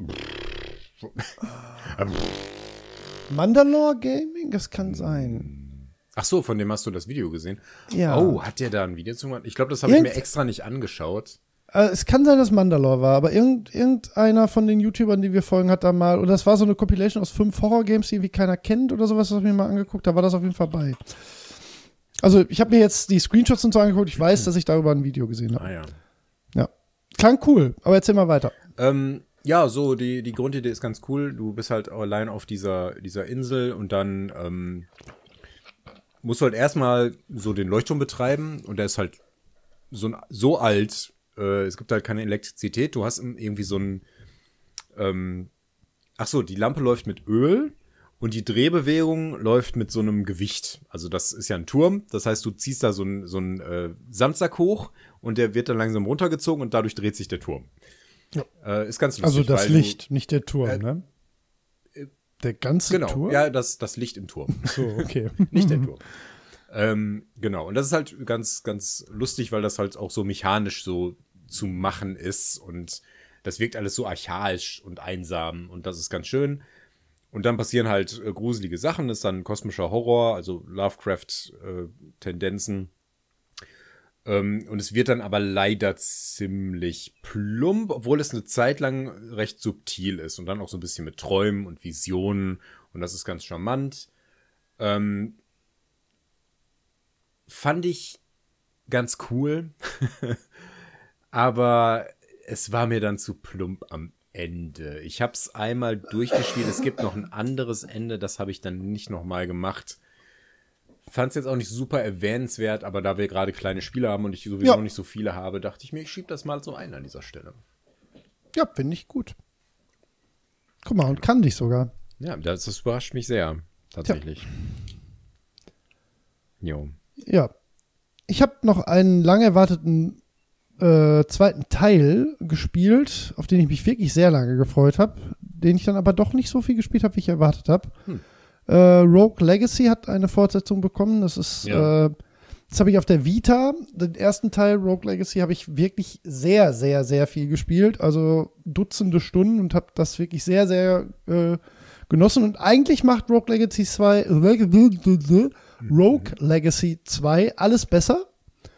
Mandalore Gaming? Das kann sein. ach so, von dem hast du das Video gesehen? Ja. Oh, hat der da ein Video zu gemacht? Ich glaube, das habe ich Irgend- mir extra nicht angeschaut. Äh, es kann sein, dass Mandalore war, aber irgend, irgendeiner von den YouTubern, die wir folgen, hat da mal, oder das war so eine Compilation aus fünf Horror-Games, die irgendwie keiner kennt oder sowas, das habe ich mir mal angeguckt, da war das auf jeden Fall bei. Also ich habe mir jetzt die Screenshots und so angeguckt, ich weiß, dass ich darüber ein Video gesehen habe. Ah ja. Ja. Klang cool, aber erzähl mal weiter. Ähm, ja, so, die, die Grundidee ist ganz cool. Du bist halt allein auf dieser, dieser Insel und dann ähm, musst du halt erstmal so den Leuchtturm betreiben und der ist halt so, so alt, äh, es gibt halt keine Elektrizität. Du hast irgendwie so ein ähm, ach so, die Lampe läuft mit Öl und die Drehbewegung läuft mit so einem Gewicht. Also das ist ja ein Turm, das heißt, du ziehst da so einen so einen, äh, Sandsack hoch und der wird dann langsam runtergezogen und dadurch dreht sich der Turm. Ja. Äh, ist ganz lustig. Also das weil Licht, nicht der Turm, äh, ne? Der ganze Du, genau, Turm? ja, das, das Licht im Turm. So, okay. Nicht der Turm. Ähm, genau, und das ist halt ganz, ganz lustig, weil das halt auch so mechanisch so zu machen ist und das wirkt alles so archaisch und einsam und das ist ganz schön. Und dann passieren halt äh, gruselige Sachen, das ist dann kosmischer Horror, also Lovecraft-Tendenzen. Ähm, und es wird dann aber leider ziemlich plump, obwohl es eine Zeit lang recht subtil ist und dann auch so ein bisschen mit Träumen und Visionen und das ist ganz charmant. Ähm, fand ich ganz cool, aber es war mir dann zu plump am Ende. Ich habe es einmal durchgespielt, es gibt noch ein anderes Ende, das habe ich dann nicht nochmal gemacht. Fand es jetzt auch nicht super erwähnenswert, aber da wir gerade kleine Spiele haben und ich sowieso Ja. noch nicht so viele habe, dachte ich mir, ich schiebe das mal so ein an dieser Stelle. Ja, finde ich gut. Guck mal, und kann dich sogar. Ja, das, das überrascht mich sehr, tatsächlich. Jo. Ja. Ich habe noch einen lang erwarteten äh, zweiten Teil gespielt, auf den ich mich wirklich sehr lange gefreut habe, den ich dann aber doch nicht so viel gespielt habe, wie ich erwartet habe. Hm. Äh, Rogue Legacy hat eine Fortsetzung bekommen. Das ist, Ja. äh, das habe ich auf der Vita. Den ersten Teil, Rogue Legacy, habe ich wirklich sehr, sehr, sehr viel gespielt. Also Dutzende Stunden und habe das wirklich sehr, sehr äh, genossen. Und eigentlich macht Rogue Legacy zwei, Rogue Legacy zwei alles besser.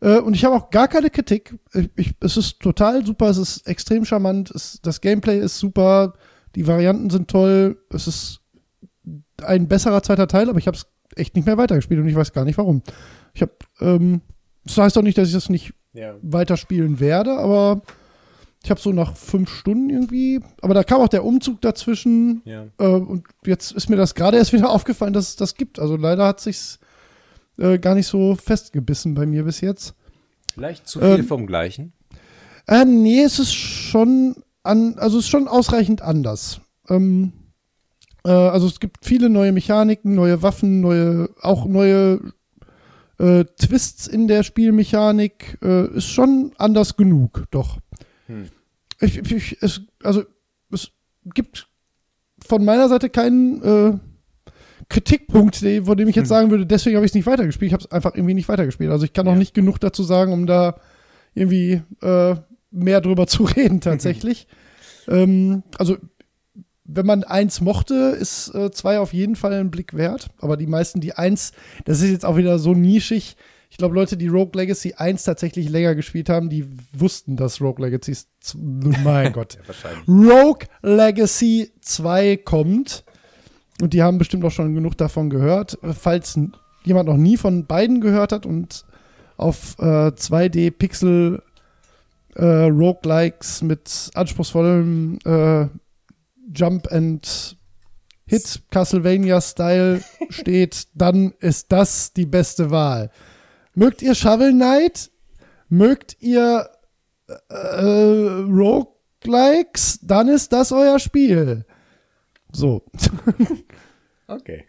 Äh, und ich habe auch gar keine Kritik. Ich, ich, es ist total super, es ist extrem charmant, es, das Gameplay ist super, die Varianten sind toll, es ist ein besserer zweiter Teil, aber ich habe es echt nicht mehr weitergespielt und ich weiß gar nicht warum. Ich habe, ähm, das heißt doch nicht, dass ich das nicht ja. weiterspielen werde, aber ich habe so nach fünf Stunden irgendwie, aber da kam auch der Umzug dazwischen ja. äh, und jetzt ist mir das gerade erst wieder aufgefallen, dass es das gibt. Also leider hat sich's äh, gar nicht so festgebissen bei mir bis jetzt. Vielleicht zu viel ähm, vom Gleichen? Äh, nee, es ist schon an, also es ist schon ausreichend anders. Ähm, äh, also es gibt viele neue Mechaniken, neue Waffen, neue, auch neue äh, Twists in der Spielmechanik. Äh, ist schon anders genug, doch. Hm. Ich, ich, es, also es gibt von meiner Seite keinen äh, Kritikpunkt, von dem ich jetzt sagen würde, deswegen habe ich es nicht weitergespielt. Ich habe es einfach irgendwie nicht weitergespielt. Also ich kann auch ja. nicht genug dazu sagen, um da irgendwie äh, mehr drüber zu reden tatsächlich. ähm, also wenn man eins mochte, ist äh, zwei auf jeden Fall ein Blick wert. Aber die meisten, die eins, das ist jetzt auch wieder so nischig. Ich glaube, Leute, die Rogue Legacy eins tatsächlich länger gespielt haben, die wussten, dass Rogue Legacy, mein Gott, ja, Rogue Legacy zwei kommt. Und die haben bestimmt auch schon genug davon gehört. Falls jemand noch nie von beiden gehört hat und auf äh, zwei D-Pixel äh, Roguelikes mit anspruchsvollem äh, Jump and Hit Castlevania-Style steht, dann ist das die beste Wahl. Mögt ihr Shovel Knight? Mögt ihr äh, Roguelikes? Dann ist das euer Spiel. So. Okay.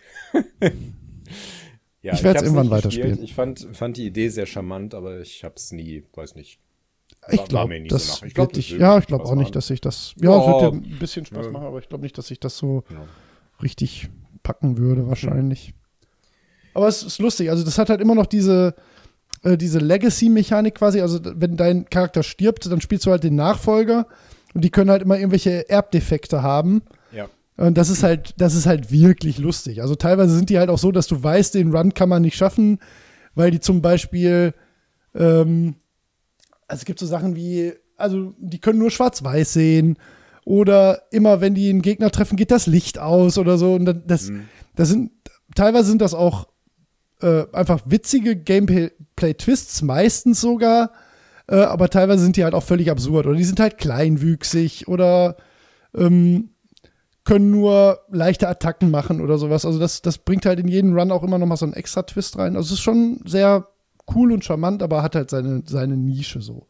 ja, ich werde es irgendwann weiterspielen. Ich fand, fand die Idee sehr charmant, aber ich habe es nie, weiß nicht. Ich glaube, das so ich glaub, ich, ja, ich glaube auch nicht, dass ich das, ja, es wird dir ein bisschen Spaß ja. machen, aber ich glaube nicht, dass ich das so ja. richtig packen würde, wahrscheinlich. Hm. Aber es ist lustig, also das hat halt immer noch diese, äh, diese Legacy-Mechanik quasi, also wenn dein Charakter stirbt, dann spielst du halt den Nachfolger und die können halt immer irgendwelche Erbdefekte haben. Ja. Und das ist halt, das ist halt wirklich lustig. Also teilweise sind die halt auch so, dass du weißt, den Run kann man nicht schaffen, weil die zum Beispiel, ähm, also es gibt so Sachen wie, also die können nur schwarz-weiß sehen oder immer, wenn die einen Gegner treffen, geht das Licht aus oder so. Und das, mhm. das sind, teilweise sind das auch äh, einfach witzige Gameplay-Twists, meistens sogar, äh, aber teilweise sind die halt auch völlig absurd oder die sind halt kleinwüchsig oder ähm, können nur leichte Attacken machen oder sowas. Also das, das bringt halt in jeden Run auch immer noch mal so einen extra Twist rein. Also es ist schon sehr cool und charmant, aber hat halt seine, seine Nische so.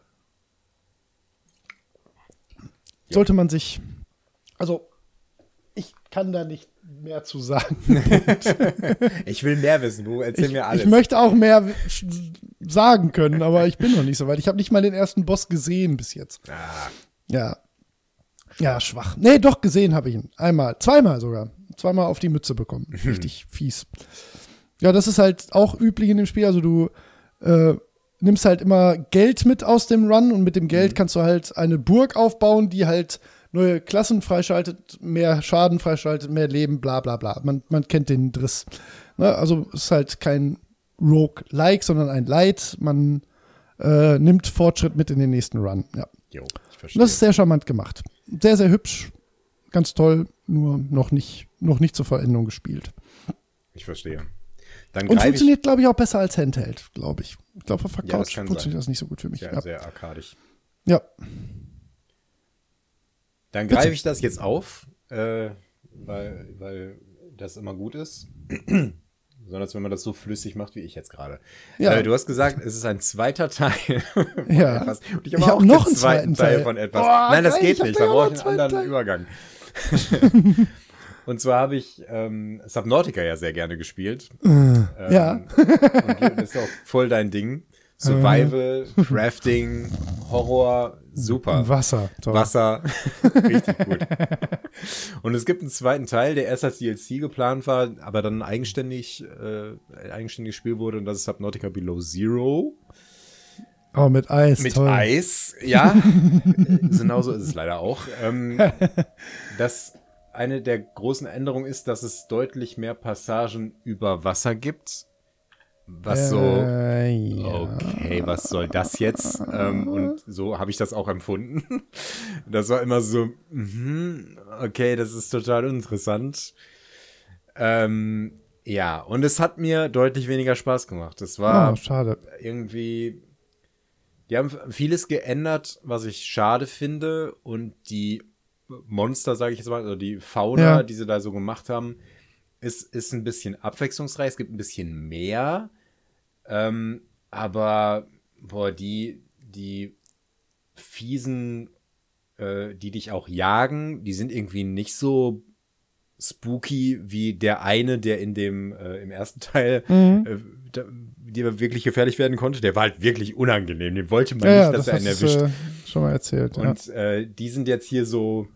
Ja. Sollte man sich, also ich kann da nicht mehr zu sagen. Ich will mehr wissen, du erzähl ich, mir alles. Ich möchte auch mehr sagen können, aber ich bin noch nicht so weit. Ich habe nicht mal den ersten Boss gesehen bis jetzt. Ah. Ja. Ja, schwach. Nee, doch, gesehen habe ich ihn. Einmal, zweimal sogar. Zweimal auf die Mütze bekommen. Richtig fies. Ja, das ist halt auch üblich in dem Spiel. Also du äh, nimmst halt immer Geld mit aus dem Run und mit dem Geld mhm. kannst du halt eine Burg aufbauen, die halt neue Klassen freischaltet, mehr Schaden freischaltet, mehr Leben, bla bla bla. Man, man kennt den Driss. Ne? Also es ist halt kein Rogue-like, sondern ein Light. Man äh, nimmt Fortschritt mit in den nächsten Run. Ja. Jo, ich verstehe. Das ist sehr charmant gemacht. Sehr, sehr hübsch. Ganz toll, nur noch nicht, noch nicht zur Vollendung gespielt. Ich verstehe. Dann und funktioniert, glaube ich, auch besser als Handheld, glaube ich. Ich glaube, auf der ja, Couch funktioniert sein. Das nicht so gut für mich. Ja, ja. sehr arkadisch. Ja. Dann greife ich das jetzt auf, äh, weil, weil das immer gut ist. Besonders wenn man das so flüssig macht, wie ich jetzt gerade. Ja. Äh, du hast gesagt, es ist ein zweiter Teil von ja. etwas. Und ich habe hab auch noch einen zweiten Teil. Teil von etwas. Boah, Nein, das geil, geht nicht. Da brauche ich einen anderen Teil. Übergang. Und zwar habe ich ähm, Subnautica ja sehr gerne gespielt. Äh, ähm, ja. Und das ist auch voll dein Ding. Survival, Crafting, Horror, super. Wasser. Toll. Wasser, richtig gut. Und es gibt einen zweiten Teil, der erst als D L C geplant war, aber dann eigenständig, äh, ein eigenständiges Spiel wurde und das ist Subnautica Below Zero. Oh, mit Eis. Mit toll. Eis, ja. Genauso ist es leider auch. Ähm, das eine der großen Änderungen ist, dass es deutlich mehr Passagen über Wasser gibt. Was so, äh, ja. okay, was soll das jetzt? Ähm, und so habe ich das auch empfunden. Das war immer so, mm, okay, das ist total interessant. Ähm, ja, und es hat mir deutlich weniger Spaß gemacht. Das war Oh, schade. irgendwie, die haben vieles geändert, was ich schade finde. Und die Monster, sage ich jetzt mal, also die Fauna, Ja. die sie da so gemacht haben, ist, ist ein bisschen abwechslungsreich. Es gibt ein bisschen mehr. Ähm, aber, boah, die, die fiesen, äh, die dich auch jagen, die sind irgendwie nicht so spooky wie der eine, der in dem, äh, im ersten Teil, Mhm. äh, da, der wirklich gefährlich werden konnte. Der war halt wirklich unangenehm. Den wollte man Ja, ja, nicht, dass das er einen hast erwischt. du äh, schon mal erzählt. Ja. Und äh, die sind jetzt hier so,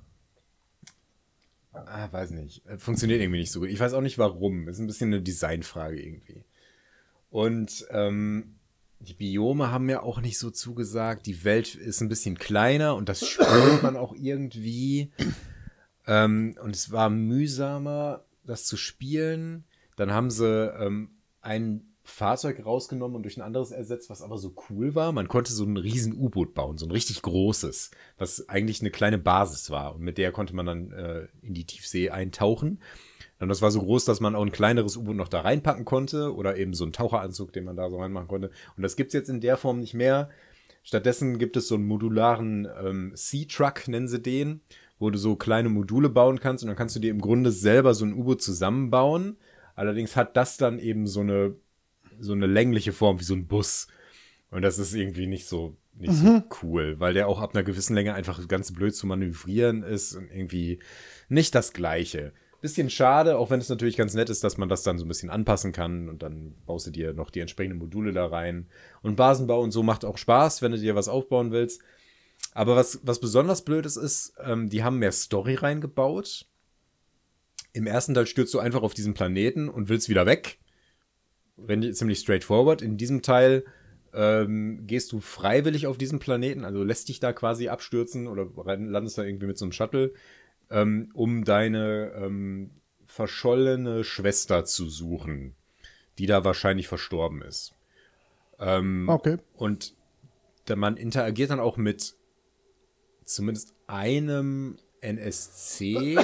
ah, weiß nicht, äh, funktioniert irgendwie nicht so gut. Ich weiß auch nicht warum. Ist ein bisschen eine Designfrage irgendwie. Und ähm, die Biome haben mir auch nicht so zugesagt. Die Welt ist ein bisschen kleiner und das spürt man auch irgendwie. Ähm, und es war mühsamer, das zu spielen. Dann haben sie ähm, ein Fahrzeug rausgenommen und durch ein anderes ersetzt, was aber so cool war. Man konnte so ein riesen U-Boot bauen, so ein richtig großes, was eigentlich eine kleine Basis war. Und mit der konnte man dann äh, in die Tiefsee eintauchen. Und das war so groß, dass man auch ein kleineres U-Boot noch da reinpacken konnte oder eben so einen Taucheranzug, den man da so reinmachen konnte. Und das gibt's jetzt in der Form nicht mehr. Stattdessen gibt es so einen modularen ähm, Sea-Truck, nennen sie den, wo du so kleine Module bauen kannst und dann kannst du dir im Grunde selber so ein U-Boot zusammenbauen. Allerdings hat das dann eben so eine, so eine längliche Form wie so ein Bus. Und das ist irgendwie nicht so, nicht so cool, weil der auch ab einer gewissen Länge einfach ganz blöd zu manövrieren ist und irgendwie nicht das Gleiche. Bisschen schade, auch wenn es natürlich ganz nett ist, dass man das dann so ein bisschen anpassen kann und dann baust du dir noch die entsprechenden Module da rein. Und Basenbau und so macht auch Spaß, wenn du dir was aufbauen willst. Aber was, was besonders blöd ist, ist, ähm, die haben mehr Story reingebaut. Im ersten Teil stürzt du einfach auf diesen Planeten und willst wieder weg. Wenn ziemlich straightforward. In diesem Teil ähm, gehst du freiwillig auf diesen Planeten, also lässt dich da quasi abstürzen oder landest da irgendwie mit so einem Shuttle, ähm, um deine ähm, verschollene Schwester zu suchen, die da wahrscheinlich verstorben ist. Ähm, Okay. Und da man interagiert dann auch mit zumindest einem N S C,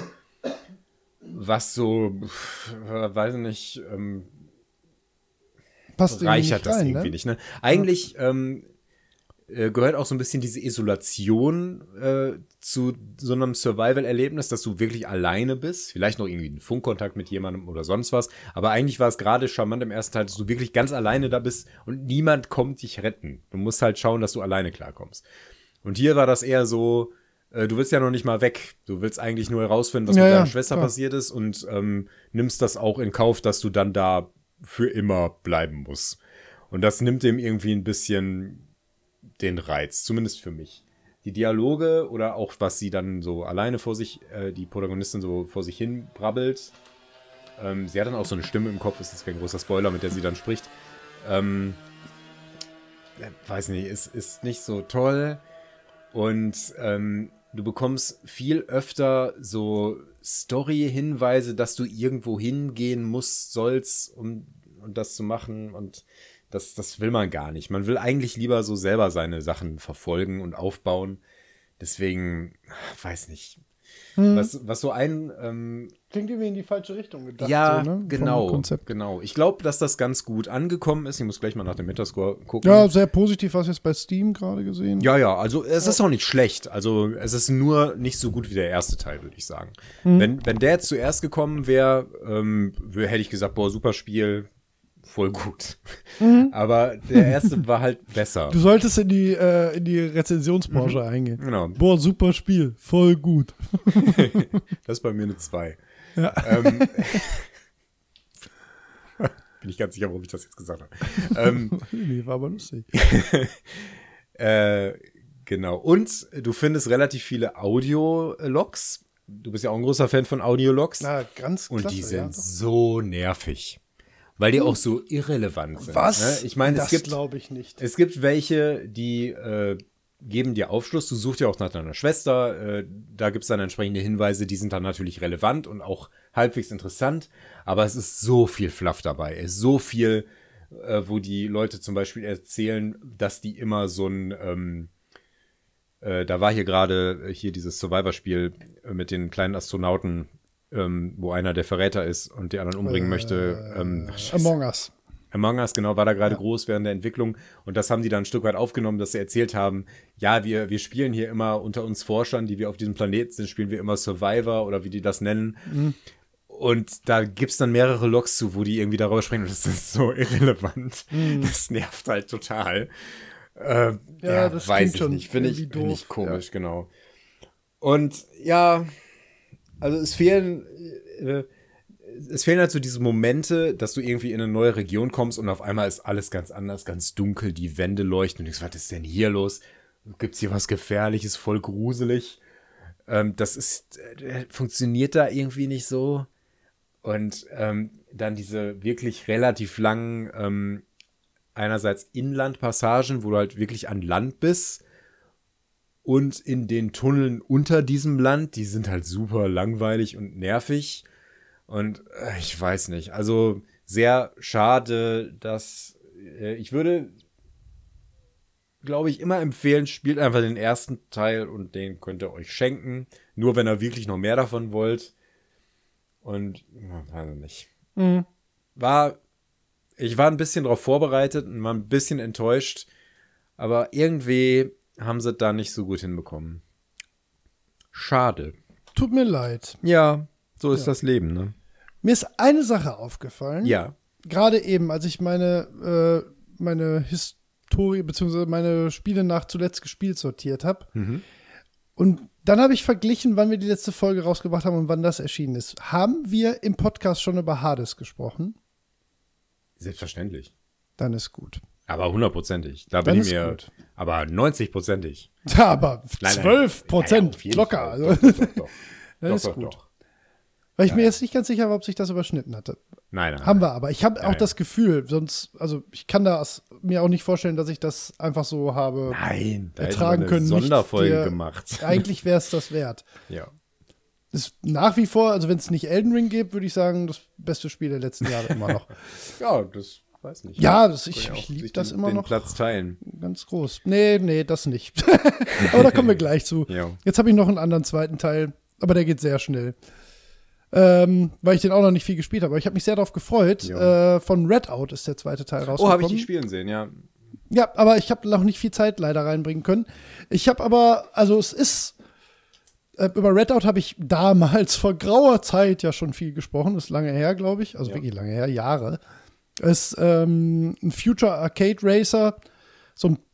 was so, äh, weiß nicht, ähm, Passt irgendwie reichert nicht das rein, irgendwie ne? nicht. Ne? Eigentlich ähm, äh, gehört auch so ein bisschen diese Isolation äh, zu so einem Survival-Erlebnis, dass du wirklich alleine bist. Vielleicht noch irgendwie einen Funkkontakt mit jemandem oder sonst was. Aber eigentlich war es gerade charmant im ersten Teil, dass du wirklich ganz alleine da bist und niemand kommt dich retten. Du musst halt schauen, dass du alleine klarkommst. Und hier war das eher so, äh, du willst ja noch nicht mal weg. Du willst eigentlich nur herausfinden, was Ja, mit deiner ja, Schwester klar. passiert ist und ähm, nimmst das auch in Kauf, dass du dann da für immer bleiben musst. Und das nimmt dem irgendwie ein bisschen den Reiz, zumindest für mich. Die Dialoge oder auch was sie dann so alleine vor sich, äh, die Protagonistin so vor sich hin brabbelt. Ähm, sie hat dann auch so eine Stimme im Kopf, ist jetzt kein großer Spoiler, mit der sie dann spricht. Ähm, äh, weiß nicht, ist, ist nicht so toll. Und ähm, du bekommst viel öfter so Story-Hinweise, dass du irgendwo hingehen musst, sollst, um, um das zu machen. Und das, das will man gar nicht. Man will eigentlich lieber so selber seine Sachen verfolgen und aufbauen. Deswegen, weiß nicht. Hm. Was, was so ein ähm, Klingt irgendwie in die falsche Richtung gedacht. ja, so, ne? Vom genau, Konzept. genau. Ich glaube, dass das ganz gut angekommen ist. Ich muss gleich mal nach dem Metascore gucken. Ja, sehr positiv, was jetzt bei Steam gerade gesehen. Ja, ja, also es ist auch nicht schlecht. Also es ist nur nicht so gut wie der erste Teil, würde ich sagen. Wenn, wenn der jetzt zuerst gekommen wäre, ähm, wär- hätte ich gesagt, boah, super Spiel, voll gut. Aber der erste war halt besser. Du solltest in die, äh, in die Rezensionsbranche eingehen. Genau, Boah, super Spiel, voll gut. das ist bei mir eine zwei. Ja. Ähm, bin ich ganz sicher, warum ich das jetzt gesagt habe. Ähm, Nee, war aber lustig. Äh, genau. Und du findest relativ viele Audio-Logs. Du bist ja auch ein großer Fan von Audiologs. Na, ganz Und klasse, die sind ja, doch. so nervig. Weil die auch so irrelevant sind. Was? Ne? Ich meine, es das gibt, glaube ich nicht. es gibt welche, die äh, geben dir Aufschluss. Du suchst ja auch nach deiner Schwester. Äh, da gibt es dann entsprechende Hinweise, die sind dann natürlich relevant und auch halbwegs interessant. Aber es ist so viel Fluff dabei. Es ist so viel äh, wo die Leute zum Beispiel erzählen, dass die immer so ein, ähm, äh, da war hier gerade hier dieses Survivor-Spiel äh, mit den kleinen Astronauten, ähm, wo einer der Verräter ist und die anderen umbringen äh, möchte. Ähm, Among Us. Among Us, genau, war da gerade ja. groß während der Entwicklung. Und das haben die dann ein Stück weit aufgenommen, dass sie erzählt haben, ja, wir, wir spielen hier immer unter uns Forschern, die wir auf diesem Planeten sind, spielen wir immer Survivor oder wie die das nennen. Mhm. Und da gibt's dann mehrere Logs zu, wo die irgendwie darüber sprechen und das ist so irrelevant. Mhm. Das nervt halt total. Äh, ja, ja, das weiß ich schon nicht. Finde ich, find ich komisch, ja. Genau. Und ja, also es fehlen äh, es fehlen halt so diese Momente, dass du irgendwie in eine neue Region kommst und auf einmal ist alles ganz anders, ganz dunkel, die Wände leuchten und du denkst, was ist denn hier los? Gibt's hier was Gefährliches, voll gruselig? Ähm, das ist, äh, funktioniert da irgendwie nicht so. Und ähm, dann diese wirklich relativ langen, ähm, einerseits Inlandpassagen, wo du halt wirklich an Land bist und in den Tunneln unter diesem Land, die sind halt super langweilig und nervig. Und äh, ich weiß nicht, also sehr schade, dass äh, ich würde, glaube ich, immer empfehlen, spielt einfach den ersten Teil und den könnt ihr euch schenken, nur wenn ihr wirklich noch mehr davon wollt. Und, weiß ich nicht. Mhm. War, ich war ein bisschen darauf vorbereitet und war ein bisschen enttäuscht, aber irgendwie haben sie da nicht so gut hinbekommen. Schade. Tut mir leid. Ja. So ist ja. das Leben, ne? Mir ist eine Sache aufgefallen. Ja. Gerade eben, als ich meine, äh, meine Historie bzw. meine Spiele nach zuletzt gespielt sortiert habe. Mhm. Und dann habe ich verglichen, wann wir die letzte Folge rausgebracht haben und wann das erschienen ist. Haben wir im Podcast schon über Hades gesprochen? Selbstverständlich. Dann ist gut. Aber hundertprozentig. Da bin ich mir. Gut. Aber neunzigprozentig. Ja, aber zwölf Prozent ja, locker. Also. Doch, doch, doch, doch. Das doch, ist gut. Doch, doch. Weil ich ja. mir jetzt nicht ganz sicher war, ob sich das überschnitten hatte. Nein, nein. Haben wir aber. Ich habe auch nein. das Gefühl, sonst, also ich kann das mir auch nicht vorstellen, dass ich das einfach so habe nein, da ertragen eine können. Sonderfolge der, gemacht. Eigentlich wäre es das wert. Ja. Ist nach wie vor, also wenn es nicht Elden Ring gibt, würde ich sagen, das beste Spiel der letzten Jahre immer noch. Ja, das weiß nicht. Ja, das, ich, ich liebe das den, immer den noch. Platz teilen. Ganz groß. Nee, nee, das nicht. Aber da kommen wir gleich zu. Ja. Jetzt habe ich noch einen anderen zweiten Teil, aber der geht sehr schnell. Ähm, weil ich den auch noch nicht viel gespielt habe. Aber ich habe mich sehr darauf gefreut. Äh, von Redout ist der zweite Teil rausgekommen. Oh, habe ich die spielen sehen, ja. Ja, aber ich habe noch nicht viel Zeit leider reinbringen können. Ich habe aber, also es ist, äh, über Redout habe ich damals vor grauer Zeit ja schon viel gesprochen. Das ist lange her, glaube ich. Also ja. wirklich lange her, Jahre. Es ist ähm, ein Future Arcade Racer. So ein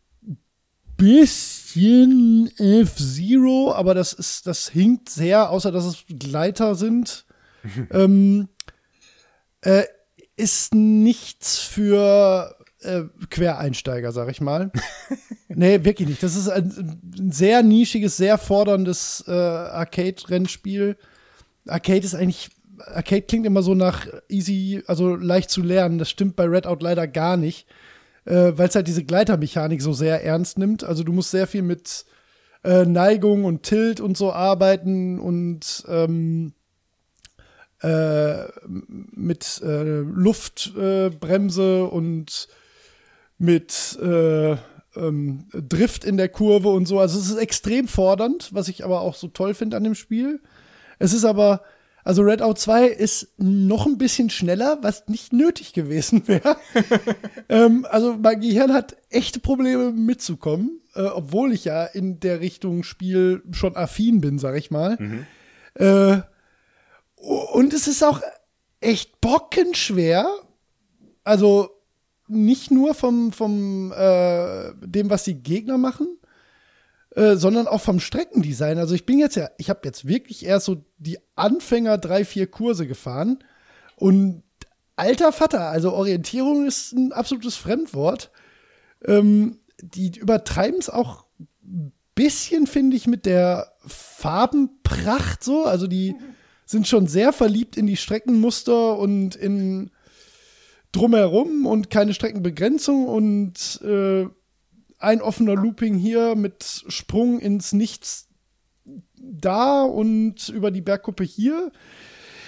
bisschen F-Zero, aber das ist, das hinkt sehr, außer dass es Gleiter sind. ähm, äh, ist nichts für äh, Quereinsteiger, sag ich mal. Nee, wirklich nicht. Das ist ein, ein sehr nischiges, sehr forderndes äh, Arcade-Rennspiel. Arcade ist eigentlich, Arcade klingt immer so nach easy, also leicht zu lernen. Das stimmt bei Redout leider gar nicht. Äh, weil es halt diese Gleitermechanik so sehr ernst nimmt. Also du musst sehr viel mit äh, Neigung und Tilt und so arbeiten und ähm, äh, mit äh, Luftbremse äh, und mit äh, ähm, Drift in der Kurve und so. Also es ist extrem fordernd, was ich aber auch so toll finde an dem Spiel. Es ist aber Also Redout zwei ist noch ein bisschen schneller, was nicht nötig gewesen wäre. ähm, also mein Gehirn hat echte Probleme mitzukommen, äh, obwohl ich ja in der Richtung Spiel schon affin bin, sag ich mal. Mhm. Äh, und es ist auch echt bockenschwer. Also nicht nur vom, vom äh, dem, was die Gegner machen, Äh, sondern auch vom Streckendesign. Also ich bin jetzt ja, ich habe jetzt wirklich erst so die Anfänger drei, vier Kurse gefahren und alter Vater, also Orientierung ist ein absolutes Fremdwort. Ähm, die übertreiben es auch ein bisschen, finde ich, mit der Farbenpracht so. Also die sind schon sehr verliebt in die Streckenmuster und in drumherum und keine Streckenbegrenzung und äh, ein offener Looping hier mit Sprung ins Nichts da und über die Bergkuppe hier.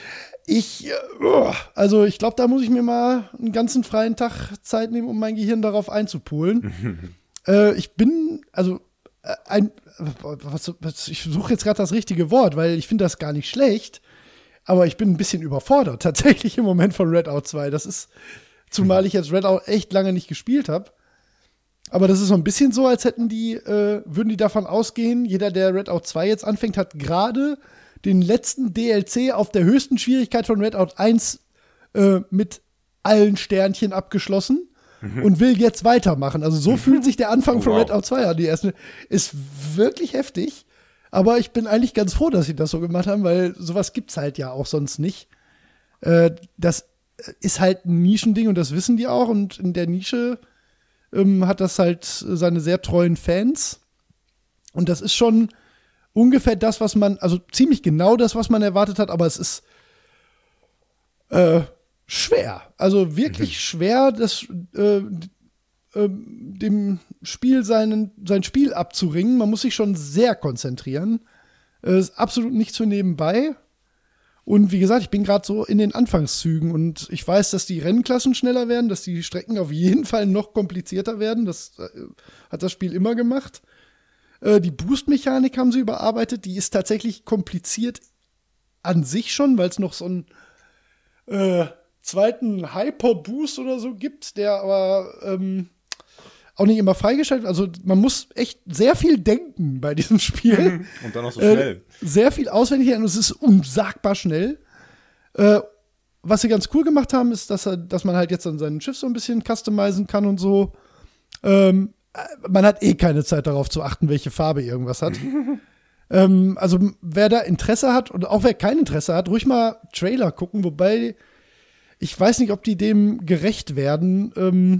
Ich, uh, also ich glaube, da muss ich mir mal einen ganzen freien Tag Zeit nehmen, um mein Gehirn darauf einzupolen. äh, ich bin, also äh, ein, was, was, ich suche jetzt gerade das richtige Wort, weil ich finde das gar nicht schlecht, aber ich bin ein bisschen überfordert tatsächlich im Moment von Redout zwei. Das ist, zumal ich jetzt Redout echt lange nicht gespielt habe. Aber das ist so ein bisschen so, als hätten die, äh, würden die davon ausgehen, jeder, der Redout zwei jetzt anfängt, hat gerade den letzten D L C auf der höchsten Schwierigkeit von Redout eins äh, mit allen Sternchen abgeschlossen mhm. und will jetzt weitermachen. Also so mhm. fühlt sich der Anfang oh, von wow. Redout zwei an. Die erste ist wirklich heftig, aber ich bin eigentlich ganz froh, dass sie das so gemacht haben, weil sowas gibt's halt ja auch sonst nicht. Äh, das ist halt ein Nischending und das wissen die auch, und in der Nische ähm, hat das halt seine sehr treuen Fans, und das ist schon ungefähr das, was man, also ziemlich genau das, was man erwartet hat, aber es ist äh, schwer. Also wirklich mhm. schwer, das, äh, äh, dem Spiel seinen, sein Spiel abzuringen. Man muss sich schon sehr konzentrieren. Es äh, ist absolut nicht für nebenbei. Und wie gesagt, ich bin gerade so in den Anfangszügen, und ich weiß, dass die Rennklassen schneller werden, dass die Strecken auf jeden Fall noch komplizierter werden. Das äh, hat das Spiel immer gemacht. Die Boost-Mechanik haben sie überarbeitet. Die ist tatsächlich kompliziert an sich schon, weil es noch so einen äh, zweiten Hyper-Boost oder so gibt, der aber ähm, auch nicht immer freigeschaltet wird. Also man muss echt sehr viel denken bei diesem Spiel. Und dann noch so schnell. Äh, sehr viel auswendig, und es ist unsagbar schnell. Äh, was sie ganz cool gemacht haben, ist, dass, er, dass man halt jetzt an seinem Schiff so ein bisschen customizen kann und so. Ähm, Man hat eh keine Zeit darauf zu achten, welche Farbe irgendwas hat. ähm, also wer da Interesse hat, und auch wer kein Interesse hat, ruhig mal Trailer gucken, wobei ich weiß nicht, ob die dem gerecht werden, ähm,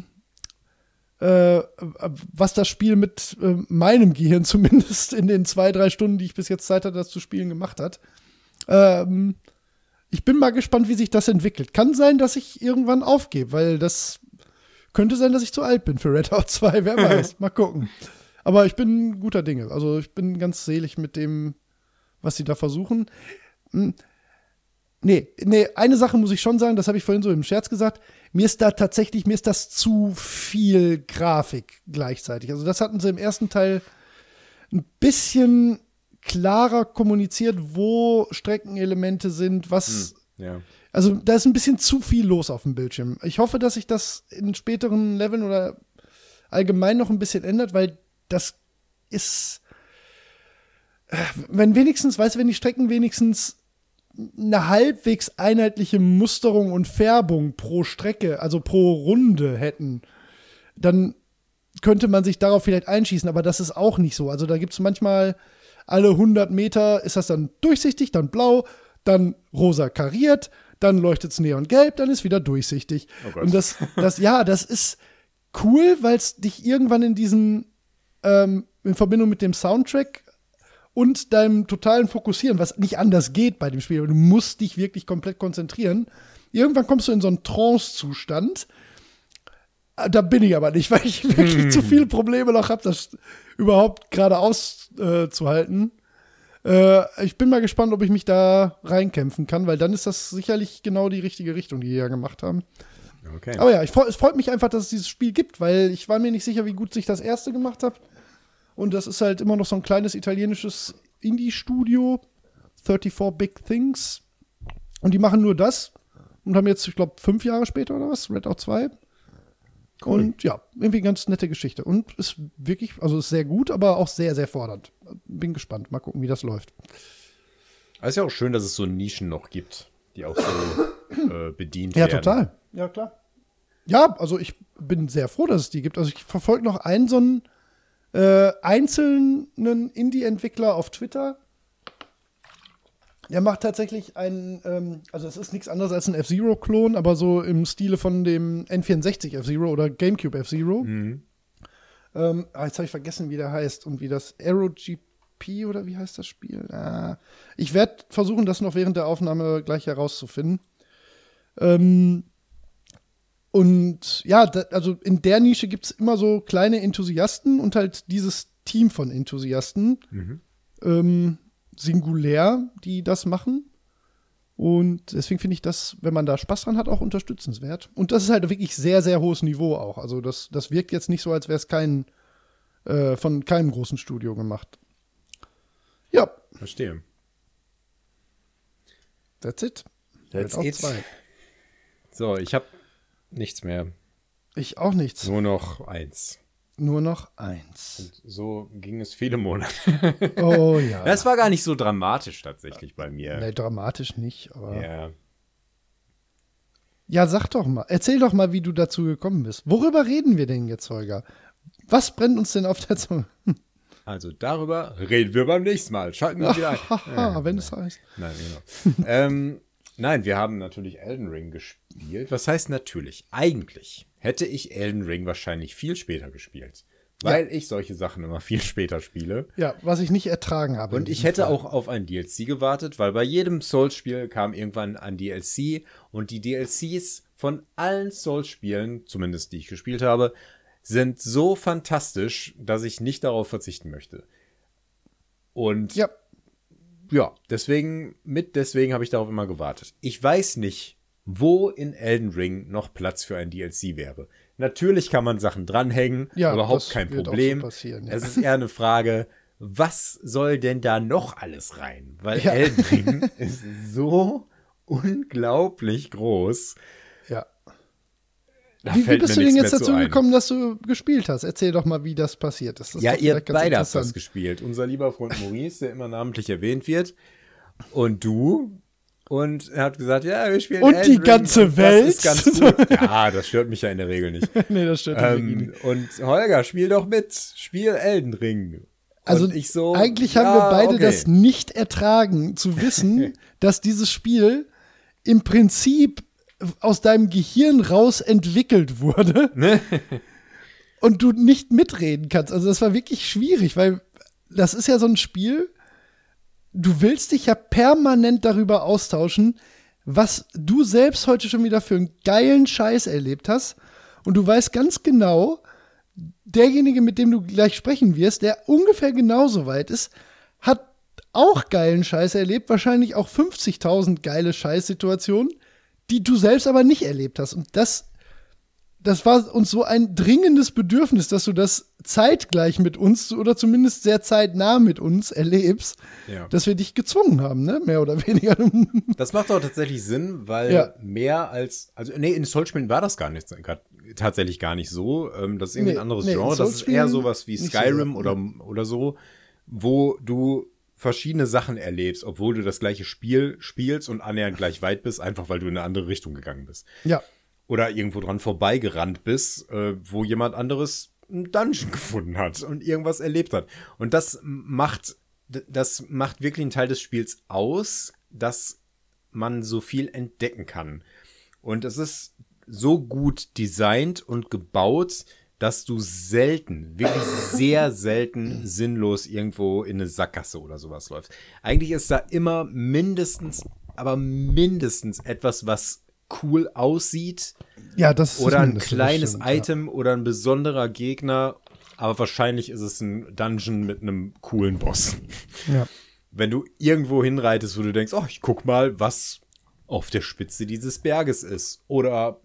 äh, was das Spiel mit äh, meinem Gehirn zumindest in den zwei, drei Stunden, die ich bis jetzt Zeit hatte, das zu spielen, gemacht hat. Ähm, ich bin mal gespannt, wie sich das entwickelt. Kann sein, dass ich irgendwann aufgebe, weil das könnte sein, dass ich zu alt bin für Redout zwei, wer weiß. Mal gucken. Aber ich bin guter Dinge. Also ich bin ganz selig mit dem, was sie da versuchen. Hm. Nee, nee, eine Sache muss ich schon sagen, das habe ich vorhin so im Scherz gesagt. Mir ist da tatsächlich, mir ist das zu viel Grafik gleichzeitig. Also das hatten sie im ersten Teil ein bisschen klarer kommuniziert, wo Streckenelemente sind, was hm, ja. Also da ist ein bisschen zu viel los auf dem Bildschirm. Ich hoffe, dass sich das in späteren Leveln oder allgemein noch ein bisschen ändert, weil das ist, wenn wenigstens, weißt du, wenn die Strecken wenigstens eine halbwegs einheitliche Musterung und Färbung pro Strecke, also pro Runde hätten, dann könnte man sich darauf vielleicht einschießen, aber das ist auch nicht so. Also da gibt es manchmal alle hundert Meter ist das dann durchsichtig, dann blau, dann rosa kariert, dann leuchtet es neongelb, dann ist wieder durchsichtig. Oh und das, das, ja, das ist cool, weil es dich irgendwann in diesen, ähm, in Verbindung mit dem Soundtrack und deinem totalen Fokussieren, was nicht anders geht bei dem Spiel, aber du musst dich wirklich komplett konzentrieren. Irgendwann kommst du in so einen Trance-Zustand. Da bin ich aber nicht, weil ich wirklich hm. zu viele Probleme noch habe, das überhaupt gerade auszuhalten. Äh, ich bin mal gespannt, ob ich mich da reinkämpfen kann, weil dann ist das sicherlich genau die richtige Richtung, die die ja gemacht haben. Okay. Aber ja, ich, es freut mich einfach, dass es dieses Spiel gibt, weil ich war mir nicht sicher, wie gut sich das erste gemacht hat. Und das ist halt immer noch so ein kleines italienisches Indie-Studio, vierunddreißig Big Things. Und die machen nur das und haben jetzt, ich glaube, fünf Jahre später oder was, Redout zwei. Cool. Und ja, irgendwie ganz nette Geschichte. Und ist wirklich, also ist sehr gut, aber auch sehr, sehr fordernd. Bin gespannt. Mal gucken, wie das läuft. Es ist ja auch schön, dass es so Nischen noch gibt, die auch so äh, bedient ja, werden. Ja, total. Ja, klar. Ja, also ich bin sehr froh, dass es die gibt. Also ich verfolge noch einen so einen äh, einzelnen Indie-Entwickler auf Twitter. Der macht tatsächlich einen, ähm, also es ist nichts anderes als ein F-Zero-Klon, aber so im Stile von dem N vierundsechzig F-Zero oder GameCube F-Zero. Mhm. Ähm, ah, jetzt habe ich vergessen, wie der heißt und wie das Aero G P oder wie heißt das Spiel? Ah, ich werde versuchen, das noch während der Aufnahme gleich herauszufinden. Ähm, und ja, da, also in der Nische gibt es immer so kleine Enthusiasten und halt dieses Team von Enthusiasten. Mhm. Ähm, singulär, die das machen. Und deswegen finde ich das, wenn man da Spaß dran hat, auch unterstützenswert. Und das ist halt wirklich sehr, sehr hohes Niveau auch. Also das, das wirkt jetzt nicht so, als wäre es kein, äh, von keinem großen Studio gemacht. Ja. Verstehe. That's it. That's it. Zwei. So, ich habe nichts mehr. Ich auch nichts. Nur noch eins. Nur noch eins. Und so ging es viele Monate. Oh ja. Das war gar nicht so dramatisch tatsächlich bei mir. Nee, dramatisch nicht, aber. Ja. Ja, sag doch mal. Erzähl doch mal, wie du dazu gekommen bist. Worüber reden wir denn jetzt, Holger? Was brennt uns denn auf der Zunge? Hm. Also darüber reden wir beim nächsten Mal. Schalten wir wieder ein. Haha, äh, wenn es heißt. Nein, genau. ähm, nein, wir haben natürlich Elden Ring gespielt. Was heißt natürlich? Eigentlich hätte ich Elden Ring wahrscheinlich viel später gespielt. Weil ja. ich solche Sachen immer viel später spiele. Ja, was ich nicht ertragen habe. Und ich hätte Fall. auch auf ein D L C gewartet, weil bei jedem Souls-Spiel kam irgendwann ein D L C. Und die D L Cs von allen Souls-Spielen, zumindest die ich gespielt habe, sind so fantastisch, dass ich nicht darauf verzichten möchte. Und ja, ja deswegen, mit deswegen habe ich darauf immer gewartet. Ich weiß nicht, wo in Elden Ring noch Platz für ein D L C wäre. Natürlich kann man Sachen dranhängen, ja, überhaupt kein Problem. So passieren, ja. Es ist eher eine Frage, was soll denn da noch alles rein? Weil ja. Elden Ring ist so unglaublich groß. Ja. Da wie, wie bist du denn jetzt dazu ein. gekommen, dass du gespielt hast? Erzähl doch mal, wie das passiert ist. Das ja, ist ihr beide habt das gespielt. Unser lieber Freund Maurice, der immer namentlich erwähnt wird. Und du. Und er hat gesagt, ja, wir spielen Und Elden die Ring ganze und Welt. Das ist ganz gut. Ja, das stört mich ja in der Regel nicht. Nee, das stört ähm, mich nicht. Und Holger, spiel doch mit. Spiel Elden Ring. Und also ich so, eigentlich ja, haben wir beide okay. das nicht ertragen, zu wissen, dass dieses Spiel im Prinzip aus deinem Gehirn raus entwickelt wurde und du nicht mitreden kannst. Also das war wirklich schwierig, weil das ist ja so ein Spiel, du willst dich ja permanent darüber austauschen, was du selbst heute schon wieder für einen geilen Scheiß erlebt hast. Und du weißt ganz genau, derjenige, mit dem du gleich sprechen wirst, der ungefähr genauso weit ist, hat auch geilen Scheiß erlebt, wahrscheinlich auch fünfzigtausend geile Scheißsituationen, die du selbst aber nicht erlebt hast. Und das, das war uns so ein dringendes Bedürfnis, dass du das zeitgleich mit uns oder zumindest sehr zeitnah mit uns erlebst, ja. dass wir dich gezwungen haben, ne? Mehr oder weniger. Das macht auch tatsächlich Sinn, weil ja. mehr als, also nee, in Soul-Spielen war das gar nicht, tatsächlich gar nicht so. Das ist irgendwie nee, ein anderes nee, Genre. Das ist eher sowas wie Skyrim so, oder, oder so, wo du verschiedene Sachen erlebst, obwohl du das gleiche Spiel spielst und annähernd gleich weit bist, einfach weil du in eine andere Richtung gegangen bist. Ja. Oder irgendwo dran vorbeigerannt bist, äh, wo jemand anderes einen Dungeon gefunden hat und irgendwas erlebt hat. Und das macht, das macht wirklich einen Teil des Spiels aus, dass man so viel entdecken kann. Und es ist so gut designt und gebaut, dass du selten, wirklich sehr selten sinnlos irgendwo in eine Sackgasse oder sowas läufst. Eigentlich ist da immer mindestens, aber mindestens etwas, was cool aussieht. Ja, das oder ein kleines stimmt, Item ja. oder ein besonderer Gegner, aber wahrscheinlich ist es ein Dungeon mit einem coolen Boss. Ja. Wenn du irgendwo hinreitest, wo du denkst, oh, ich guck mal, was auf der Spitze dieses Berges ist. Oder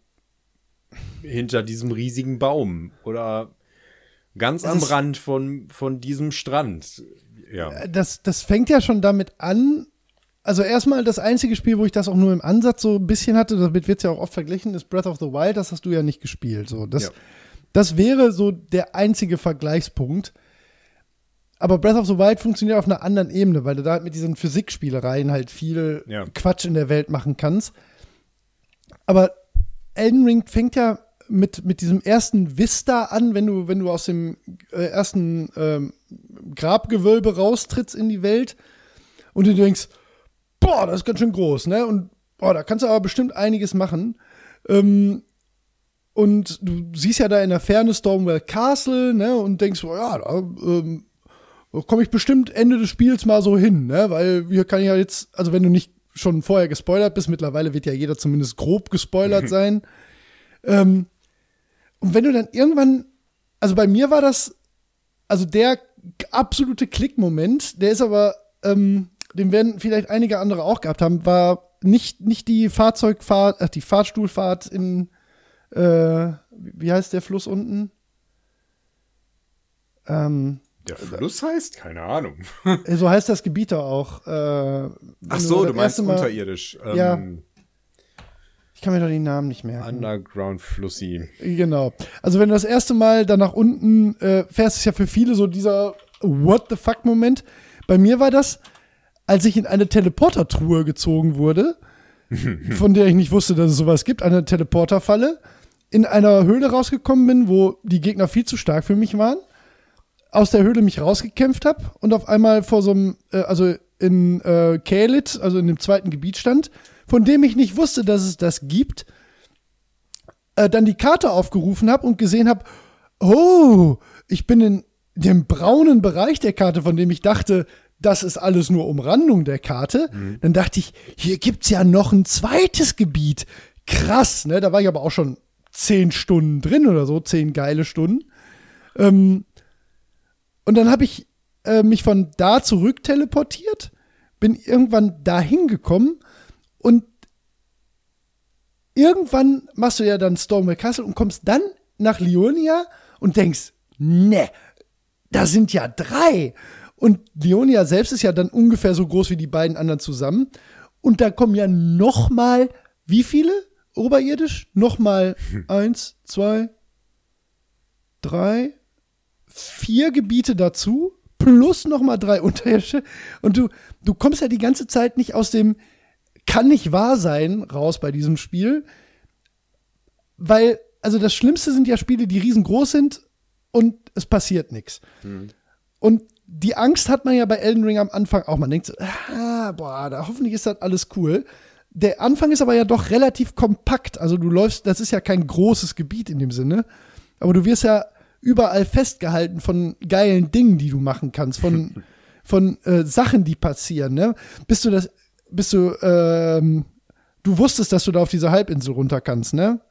hinter diesem riesigen Baum. Oder ganz das am Rand von, von diesem Strand. Ja. Das, das fängt ja schon damit an. Also erstmal das einzige Spiel, wo ich das auch nur im Ansatz so ein bisschen hatte, damit wird es ja auch oft verglichen, ist Breath of the Wild. Das hast du ja nicht gespielt. So, das, ja. das wäre so der einzige Vergleichspunkt. Aber Breath of the Wild funktioniert auf einer anderen Ebene, weil du da halt mit diesen Physikspielereien halt viel ja. Quatsch in der Welt machen kannst. Aber Elden Ring fängt ja mit, mit diesem ersten Vista an, wenn du, wenn du aus dem äh, ersten ähm, Grabgewölbe raustrittst in die Welt und du denkst, boah, das ist ganz schön groß, ne? Und boah, da kannst du aber bestimmt einiges machen. Ähm, und du siehst ja da in der Ferne Stormwell Castle, ne? Und denkst, oh, ja, da ähm, komme ich bestimmt Ende des Spiels mal so hin, ne? Weil hier kann ich ja jetzt, also wenn du nicht schon vorher gespoilert bist, mittlerweile wird ja jeder zumindest grob gespoilert sein. Ähm, und wenn du dann irgendwann, also bei mir war das, also der absolute Klickmoment, der ist aber, ähm, den werden vielleicht einige andere auch gehabt haben, war, nicht, nicht die Fahrzeugfahrt, ach, die Fahrstuhlfahrt in, äh, wie heißt der Fluss unten? Ähm, der Fluss heißt? Keine Ahnung. So heißt das Gebiet da auch. Äh, ach so, du meinst Mal, unterirdisch. Ähm, ja. Ich kann mir doch die Namen nicht merken. Underground Flussi. Genau. Also wenn du das erste Mal da nach unten äh, fährst, ist ja für viele so dieser What the fuck Moment. Bei mir war das, als ich in eine Teleportertruhe gezogen wurde, von der ich nicht wusste, dass es sowas gibt, eine Teleporterfalle, in einer Höhle rausgekommen bin, wo die Gegner viel zu stark für mich waren, aus der Höhle mich rausgekämpft habe und auf einmal vor so einem, äh, also in äh, Kalit, also in dem zweiten Gebiet stand, von dem ich nicht wusste, dass es das gibt, äh, dann die Karte aufgerufen habe und gesehen habe, oh, ich bin in dem braunen Bereich der Karte, von dem ich dachte, das ist alles nur Umrandung der Karte. Mhm. Dann dachte ich, hier gibt's ja noch ein zweites Gebiet. Krass, ne? Da war ich aber auch schon zehn Stunden drin oder so, zehn geile Stunden. Ähm, und dann habe ich äh, mich von da zurück teleportiert, bin irgendwann dahin gekommen und irgendwann machst du ja dann Stormwell Castle und kommst dann nach Liurnia und denkst, ne, da sind ja drei. Und Liurnia selbst ist ja dann ungefähr so groß wie die beiden anderen zusammen. Und da kommen ja noch mal, wie viele oberirdisch? Noch mal eins, zwei, drei, vier Gebiete dazu, plus noch mal drei unterirdische. Und du, du kommst ja die ganze Zeit nicht aus dem kann nicht wahr sein raus bei diesem Spiel. Weil, also das Schlimmste sind ja Spiele, die riesengroß sind und es passiert nichts. Mhm. Und die Angst hat man ja bei Elden Ring am Anfang auch. Man denkt so, ah, boah, da hoffentlich ist das alles cool. Der Anfang ist aber ja doch relativ kompakt. Also du läufst, das ist ja kein großes Gebiet in dem Sinne. Aber du wirst ja überall festgehalten von geilen Dingen, die du machen kannst, von, von äh, Sachen, die passieren. Ne? Bist du das, bist du, ähm, du wusstest, dass du da auf diese Halbinsel runter kannst, ne?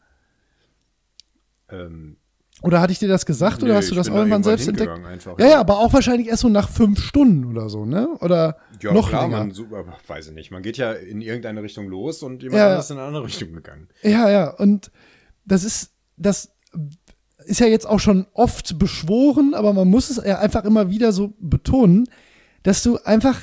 Ähm. Oder hatte ich dir das gesagt, nee, oder hast du das irgendwann selbst entdeckt? Einfach, ja, ja, aber auch wahrscheinlich erst so nach fünf Stunden oder so, ne? Oder ja, noch klar, länger. Man, super, weiß ich nicht. Man geht ja in irgendeine Richtung los und jemand ja. anderes ist in eine andere Richtung gegangen. Ja, ja, und das ist, das ist ja jetzt auch schon oft beschworen, aber man muss es ja einfach immer wieder so betonen, dass du einfach,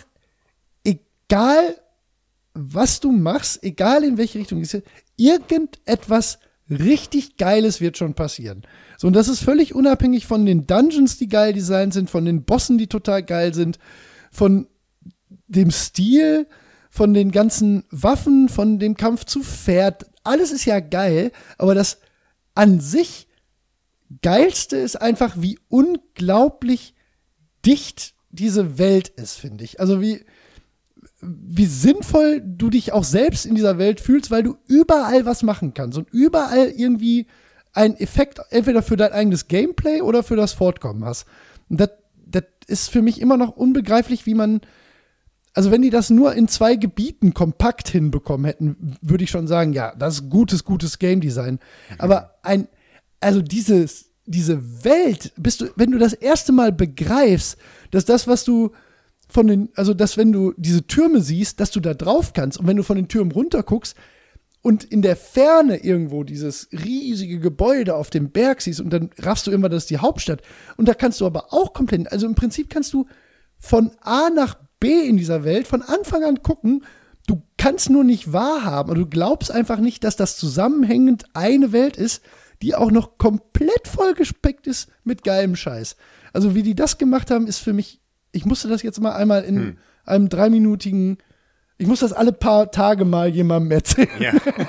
egal was du machst, egal in welche Richtung es ist, irgendetwas richtig Geiles wird schon passieren. So, und das ist völlig unabhängig von den Dungeons, die geil designt sind, von den Bossen, die total geil sind, von dem Stil, von den ganzen Waffen, von dem Kampf zu Pferd. Alles ist ja geil, aber das an sich Geilste ist einfach, wie unglaublich dicht diese Welt ist, finde ich. Also wie wie sinnvoll du dich auch selbst in dieser Welt fühlst, weil du überall was machen kannst und überall irgendwie einen Effekt entweder für dein eigenes Gameplay oder für das Fortkommen hast. Und das, das ist für mich immer noch unbegreiflich, wie man, also wenn die das nur in zwei Gebieten kompakt hinbekommen hätten, würde ich schon sagen, ja, das ist gutes, gutes Game Design. Mhm. Aber ein, also dieses, diese Welt, bist du, wenn du das erste Mal begreifst, dass das, was du von den, also dass wenn du diese Türme siehst, dass du da drauf kannst und wenn du von den Türmen runter guckst und in der Ferne irgendwo dieses riesige Gebäude auf dem Berg siehst und dann raffst du immer, das ist die Hauptstadt und da kannst du aber auch komplett, also im Prinzip kannst du von A nach B in dieser Welt von Anfang an gucken, du kannst nur nicht wahrhaben und du glaubst einfach nicht, dass das zusammenhängend eine Welt ist, die auch noch komplett vollgespeckt ist mit geilem Scheiß. Also wie die das gemacht haben, ist für mich, ich musste das jetzt mal einmal in hm. einem dreiminütigen, ich muss das alle paar Tage mal jemandem erzählen. Ja.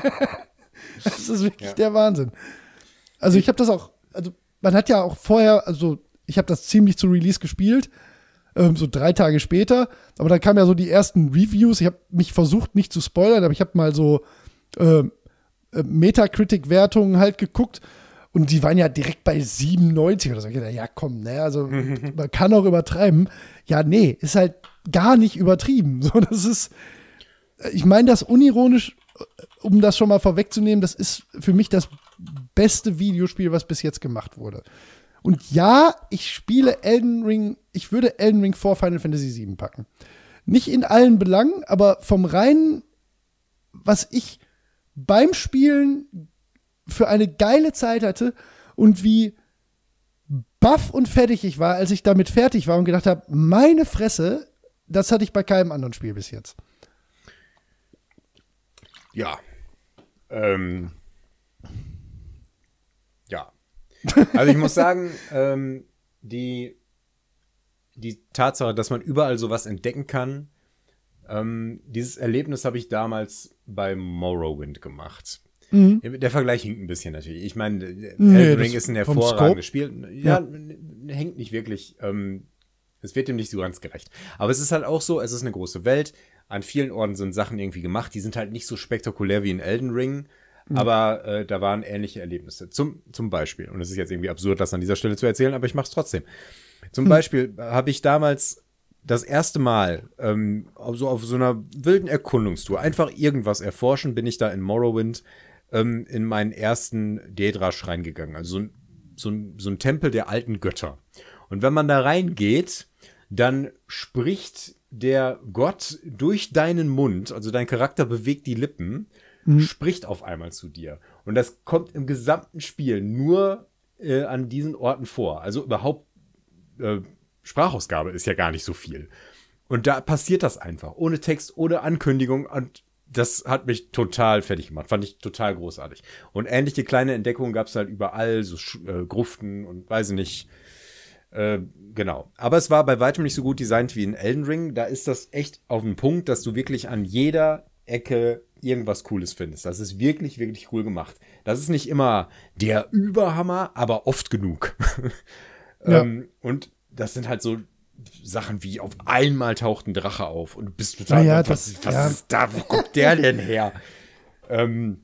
Das ist wirklich ja. der Wahnsinn. Also ich habe das auch, also man hat ja auch vorher, also ich habe das ziemlich zu Release gespielt, ähm, so drei Tage später, aber dann kamen ja so die ersten Reviews, ich habe mich versucht nicht zu spoilern, aber ich habe mal so äh, Metacritic-Wertungen halt geguckt und die waren ja direkt bei siebenundneunzig oder so. Ich dachte, ja, komm, ne, also man kann auch übertreiben. Ja, nee, ist halt gar nicht übertrieben. So, das ist, ich meine das unironisch, um das schon mal vorwegzunehmen, das ist für mich das beste Videospiel, was bis jetzt gemacht wurde. Und ja, ich spiele Elden Ring, ich würde Elden Ring vor Final Fantasy sieben packen. Nicht in allen Belangen, aber vom reinen was ich beim Spielen für eine geile Zeit hatte und wie baff und fertig ich war, als ich damit fertig war und gedacht habe, meine Fresse, das hatte ich bei keinem anderen Spiel bis jetzt. Ja. Ähm. Ja. Also ich muss sagen, ähm, die, die Tatsache, dass man überall sowas entdecken kann, ähm, dieses Erlebnis habe ich damals bei Morrowind gemacht. Mhm. Der Vergleich hinkt ein bisschen natürlich. Ich meine, nee, Elden Ring ist ein hervorragendes Spiel. Ja, ja, hängt nicht wirklich. Ähm, es wird dem nicht so ganz gerecht. Aber es ist halt auch so, es ist eine große Welt. An vielen Orten sind Sachen irgendwie gemacht. Die sind halt nicht so spektakulär wie in Elden Ring. Mhm. Aber äh, da waren ähnliche Erlebnisse. Zum, zum Beispiel, und es ist jetzt irgendwie absurd, das an dieser Stelle zu erzählen, aber ich mache es trotzdem. Zum mhm. Beispiel habe ich damals das erste Mal ähm, auf, so, auf so einer wilden Erkundungstour einfach irgendwas erforschen, bin ich da in Morrowind ähm, in meinen ersten Daedra reingegangen. Also so ein, so, ein, so ein Tempel der alten Götter. Und wenn man da reingeht, dann spricht der Gott durch deinen Mund, also dein Charakter bewegt die Lippen, mhm. spricht auf einmal zu dir. Und das kommt im gesamten Spiel nur äh, an diesen Orten vor. Also überhaupt äh, Sprachausgabe ist ja gar nicht so viel. Und da passiert das einfach. Ohne Text, ohne Ankündigung. Und das hat mich total fertig gemacht. Fand ich total großartig. Und ähnliche kleine Entdeckungen gab es halt überall. So äh, Gruften und weiß ich nicht. Äh, genau. Aber es war bei weitem nicht so gut designt wie in Elden Ring. Da ist das echt auf den Punkt, dass du wirklich an jeder Ecke irgendwas Cooles findest. Das ist wirklich, wirklich cool gemacht. Das ist nicht immer der Überhammer, aber oft genug. Ja. ähm, und das sind halt so Sachen wie auf einmal taucht ein Drache auf und du bist total, ja, ja, was, das, was ja. ist da, wo kommt der denn her? ähm,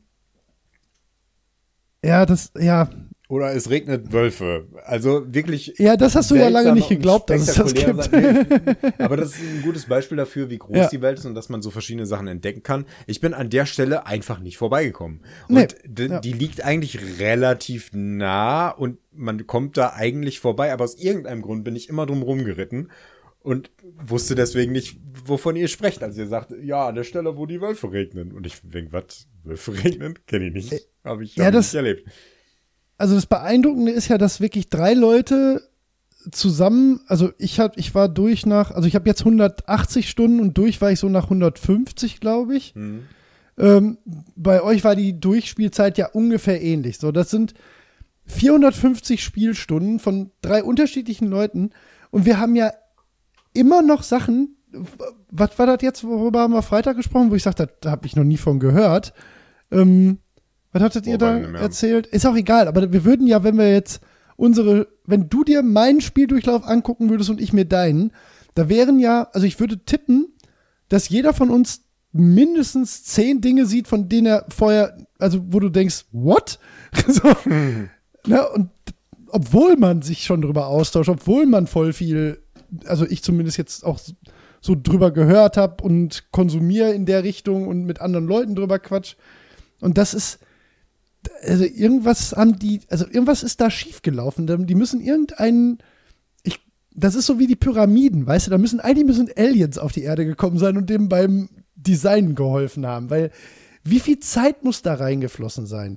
ja, das, ja. Oder es regnet Wölfe. Also wirklich. Ja, das hast du ja lange nicht geglaubt, dass es das gibt. Aber das ist ein gutes Beispiel dafür, wie groß ja. die Welt ist und dass man so verschiedene Sachen entdecken kann. Ich bin an der Stelle einfach nicht vorbeigekommen. Und nee. d- ja. die liegt eigentlich relativ nah und man kommt da eigentlich vorbei. Aber aus irgendeinem Grund bin ich immer drum rumgeritten und wusste deswegen nicht, wovon ihr sprecht. Also ihr sagt, ja, an der Stelle, wo die Wölfe regnen. Und ich denke, was? Wölfe regnen? Kenne ich nicht. Habe ich, ja, hab das, nicht erlebt. Also das Beeindruckende ist ja, dass wirklich drei Leute zusammen, also ich hab, ich war durch nach, also ich habe jetzt hundertachtzig Stunden und durch war ich so nach hundertfünfzig, glaube ich. Mhm. Ähm, bei euch war die Durchspielzeit ja ungefähr ähnlich. So, das sind vierhundertfünfzig Spielstunden von drei unterschiedlichen Leuten und wir haben ja immer noch Sachen, was war das jetzt, worüber haben wir Freitag gesprochen, wo ich sagte, da habe ich noch nie von gehört. Ähm, Was hattet ihr da erzählt? Ist auch egal, aber wir würden ja, wenn wir jetzt unsere, wenn du dir meinen Spieldurchlauf angucken würdest und ich mir deinen, da wären ja, also ich würde tippen, dass jeder von uns mindestens zehn Dinge sieht, von denen er vorher, also wo du denkst, what? so, mhm. Na, und obwohl man sich schon drüber austauscht, obwohl man voll viel, also ich zumindest jetzt auch so drüber gehört habe und konsumiere in der Richtung und mit anderen Leuten drüber quatsch. Und das ist, also irgendwas haben die, also irgendwas ist da schiefgelaufen. Die müssen irgendeinen, ich, das ist so wie die Pyramiden, weißt du, da müssen, eigentlich müssen Aliens auf die Erde gekommen sein und dem beim Design geholfen haben, weil wie viel Zeit muss da reingeflossen sein?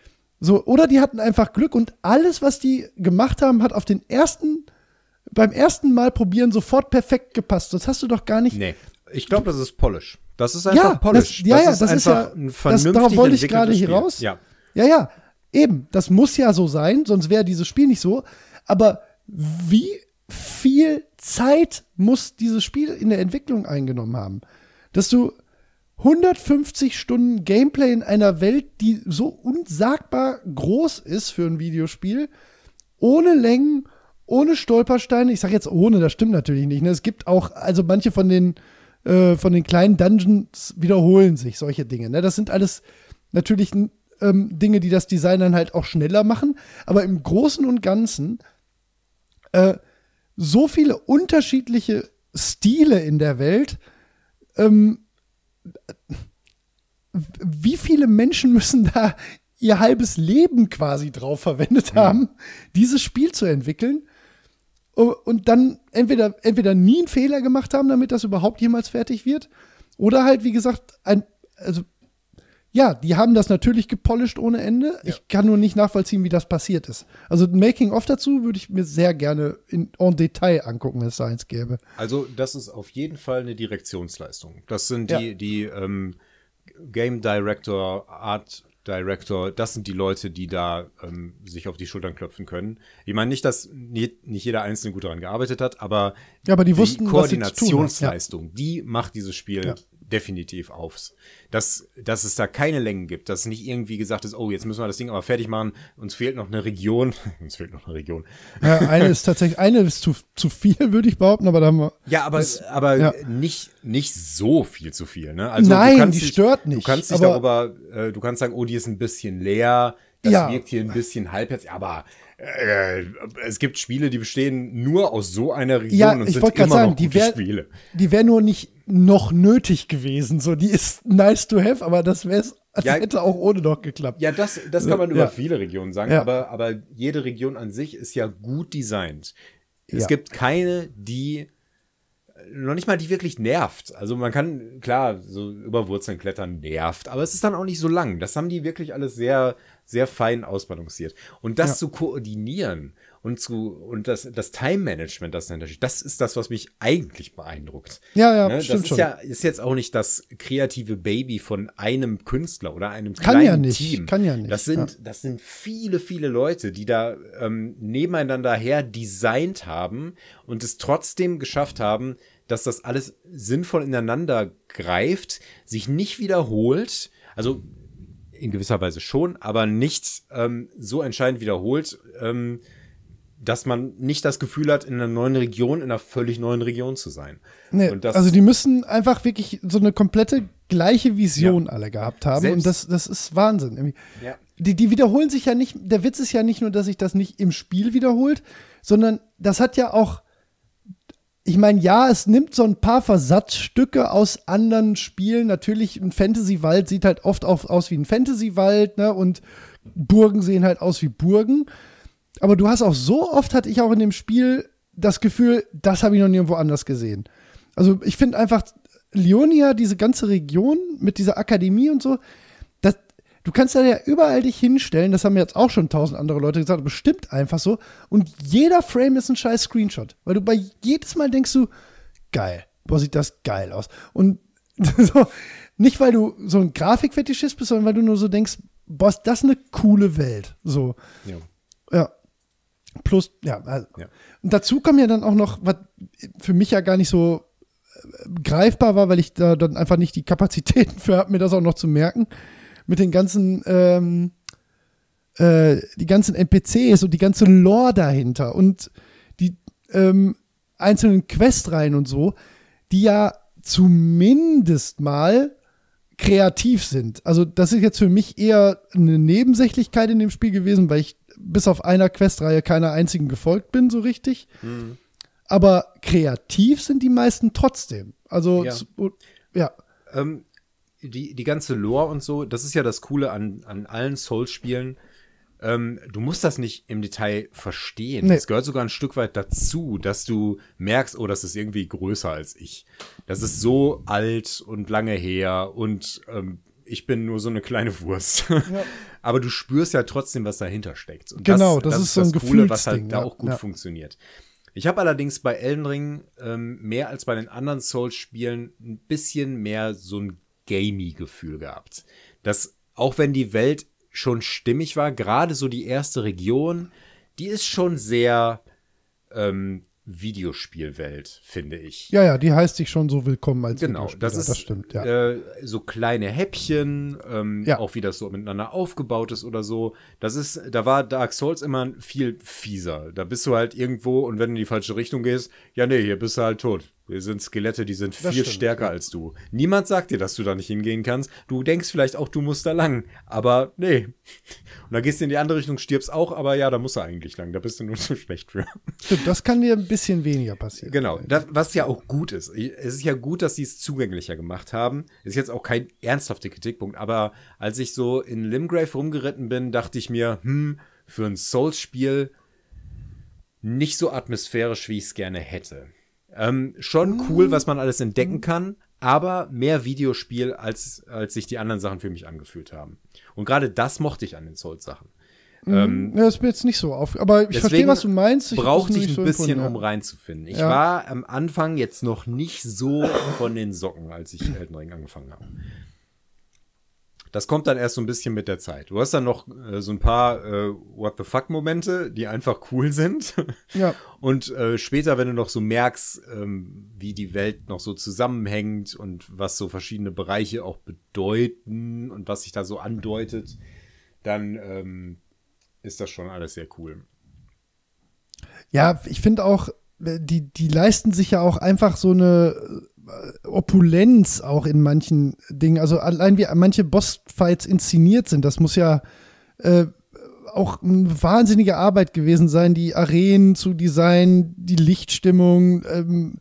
So, oder die hatten einfach Glück und alles, was die gemacht haben, hat auf den ersten, beim ersten Mal probieren sofort perfekt gepasst. Das hast du doch gar nicht. Nee, ich glaube, das ist Polish. Das ist einfach ja, Polish. Das, ja, das ja, ist das einfach ist ja, ein vernünftig das, darauf wollte ich gerade hier Spiel. raus. Ja. ja, ja, eben. Das muss ja so sein, sonst wäre dieses Spiel nicht so. Aber wie viel Zeit muss dieses Spiel in der Entwicklung eingenommen haben? Dass du hundertfünfzig Stunden Gameplay in einer Welt, die so unsagbar groß ist für ein Videospiel, ohne Längen, ohne Stolpersteine. Ich sag jetzt ohne, das stimmt natürlich nicht. Ne? Es gibt auch, also manche von den äh, von den kleinen Dungeons wiederholen sich, solche Dinge. Ne? Das sind alles natürlich ähm, Dinge, die das Design dann halt auch schneller machen. Aber im Großen und Ganzen äh, so viele unterschiedliche Stile in der Welt, ähm, wie viele Menschen müssen da ihr halbes Leben quasi drauf verwendet haben, ja. dieses Spiel zu entwickeln und dann entweder, entweder nie einen Fehler gemacht haben, damit das überhaupt jemals fertig wird, oder halt, wie gesagt, ein, also Ja, die haben das natürlich gepolished ohne Ende. Ja. Ich kann nur nicht nachvollziehen, wie das passiert ist. Also ein Making-of dazu würde ich mir sehr gerne in en Detail angucken, wenn es da eins gäbe. Also das ist auf jeden Fall eine Direktionsleistung. Das sind die, ja. die ähm, Game Director, Art Director, das sind die Leute, die da ähm, sich auf die Schultern klopfen können. Ich meine nicht, dass nicht, nicht jeder Einzelne gut daran gearbeitet hat, aber, ja, aber die, wussten, die Koordinationsleistung, ja. die macht dieses Spiel ja. definitiv auf. Dass, dass es da keine Längen gibt, dass nicht irgendwie gesagt ist, oh, jetzt müssen wir das Ding aber fertig machen, uns fehlt noch eine Region. uns fehlt noch eine Region. Ja, eine ist tatsächlich, eine ist zu, zu viel, würde ich behaupten, aber da haben wir. Ja, aber, das, aber ja. nicht, nicht so viel zu viel, ne? Also, Nein, du kannst die dich, stört nicht. Du kannst dich darüber, äh, du kannst sagen, oh, die ist ein bisschen leer, das ja. wirkt hier ein bisschen halbherzig, aber äh, es gibt Spiele, die bestehen nur aus so einer Region ja, und ich sind immer sagen, noch gute die wär, Spiele. Die wäre nur nicht noch nötig gewesen. So, die ist nice to have, aber das wäre es, ja, hätte auch ohne noch geklappt. Ja, das, das kann man ja. über viele Regionen sagen, ja. aber, aber jede Region an sich ist ja gut designt. Es ja. gibt keine, die noch nicht mal die wirklich nervt. Also man kann, klar, so über Wurzeln klettern nervt, aber es ist dann auch nicht so lang. Das haben die wirklich alles sehr, sehr fein ausbalanciert. Und das ja. zu koordinieren und zu und das, das Time-Management, das dahinter steht, das ist das, was mich eigentlich beeindruckt. Ja, ja, ne? stimmt Das ist schon. ja ist jetzt auch nicht das kreative Baby von einem Künstler oder einem kann kleinen ja nicht, Team. Kann ja nicht. Das sind, ja. das sind viele, viele Leute, die da ähm, nebeneinander her designt haben und es trotzdem geschafft haben, dass das alles sinnvoll ineinander greift, sich nicht wiederholt, also in gewisser Weise schon, aber nicht ähm, so entscheidend wiederholt, ähm, dass man nicht das Gefühl hat, in einer neuen Region, in einer völlig neuen Region zu sein. Nee, und das, also die müssen einfach wirklich so eine komplette gleiche Vision ja. alle gehabt haben. Selbst, und das, das ist Wahnsinn. Ja. Die, die wiederholen sich ja nicht, der Witz ist ja nicht nur, dass sich das nicht im Spiel wiederholt, sondern das hat ja auch, ich meine, ja, es nimmt so ein paar Versatzstücke aus anderen Spielen. Natürlich, ein Fantasy-Wald sieht halt oft auch aus wie ein Fantasy-Wald, ne? Und Burgen sehen halt aus wie Burgen. Aber du hast auch so oft, hatte ich auch in dem Spiel das Gefühl, das habe ich noch nirgendwo anders gesehen. Also ich finde einfach, Leonia, diese ganze Region mit dieser Akademie und so, das, du kannst da ja überall dich hinstellen, das haben jetzt auch schon tausend andere Leute gesagt, aber bestimmt einfach so. Und jeder Frame ist ein scheiß Screenshot. Weil du bei jedes Mal denkst du, geil, boah, sieht das geil aus. Und so, nicht, weil du so ein Grafikfetischist bist, sondern weil du nur so denkst, boah, ist das eine coole Welt. So. Ja. Ja. Plus, ja, also. ja. Und dazu kommen ja dann auch noch, was für mich ja gar nicht so greifbar war, weil ich da dann einfach nicht die Kapazitäten für habe, mir das auch noch zu merken, mit den ganzen ähm, äh, die ganzen N P Cs und die ganze Lore dahinter und die ähm, einzelnen Questreihen und so, die ja zumindest mal kreativ sind. Also das ist jetzt für mich eher eine Nebensächlichkeit in dem Spiel gewesen, weil ich bis auf einer Questreihe keiner einzigen gefolgt bin, so richtig. Mhm. Aber kreativ sind die meisten trotzdem. Also, ja. zu, ja. Ähm, die, die ganze Lore und so, das ist ja das Coole an, an allen Souls-Spielen. Ähm, du musst das nicht im Detail verstehen. Es nee. gehört sogar ein Stück weit dazu, dass du merkst, oh, das ist irgendwie größer als ich. Das ist so alt und lange her und ähm, ich bin nur so eine kleine Wurst. Ja. Aber du spürst ja trotzdem, was dahinter steckt. Und genau, das, das, das ist so ein das Coole, was halt Gefühlsding, da ja. auch gut ja. funktioniert. Ich habe allerdings bei Elden Ring ähm, mehr als bei den anderen Souls-Spielen ein bisschen mehr so ein Gamey-Gefühl gehabt. Dass, auch wenn die Welt schon stimmig war, gerade so die erste Region, die ist schon sehr ähm, Videospielwelt, finde ich. Ja, ja, die heißt sich schon so willkommen als Genau, das ist das stimmt, ja. äh, so kleine Häppchen, ähm, ja. auch wie das so miteinander aufgebaut ist oder so. Das ist, da war Dark Souls immer viel fieser. Da bist du halt irgendwo und wenn du in die falsche Richtung gehst, ja nee, hier bist du halt tot. Wir sind Skelette, die sind viel stimmt, stärker ja. als du. Niemand sagt dir, dass du da nicht hingehen kannst. Du denkst vielleicht auch, du musst da lang. Aber nee. Und dann gehst du in die andere Richtung, stirbst auch, aber ja, da musst du eigentlich lang. Da bist du nur zu schlecht für. Stimmt, das kann dir ein bisschen weniger passieren. Genau, das, was ja auch gut ist. Es ist ja gut, dass sie es zugänglicher gemacht haben. Ist jetzt auch kein ernsthafter Kritikpunkt, aber als ich so in Limgrave rumgeritten bin, dachte ich mir, hm, für ein Souls-Spiel nicht so atmosphärisch, wie ich es gerne hätte. Ähm, schon cool, was man alles entdecken kann, aber mehr Videospiel, als, als sich die anderen Sachen für mich angefühlt haben. Und gerade das mochte ich an den Souls-Sachen. Mhm. Ähm, ja, das ist mir jetzt nicht so auf. Aber ich verstehe, was du meinst. Ich brauchte ich ein so bisschen, empfunden, um reinzufinden. Ich ja. war am Anfang jetzt noch nicht so von den Socken, als ich Elden Ring angefangen habe. Das kommt dann erst so ein bisschen mit der Zeit. Du hast dann noch äh, so ein paar äh, What-the-fuck-Momente, die einfach cool sind. Ja. Und äh, später, wenn du noch so merkst, ähm, wie die Welt noch so zusammenhängt und was so verschiedene Bereiche auch bedeuten und was sich da so andeutet, dann ähm, ist das schon alles sehr cool. Ja, ich finde auch, die, die leisten sich ja auch einfach so eine Opulenz auch in manchen Dingen. Also allein wie manche Bossfights inszeniert sind, das muss ja äh, auch eine wahnsinnige Arbeit gewesen sein, die Arenen zu designen, die Lichtstimmung, ähm,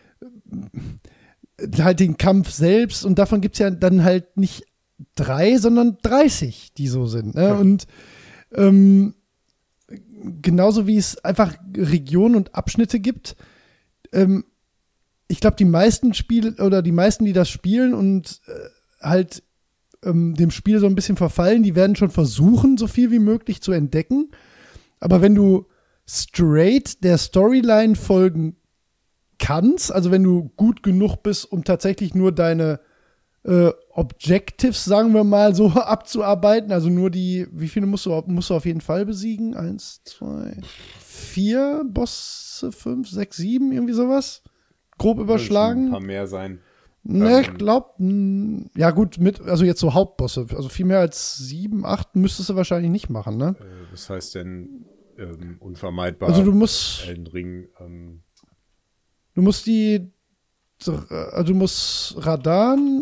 halt den Kampf selbst. Und davon gibt es ja dann halt nicht drei, sondern dreißig, die so sind. Ne? Ja. Und ähm, genauso wie es einfach Regionen und Abschnitte gibt, ähm, ich glaube, die meisten Spiele oder die meisten, die das spielen und äh, halt ähm, dem Spiel so ein bisschen verfallen, die werden schon versuchen, so viel wie möglich zu entdecken. Aber wenn du straight der Storyline folgen kannst, also wenn du gut genug bist, um tatsächlich nur deine äh, Objectives, sagen wir mal, so abzuarbeiten, also nur die, wie viele musst du, musst du auf jeden Fall besiegen? Eins, zwei, vier Bosse, fünf, sechs, sieben, irgendwie sowas? Grob überschlagen. Ein paar mehr sein. Ne, ich ähm, glaube, ja gut, mit, also jetzt so Hauptbosse, also viel mehr als sieben, acht müsstest du wahrscheinlich nicht machen, ne? Äh, was heißt denn ähm, unvermeidbar? Also du musst, Elden Ring, ähm, du musst die, also du musst Radan,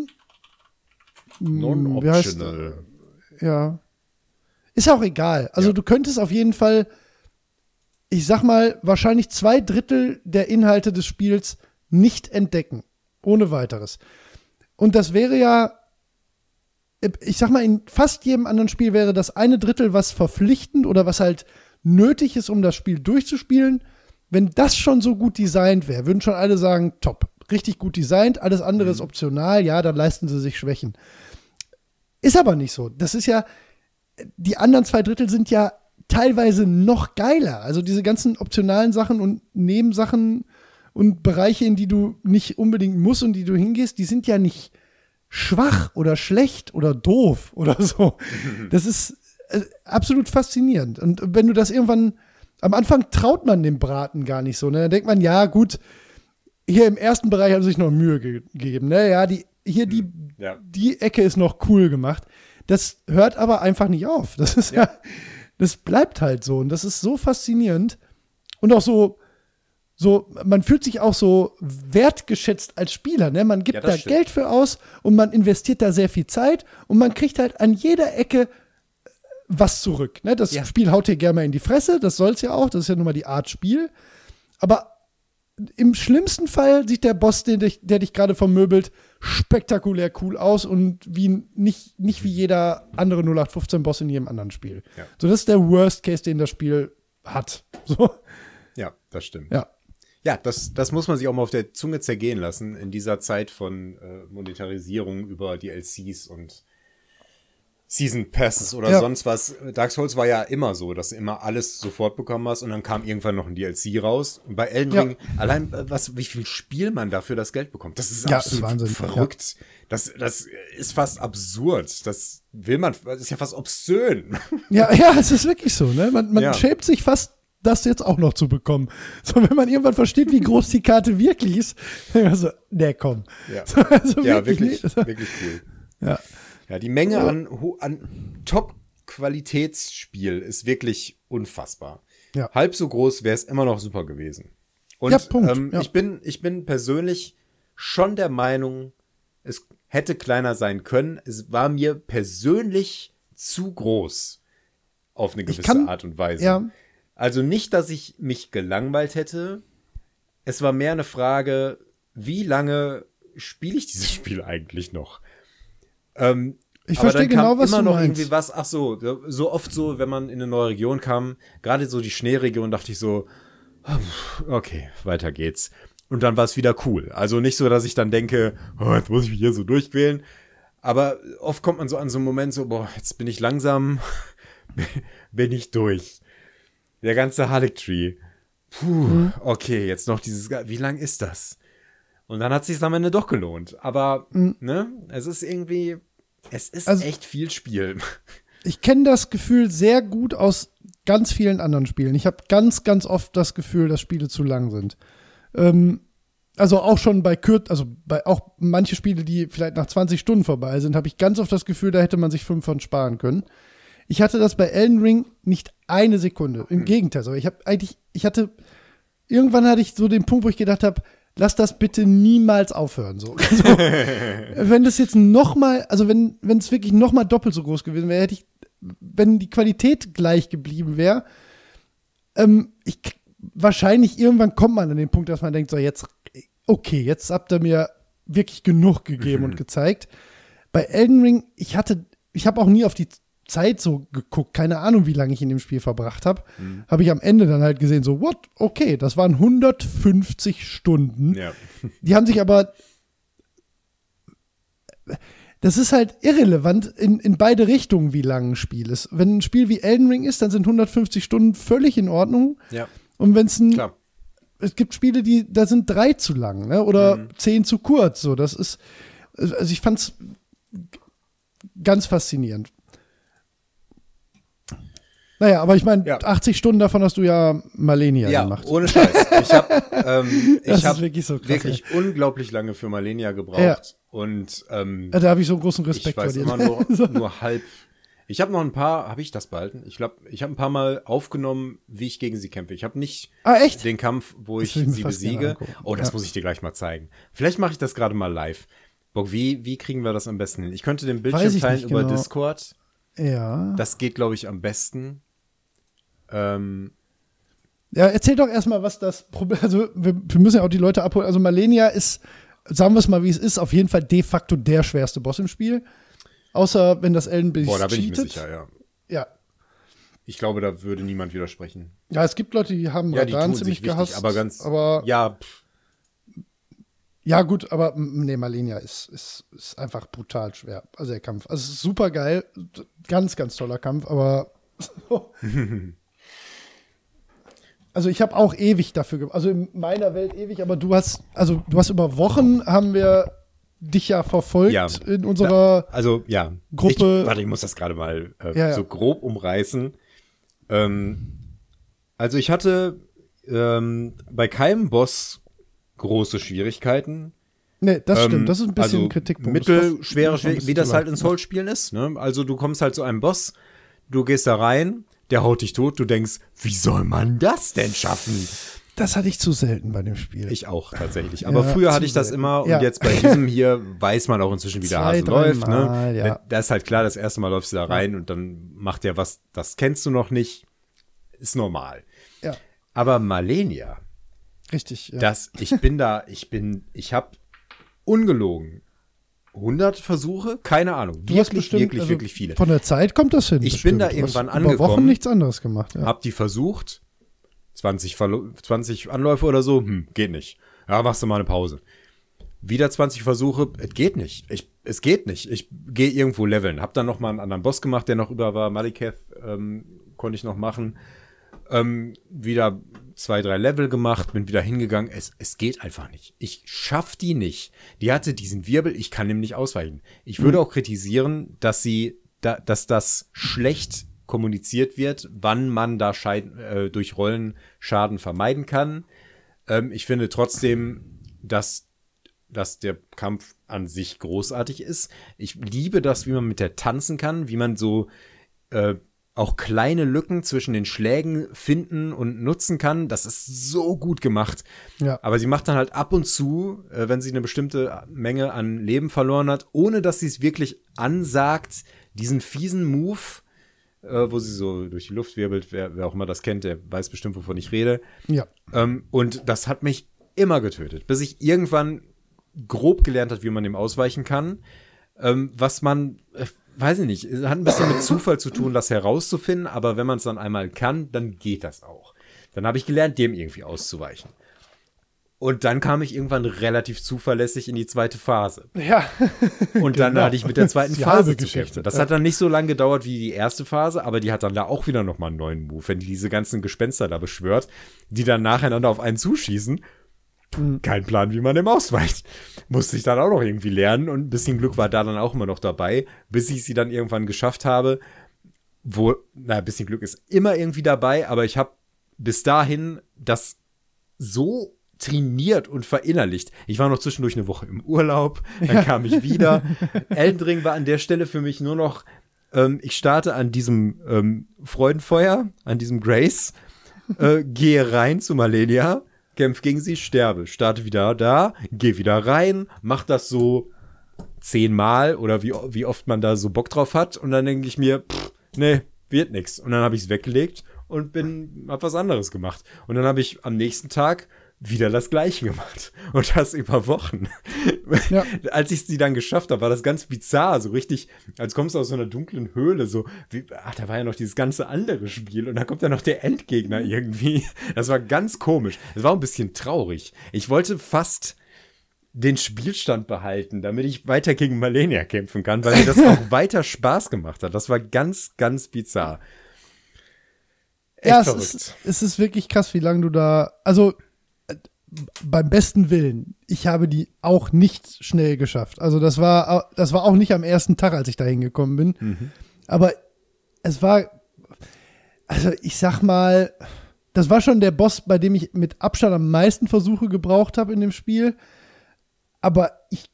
non-optional. Ja. Ist auch egal. Also ja. Du könntest auf jeden Fall, ich sag mal, wahrscheinlich zwei Drittel der Inhalte des Spiels nicht entdecken. Ohne weiteres. Und das wäre ja, ich sag mal, in fast jedem anderen Spiel wäre das eine Drittel was verpflichtend oder was halt nötig ist, um das Spiel durchzuspielen. Wenn das schon so gut designt wäre, würden schon alle sagen, top, richtig gut designt, alles andere mhm. ist optional, ja, dann leisten sie sich Schwächen. Ist aber nicht so. Das ist ja, die anderen zwei Drittel sind ja teilweise noch geiler. Also diese ganzen optionalen Sachen und Nebensachen und Bereiche, in die du nicht unbedingt musst und die du hingehst, die sind ja nicht schwach oder schlecht oder doof oder so. Das ist äh, absolut faszinierend. Und wenn du das irgendwann, am Anfang traut man dem Braten gar nicht so. Ne? Da denkt man, ja gut, hier im ersten Bereich haben sie sich noch Mühe ge- gegeben. Ne? Ja, die, hier die, ja. die Ecke ist noch cool gemacht. Das hört aber einfach nicht auf. Das ist ja, ja das bleibt halt so. Und das ist so faszinierend. Und auch so, So, man fühlt sich auch so wertgeschätzt als Spieler, ne? Man gibt ja, da stimmt. Geld für aus und man investiert da sehr viel Zeit und man kriegt halt an jeder Ecke was zurück, ne? Das ja. Spiel haut dir gerne mal in die Fresse, das soll's ja auch, das ist ja nun mal die Art Spiel. Aber im schlimmsten Fall sieht der Boss, den dich, der dich gerade vermöbelt, spektakulär cool aus und wie nicht, nicht wie jeder andere null acht fünfzehn Boss in jedem anderen Spiel. Ja. So, das ist der Worst Case, den das Spiel hat. So. Ja, das stimmt. Ja. Ja, das, das muss man sich auch mal auf der Zunge zergehen lassen in dieser Zeit von äh, Monetarisierung über D L Cs und Season Passes oder ja. sonst was. Dark Souls war ja immer so, dass du immer alles sofort bekommen hast und dann kam irgendwann noch ein D L C raus. Und bei Elden ja. Ring, allein was, wie viel Spiel man dafür das Geld bekommt, das ist ja, absolut ist Wahnsinn, verrückt. Ja. Das, das ist fast absurd. Das will man, das ist ja fast obszön. Ja, ja, es ist wirklich so, ne? Man, man ja. schämt sich fast, das jetzt auch noch zu bekommen. So, wenn man irgendwann versteht, wie groß die Karte wirklich ist, dann so, nee, komm. Ja, so, also ja wirklich, wirklich, nee. wirklich cool. Ja, ja die Menge an, an Top-Qualitätsspiel ist wirklich unfassbar. Ja. Halb so groß wäre es immer noch super gewesen. Und ja, Punkt. Ähm, ja. ich bin, ich bin persönlich schon der Meinung, es hätte kleiner sein können. Es war mir persönlich zu groß auf eine gewisse kann, Art und Weise. Ja. Also nicht, dass ich mich gelangweilt hätte. Es war mehr eine Frage, wie lange spiele ich dieses Spiel eigentlich noch? Ähm, ich verstehe genau, was immer du noch meinst. Irgendwie was, ach so, so oft so, wenn man in eine neue Region kam, gerade so die Schneeregion, dachte ich so, okay, weiter geht's. und dann war es wieder cool. Also nicht so, dass ich dann denke, oh, jetzt muss ich mich hier so durchquälen. Aber oft kommt man so an so einen Moment so, boah, jetzt bin ich langsam, bin ich durch. Der ganze Haligtree. Puh, mhm. okay, jetzt noch dieses, wie lang ist das? Und dann hat es sich am Ende doch gelohnt. Aber, mhm. ne, es ist irgendwie, es ist also, echt viel Spiel. Ich kenne das Gefühl sehr gut aus ganz vielen anderen Spielen. Ich habe ganz, ganz oft das Gefühl, dass Spiele zu lang sind. Ähm, also auch schon bei Kürz, also bei auch manche Spiele, die vielleicht nach zwanzig Stunden vorbei sind, habe ich ganz oft das Gefühl, da hätte man sich fünf von sparen können. Ich hatte das bei Elden Ring nicht eine Sekunde. Im mhm. Gegenteil. Aber ich habe eigentlich, ich hatte, irgendwann hatte ich so den Punkt, wo ich gedacht habe, lass das bitte niemals aufhören. So. Also, wenn das jetzt noch mal, also wenn wenn es wirklich noch mal doppelt so groß gewesen wäre, hätte ich, wenn die Qualität gleich geblieben wäre, ähm, ich wahrscheinlich irgendwann kommt man an den Punkt, dass man denkt, so jetzt, okay, jetzt habt ihr mir wirklich genug gegeben mhm. und gezeigt. Bei Elden Ring, ich hatte, ich habe auch nie auf die Zeit so geguckt, keine Ahnung, wie lange ich in dem Spiel verbracht habe, mhm. habe ich am Ende dann halt gesehen, so, what? Okay, das waren hundertfünfzig Stunden. Ja. Die haben sich aber, das ist halt irrelevant in, in beide Richtungen, wie lang ein Spiel ist. Wenn ein Spiel wie Elden Ring ist, dann sind hundertfünfzig Stunden völlig in Ordnung. Ja. Und wenn es ein, Klar. es gibt Spiele, die, da sind drei zu lang, ne? Oder mhm. zehn zu kurz, so, das ist, also ich fand's ganz faszinierend. Naja, aber ich meine, ja. achtzig Stunden davon hast du ja Malenia ja, gemacht. Ja, ohne Scheiß. Ich habe ähm, ich hab wirklich, so krass, wirklich unglaublich lange für Malenia gebraucht. Ja. Und ähm, da habe ich so einen großen Respekt vor dir. Ich weiß immer nur, nur halb. Ich habe noch ein paar, habe ich das behalten? Ich glaube, ich habe ein paar Mal aufgenommen, wie ich gegen sie kämpfe. Ich habe nicht ah, echt? den Kampf, wo ich, ich sie besiege. Oh, das ja. muss ich dir gleich mal zeigen. Vielleicht mache ich das gerade mal live. Bock, wie, wie kriegen wir das am besten hin? Ich könnte den Bildschirm teilen über genau. Discord. Ja. Das geht, glaube ich, am besten. Ähm, ja, erzähl doch erstmal, was das Problem, also wir, wir müssen ja auch die Leute abholen. Also Malenia ist, sagen wir es mal, wie es ist, auf jeden Fall de facto der schwerste Boss im Spiel. Außer wenn das Elden Beast Boah, da bin cheatet. ich mir sicher, ja. Ja. Ich glaube, da würde niemand widersprechen. Ja, es gibt Leute, die haben ja, die Radan tun ziemlich sich wichtig, gehasst. aber ganz, aber ja, pff. Ja, gut, aber nee, Malenia ist, ist, ist einfach brutal schwer. Also der Kampf. Also super geil. Ganz, ganz toller Kampf, aber also ich habe auch ewig dafür gemacht. Also in meiner Welt ewig, aber du hast, also du hast über Wochen haben wir dich ja verfolgt ja. in unserer Na, also, ja. Gruppe. Ich, warte, ich muss das gerade mal äh, ja, ja. so grob umreißen. Ähm, also ich hatte ähm, bei keinem Boss große Schwierigkeiten. Nee, das ähm, stimmt. Das ist ein bisschen also ein Kritikpunkt. Mittelschwere Schwierigkeiten, wie das halt in Souls-Spielen ist. Ne? Also du kommst halt zu einem Boss, du gehst da rein, der haut dich tot, du denkst, wie soll man das denn schaffen? Das hatte ich zu selten bei dem Spiel. Ich auch, tatsächlich. Aber ja, früher hatte ich das selten. immer und ja. jetzt bei diesem hier weiß man auch inzwischen, wie der Hase läuft. Mal, ne? ja. Da ist halt klar, das erste Mal läufst du da rein ja. und dann macht der was, das kennst du noch nicht. Ist normal. Ja. Aber Malenia. Richtig, ja. Das, ich bin da, ich bin, ich habe ungelogen hundert Versuche? Keine Ahnung. Du wirklich, bestimmt, wirklich, also wirklich viele. Von der Zeit kommt das hin. Ich bestimmt. bin da irgendwann du hast angekommen. Über Wochen nichts anderes gemacht. Ja. Hab die versucht. zwanzig, Verlo- zwanzig Anläufe oder so. Hm, geht nicht. Ja, machst du mal eine Pause. Wieder zwanzig Versuche. Es geht nicht. Ich, es geht nicht. Ich gehe irgendwo leveln. Hab dann noch mal einen anderen Boss gemacht, der noch über war. Maliketh ähm, konnte ich noch machen. Ähm, wieder zwei, drei Level gemacht, bin wieder hingegangen. Es, es geht einfach nicht. Ich schaff die nicht. Die hatte diesen Wirbel, ich kann ihm nicht ausweichen. Ich würde mhm. auch kritisieren, dass sie, da, dass das schlecht kommuniziert wird, wann man da Scheid- äh, durch Rollen Schaden vermeiden kann. Ähm, ich finde trotzdem, dass, dass der Kampf an sich großartig ist. Ich liebe das, wie man mit der tanzen kann, wie man so äh, auch kleine Lücken zwischen den Schlägen finden und nutzen kann. Das ist so gut gemacht. Ja. Aber sie macht dann halt ab und zu, äh, wenn sie eine bestimmte Menge an Leben verloren hat, ohne dass sie es wirklich ansagt, diesen fiesen Move, äh, wo sie so durch die Luft wirbelt, wer, wer auch immer das kennt, der weiß bestimmt, wovon ich rede. Ja. Ähm, und das hat mich immer getötet, bis ich irgendwann grob gelernt hat, wie man dem ausweichen kann. Ähm, was man, äh, weiß ich nicht, hat ein bisschen mit Zufall zu tun, das herauszufinden, aber wenn man es dann einmal kann, dann geht das auch. Dann habe ich gelernt, dem irgendwie auszuweichen. Und dann kam ich irgendwann relativ zuverlässig in die zweite Phase. Ja. Und dann Genau. hatte ich mit der zweiten Die Phase halbe zu Geschichte. kämpfen. Das Ja. hat dann nicht so lange gedauert wie die erste Phase, aber die hat dann da auch wieder nochmal einen neuen Move, wenn die diese ganzen Gespenster da beschwört, die dann nacheinander auf einen zuschießen. Mhm. Kein Plan, wie man dem ausweicht. Musste ich dann auch noch irgendwie lernen und ein bisschen Glück war da dann auch immer noch dabei, bis ich sie dann irgendwann geschafft habe, wo, na, ein bisschen Glück ist immer irgendwie dabei, aber ich habe bis dahin das so trainiert und verinnerlicht. Ich war noch zwischendurch eine Woche im Urlaub, dann Ja. kam ich wieder. Elden Ring war an der Stelle für mich nur noch, ähm, ich starte an diesem ähm, Freudenfeuer, an diesem Grace, äh, gehe rein zu Malenia, kämpf gegen sie, sterbe, starte wieder da, gehe wieder rein, mach das so zehnmal oder wie, wie oft man da so Bock drauf hat und dann denke ich mir, pff, nee, wird nix. Und dann habe ich es weggelegt und bin, hab was anderes gemacht. Und dann habe ich am nächsten Tag wieder das Gleiche gemacht. Und das über Wochen. Ja. Als ich sie dann geschafft habe, war das ganz bizarr. So richtig, als kommst du aus so einer dunklen Höhle. So, wie, ach, da war ja noch dieses ganze andere Spiel. Und da kommt ja noch der Endgegner irgendwie. Das war ganz komisch. Das war ein bisschen traurig. Ich wollte fast den Spielstand behalten, damit ich weiter gegen Malenia kämpfen kann, weil mir das auch weiter Spaß gemacht hat. Das war ganz, ganz bizarr. Echt Ja, es verrückt. ist, es ist wirklich krass, wie lange du da, also äh, beim besten Willen, ich habe die auch nicht schnell geschafft. Also das war, das war auch nicht am ersten Tag, als ich da hingekommen bin. Mhm. Aber es war, also ich sag mal, das war schon der Boss, bei dem ich mit Abstand am meisten Versuche gebraucht habe in dem Spiel. Aber ich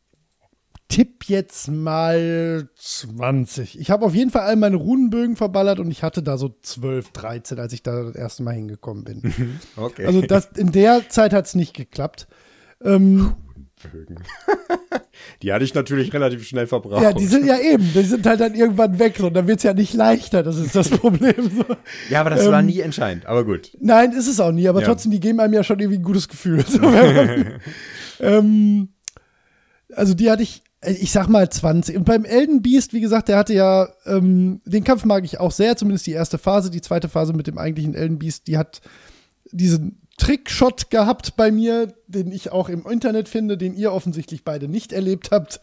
tipp jetzt mal zwanzig. Ich habe auf jeden Fall all meine Runenbögen verballert und ich hatte da so zwölf, dreizehn, als ich da das erste Mal hingekommen bin. Okay. Also das, in der Zeit hat es nicht geklappt. Ähm, Bögen. Die hatte ich natürlich relativ schnell verbraucht. ja, die sind ja eben, die sind halt dann irgendwann weg und dann wird es ja nicht leichter, das ist das Problem. So. Ja, aber das Ähm, war nie entscheidend, aber gut. Nein, ist es auch nie, aber Ja. trotzdem, die geben einem ja schon irgendwie ein gutes Gefühl. So, wenn man, ähm, also die hatte ich, ich sag mal zwanzig. Und beim Elden Beast, wie gesagt, der hatte ja, ähm, den Kampf mag ich auch sehr, zumindest die erste Phase. Die zweite Phase mit dem eigentlichen Elden Beast, die hat diesen Trickshot gehabt bei mir, den ich auch im Internet finde, den ihr offensichtlich beide nicht erlebt habt.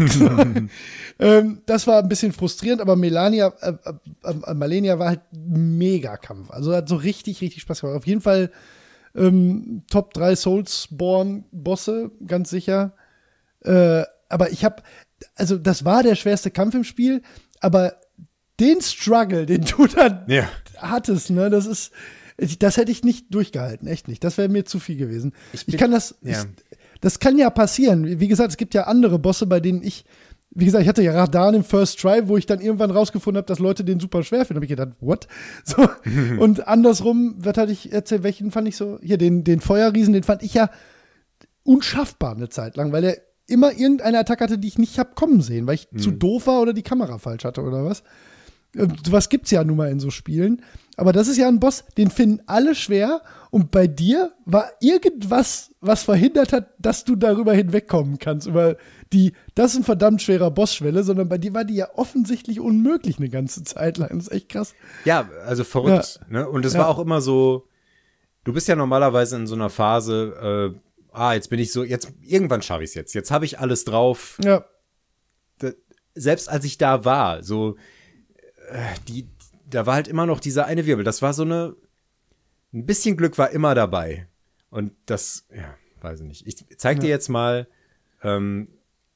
ähm, das war ein bisschen frustrierend, aber Melania, äh, äh, Malenia war halt mega Kampf. Also hat so richtig, richtig Spaß gemacht. Auf jeden Fall ähm, Top drei Soulsborne-Bosse, ganz sicher. Äh, aber ich habe, also das war der schwerste Kampf im Spiel, aber den Struggle, den du dann Ja. hattest, ne, das ist, das hätte ich nicht durchgehalten, echt nicht. Das wäre mir zu viel gewesen. Ich Ich, bin- kann das, ja. ich, das kann ja passieren. Wie gesagt, es gibt ja andere Bosse, bei denen ich, wie gesagt, ich hatte ja Radan im First Try, wo ich dann irgendwann rausgefunden habe, dass Leute den super schwer finden. Da habe ich gedacht, what? So. Und andersrum, was hatte ich erzählt, welchen fand ich so, hier, den, den Feuerriesen, den fand ich ja unschaffbar eine Zeit lang, weil er immer irgendeine Attacke hatte, die ich nicht hab kommen sehen, weil ich zu doof war oder die Kamera falsch hatte oder was. Äh, Sowas gibt's ja nun mal in so Spielen. Aber das ist ja ein Boss, den finden alle schwer. Und bei dir war irgendwas, was verhindert hat, dass du darüber hinwegkommen kannst. Über die, das ist ein verdammt schwerer Bossschwelle, sondern bei dir war die ja offensichtlich unmöglich eine ganze Zeit lang. Das ist echt krass. Ja, also verrückt. Ne? Und es Ja. war auch immer so, du bist ja normalerweise in so einer Phase, äh, ah, jetzt bin ich so, jetzt, irgendwann schaffe ich es jetzt. Jetzt habe ich alles drauf. Ja. Da, selbst als ich da war, so, äh, die, da war halt immer noch dieser eine Wirbel. Das war so eine, ein bisschen Glück war immer dabei. Und das, ja, weiß ich nicht. Ich zeig dir Ja. jetzt mal ähm,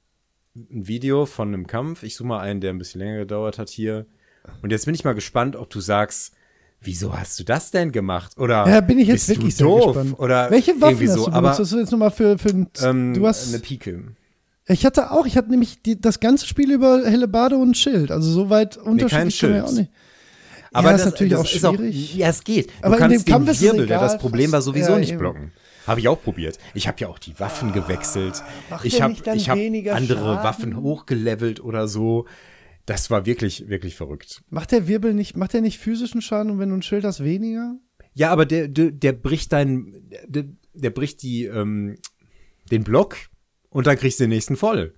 ein Video von einem Kampf. Ich suche mal einen, der ein bisschen länger gedauert hat hier. Und jetzt bin ich mal gespannt, ob du sagst, wieso hast du das denn gemacht? Oder Ja, bin ich jetzt bist wirklich du sehr doof? gespannt. Oder Welche Waffen irgendwie hast so. du Aber benutzt? Das ist jetzt nochmal für, für ein, ähm, du hast, eine Pike. ich hatte auch, ich hatte nämlich die, das ganze Spiel über Hellebarde und Schild. Also so weit unterschiedlich kann man ja auch Schild. nicht. Aber ja, das ist natürlich das auch ist schwierig. ja, es geht. Aber du in kannst dem Kampf den ist es Wirbel, der egal, das Problem war, fast. sowieso Ja, nicht eben. blocken. Habe ich auch probiert. Ich habe ja auch die Waffen gewechselt. macht Ich der habe nicht dann ich hab weniger andere Schaden? Waffen hochgelevelt oder so. Das war wirklich, wirklich verrückt. Macht der Wirbel nicht, macht der nicht physischen Schaden und wenn du ein Schild hast, weniger? Ja, aber der, der, der bricht deinen, der, der bricht die, ähm, den Block und dann kriegst du den nächsten voll.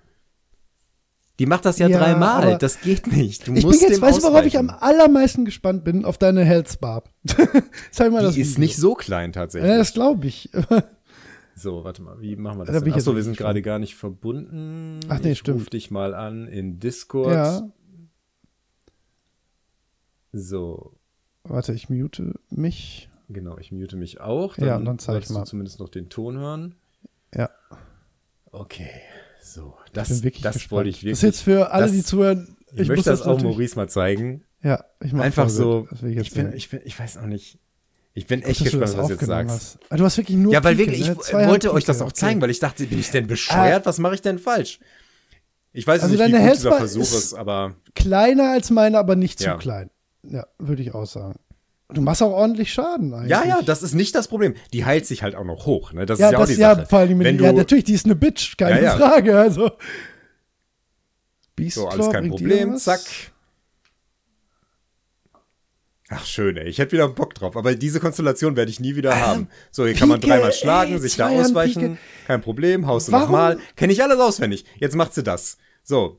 Die macht das ja, Ja, dreimal. aber Das geht nicht. Du Ich musst bin jetzt, dem weißt du, worauf ich ausweichen. am allermeisten gespannt bin? Auf deine Health Bar. Zeig mal das Die ist Video. nicht so klein tatsächlich. Ja, das glaube ich. So, warte mal, wie machen wir das Da denn? bin ich jetzt Achso, wir sind gespannt. gerade gar nicht verbunden. Ach nee, ich stimmt. ruf dich mal an in Discord. Ja. So, Warte, ich mute mich. genau, ich mute mich auch. Ja, und dann zeig solltest ich mal. du zumindest noch den Ton hören. Ja. Okay, so, Ich das, bin wirklich das gespannt. wollte ich wirklich. Das ist jetzt für alle, das- die zuhören. Ich, möchte muss das auch natürlich- Maurice mal zeigen. Ja, ich mach Einfach so, Vorbild. Das will ich, ich, jetzt bin, sehen. ich, bin, ich weiß auch nicht. Ich bin echt Dass du gespannt, das was du jetzt aufgenommen sagst. hast. Ah, du hast wirklich nur Ja, weil Pike, wirklich, ich ne? Zwei wollte Hand euch das Pike, auch okay. zeigen, weil ich dachte, bin ich denn bescheuert? Was mache ich denn falsch? Ich weiß Also nicht, wie deine gut dieser Healthbar Versuch ist- ist, aber Kleiner als meine, aber nicht Ja. zu klein. Ja, würde ich auch sagen. Du machst auch ordentlich Schaden eigentlich. ja, ja, das ist nicht das Problem. Die heilt sich halt auch noch hoch, ne? Das ja, ist ja auch das die ja Sache. vor allem, Wenn ja, du, natürlich, die ist eine Bitch, keine Ja, ja. Frage. Also. Beast so, alles Claw kein bringt dir Problem, was? zack. Ach, schön, ey. Ich hätte wieder Bock drauf. Aber diese Konstellation werde ich nie wieder haben. So, hier kann man Pike, dreimal schlagen, ey, sich da zwei Hand ausweichen. Pike. Kein Problem, haust du Warum? nochmal. Kenne ich alles auswendig. Jetzt macht sie das. So,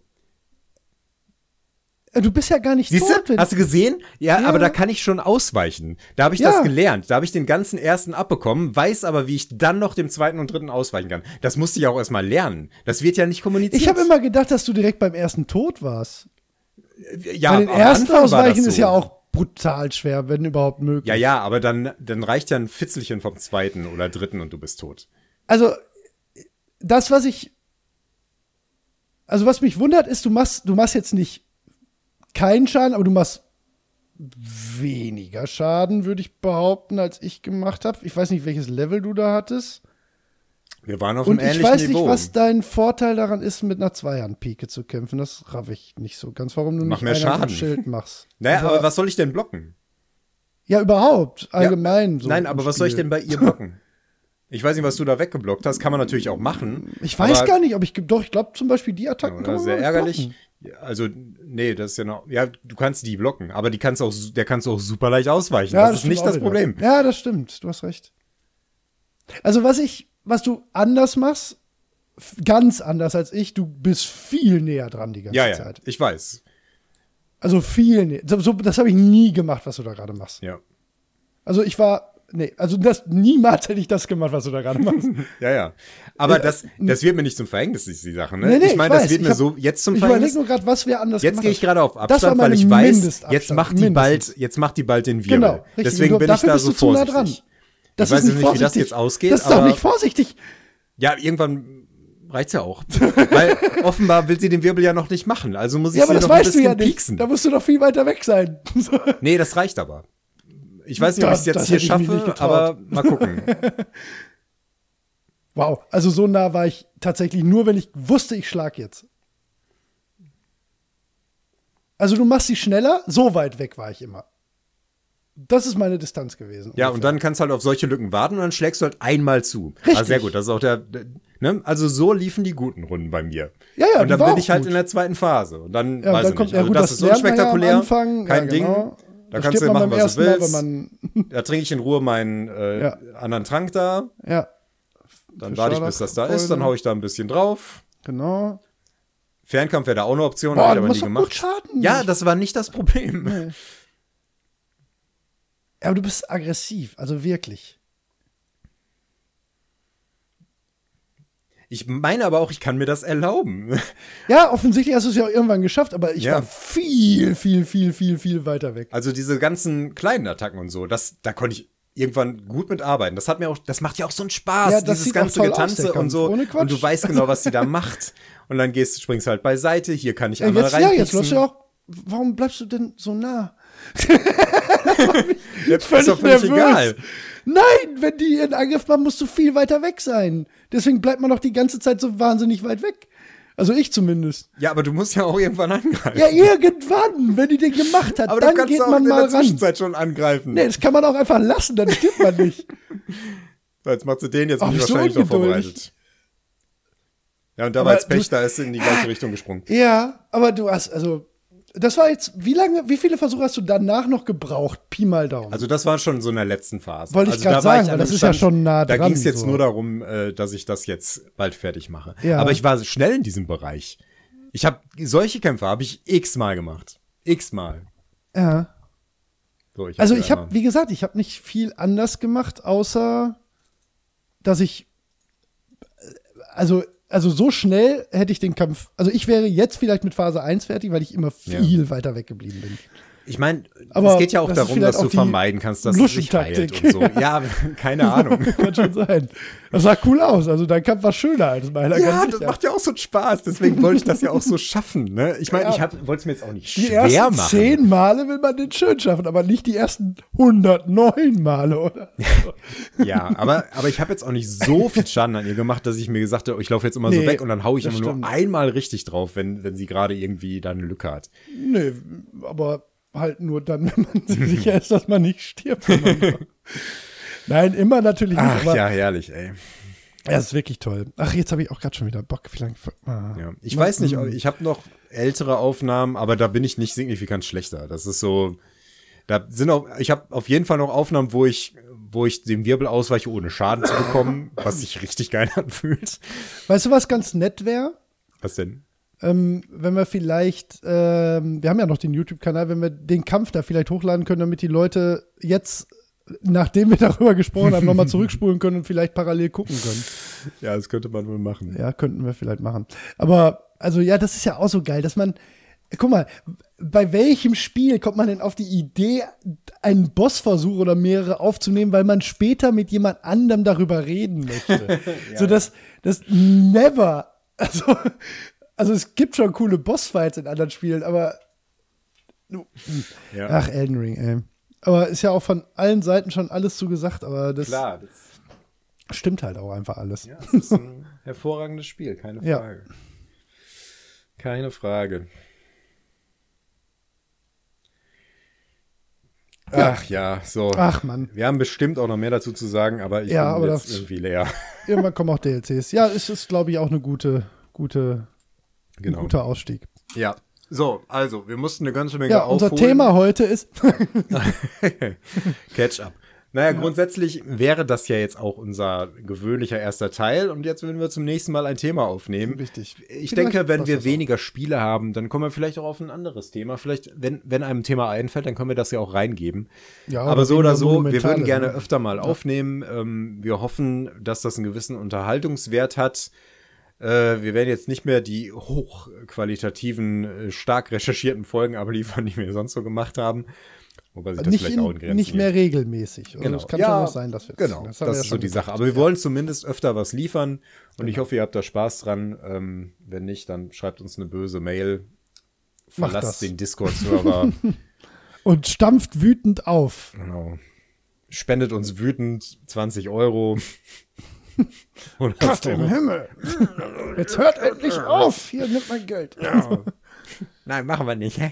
Du bist ja gar nicht siehst tot. du? wenn- Hast du gesehen? Ja, Ja. aber da kann ich schon ausweichen. Da habe ich Ja. das gelernt. Da habe ich den ganzen ersten abbekommen, weiß aber, wie ich dann noch dem zweiten und dritten ausweichen kann. Das musste ich auch erstmal lernen. Das wird ja nicht kommuniziert. Ich habe immer gedacht, dass du direkt beim ersten tot warst. ja, Bei den am ersten Anfang war das Ausweichen so. ist ja auch brutal schwer, wenn überhaupt möglich. Ja, ja, aber dann, dann reicht ja ein Fitzelchen vom zweiten oder dritten und du bist tot. Also, das, was ich. Also, was mich wundert, ist, du machst, du machst jetzt nicht keinen Schaden, aber du machst weniger Schaden, würde ich behaupten, als ich gemacht habe. Ich weiß nicht, welches Level du da hattest. Wir waren auf Und einem ich ähnlichen weiß Niveau. nicht, was dein Vorteil daran ist, mit einer Zweihand-Pike zu kämpfen. Das raff ich nicht so ganz, warum du Mach nicht mehr Einhand Schaden. und Schild machst. naja, Also, aber was soll ich denn blocken? ja, überhaupt, allgemein. So Nein, im aber was soll ich Spiel. denn bei ihr blocken? Ich weiß nicht, was du da weggeblockt hast. Kann man natürlich auch machen. Ich weiß aber, gar nicht, ob ich. Doch, ich glaube zum Beispiel die Ja, Attacken oder kann man sehr mal ärgerlich. blocken. Ja, also, nee, das ist ja noch. Ja, du kannst die blocken, aber die kannst auch, der kannst du auch super leicht ausweichen. Ja, das ist stimmt nicht auch das wieder. Problem. Ja, das stimmt. Du hast recht. Also, was ich, was du anders machst, f- ganz anders als ich, du bist viel näher dran die ganze Ja, ja, Zeit. ich weiß. Also viel näher. So, so, das habe ich nie gemacht, was du da gerade machst. Ja. Also ich war, nee, also das, niemals hätte ich das gemacht, was du da gerade machst. Ja, ja. Aber Ja, das, das wird mir nicht zum Verhängnis, ist die Sache, ne? Nee, nee, ich meine, ich das weiß. wird Ich mir hab- so jetzt zum Ich überlege Verhängnis. nur gerade, was wir anders Jetzt gemacht gehe ich haben. gerade auf Das war Abstand, weil meine ich weiß, Mindestabstand, jetzt macht die mindestens. bald, jetzt macht die bald den Wirbel. Genau, richtig. Deswegen Und bin ich dafür da bist so du zu nah vorsichtig. dran. Das Ich weiß ist nicht nicht, wie das vorsichtig. jetzt ausgeht, Das ist doch aber- nicht vorsichtig. Ja, irgendwann reicht's ja auch. Weil offenbar will sie den Wirbel ja noch nicht machen. Also muss ich Ja, aber sie das noch ein weißt du bisschen ja nicht. pieksen. Da musst du doch viel weiter weg sein. So. Nee, das reicht aber. Ich weiß nicht, ob ich es Das- jetzt das hier hätte ich mich nicht schaffe, getraut. aber mal gucken. Wow, also so nah war ich tatsächlich nur, wenn ich wusste, ich schlag jetzt. Also du machst sie schneller, so weit weg war ich immer. Das ist meine Distanz gewesen. Ja, ungefähr. und dann kannst du halt auf solche Lücken warten und dann schlägst du halt einmal zu. Richtig. Ah, sehr gut, das ist auch der, der ne? Also so liefen die guten Runden bei mir. Ja, ja, und die dann war bin auch ich halt gut. in der zweiten Phase. Und dann, Ja, und weiß dann ich kommt, nicht. ja Also gut, das, das ist lernt man unspektakulär. ja am Anfang. Kein ja, Ding. genau. Da Da kannst stirbt du man machen, beim was du ersten Mal, willst. wenn man, Da trinke ich in Ruhe meinen äh, Ja. anderen Trank da. ja, Dann Für warte ich, bis das da ist. Dann Scharlach- hau ich da ein bisschen drauf. genau. Fernkampf wäre da auch eine Option, Boah, habe ich du aber musst nie doch gemacht. gut Schaden. Ja, das war nicht das Problem. Nee. Aber du bist aggressiv, also wirklich. Ich meine aber auch, ich kann mir das erlauben. Ja, offensichtlich hast du es ja auch irgendwann geschafft, aber ich Ja. war viel, viel, viel, viel, viel weiter weg. Also diese ganzen kleinen Attacken und so, das, da konnte ich irgendwann gut mitarbeiten. Das hat mir auch, das macht ja auch so einen Spaß, Ja, das dieses sieht auch ganze toll aus, Getanze der und Kampf. so. Ohne Quatsch. Und du weißt genau, was die da macht. Und dann gehst, springst halt beiseite. Hier kann ich Ja, einmal jetzt, ja, rein. jetzt läufst du ja auch. Warum bleibst du denn so nah? Jetzt ist völlig doch völlig nervös. egal. Nein, wenn die ihren Angriff machen, musst du viel weiter weg sein. Deswegen bleibt man doch die ganze Zeit so wahnsinnig weit weg. Also ich zumindest. Ja, aber du musst ja auch irgendwann angreifen. Ja, irgendwann, wenn die den gemacht hat, aber du dann kannst geht auch man in mal der ran. Zwischenzeit schon angreifen. Nee, das kann man auch einfach lassen, dann stirbt man nicht. So, jetzt macht sie den, jetzt Oh, bin ich bist du wahrscheinlich noch ungeduldig. vorbereitet. Ja, und da Aber war jetzt du- Pech, da ist sie in die gleiche Richtung gesprungen. Ja, aber du hast, also, das war jetzt, wie lange, wie viele Versuche hast du danach noch gebraucht? Pi mal Daumen. Also das war schon so in der letzten Phase. Wollte ich also grad da war sagen, ich an weil das einem ist ja Stand, schon nah Da dran, ging es jetzt so. nur darum, äh, dass ich das jetzt bald fertig mache. Ja. Aber ich war schnell in diesem Bereich. Ich habe solche Kämpfe habe ich x-mal gemacht. X-mal. ja. So, ich Also hab ich ja habe, wie gesagt, ich habe nicht viel anders gemacht, außer dass ich also, also so schnell hätte ich den Kampf, also ich wäre jetzt vielleicht mit Phase eins fertig, weil ich immer viel ja. weiter weggeblieben bin. Ich meine, es geht ja auch darum, dass du vermeiden kannst, dass es sich heilt und so. Ja, keine Ahnung. Kann schon sein. Das sah cool aus. Also dein Kampf war schöner als meiner. Ja, das macht ja auch so einen Spaß. Deswegen wollte ich das ja auch so schaffen. Ne? Ich meine, ja. ich wollte es mir jetzt auch nicht die schwer ersten machen. Zehn Male will man den schön schaffen, aber nicht die ersten hundertneun Male, oder? Ja, aber, aber ich habe jetzt auch nicht so viel Schaden an ihr gemacht, dass ich mir gesagt habe, ich laufe jetzt immer nee, so weg und dann haue ich immer stimmt. nur einmal richtig drauf, wenn, wenn sie gerade irgendwie da eine Lücke hat. Nee, aber halt nur dann, wenn man sich sicher ist, dass man nicht stirbt. Nein, immer natürlich nicht. Ach aber ja, herrlich, ey. Ja, das ist wirklich toll. Ach, jetzt habe ich auch gerade schon wieder Bock. Wie lange? Ah. Ja, ich weiß nicht, ich habe noch ältere Aufnahmen, aber da bin ich nicht signifikant schlechter. Das ist so, da sind auch, ich habe auf jeden Fall noch Aufnahmen, wo ich, wo ich dem Wirbel ausweiche, ohne Schaden zu bekommen, was sich richtig geil anfühlt. Weißt du, was ganz nett wäre? Was denn? Ähm, wenn wir vielleicht, ähm, wir haben ja noch den YouTube-Kanal, wenn wir den Kampf da vielleicht hochladen können, damit die Leute jetzt, nachdem wir darüber gesprochen haben, nochmal zurückspulen können und vielleicht parallel gucken können. Ja, das könnte man wohl machen. Ja, könnten wir vielleicht machen. Aber, also ja, das ist ja auch so geil, dass man, guck mal, bei welchem Spiel kommt man denn auf die Idee, einen Bossversuch oder mehrere aufzunehmen, weil man später mit jemand anderem darüber reden möchte? ja. So, dass das never, also Also es gibt schon coole Bossfights in anderen Spielen, aber ja. Ach, Elden Ring, ey. Aber ist ja auch von allen Seiten schon alles zugesagt, aber das, Klar, das stimmt halt auch einfach alles. Ja, das ist ein hervorragendes Spiel, keine Frage. Ja. Keine Frage. Ach ja, so. Ach Mann. Wir haben bestimmt auch noch mehr dazu zu sagen, aber ich ja, bin aber jetzt irgendwie leer. Irgendwann kommen auch D L Cs. Ja, es ist, glaube ich, auch eine gute, gute Genau. Ein guter Ausstieg. Ja, so, also, wir mussten eine ganze Menge ja, aufholen. Unser Thema heute ist Catch-up. Naja, ja. Grundsätzlich wäre das ja jetzt auch unser gewöhnlicher erster Teil und jetzt würden wir zum nächsten Mal ein Thema aufnehmen. Richtig. Ich vielleicht denke, wenn wir weniger auch. Spiele haben, dann kommen wir vielleicht auch auf ein anderes Thema. Vielleicht, wenn, wenn einem ein Thema einfällt, dann können wir das ja auch reingeben. Ja, aber so oder so, wir würden gerne ne? öfter mal ja. aufnehmen. Ähm, wir hoffen, dass das einen gewissen Unterhaltungswert hat. Wir werden jetzt nicht mehr die hochqualitativen, stark recherchierten Folgen abliefern, die wir sonst so gemacht haben. Wobei sich das nicht vielleicht in, auch in Grenzen Nicht mehr geht. regelmäßig. Also genau. Es kann ja, schon was sein, dass wir Genau, das, das ja ist so die Sache. Aber wir wollen zumindest öfter was liefern und genau. ich hoffe, ihr habt da Spaß dran. Ähm, wenn nicht, dann schreibt uns eine böse Mail. Verlasst den Discord-Server. Und stampft wütend auf. Genau. Spendet uns wütend zwanzig Euro. Gott im Himmel. Jetzt hört endlich auf. Hier nimmt mein Geld. Ja. Nein, machen wir nicht.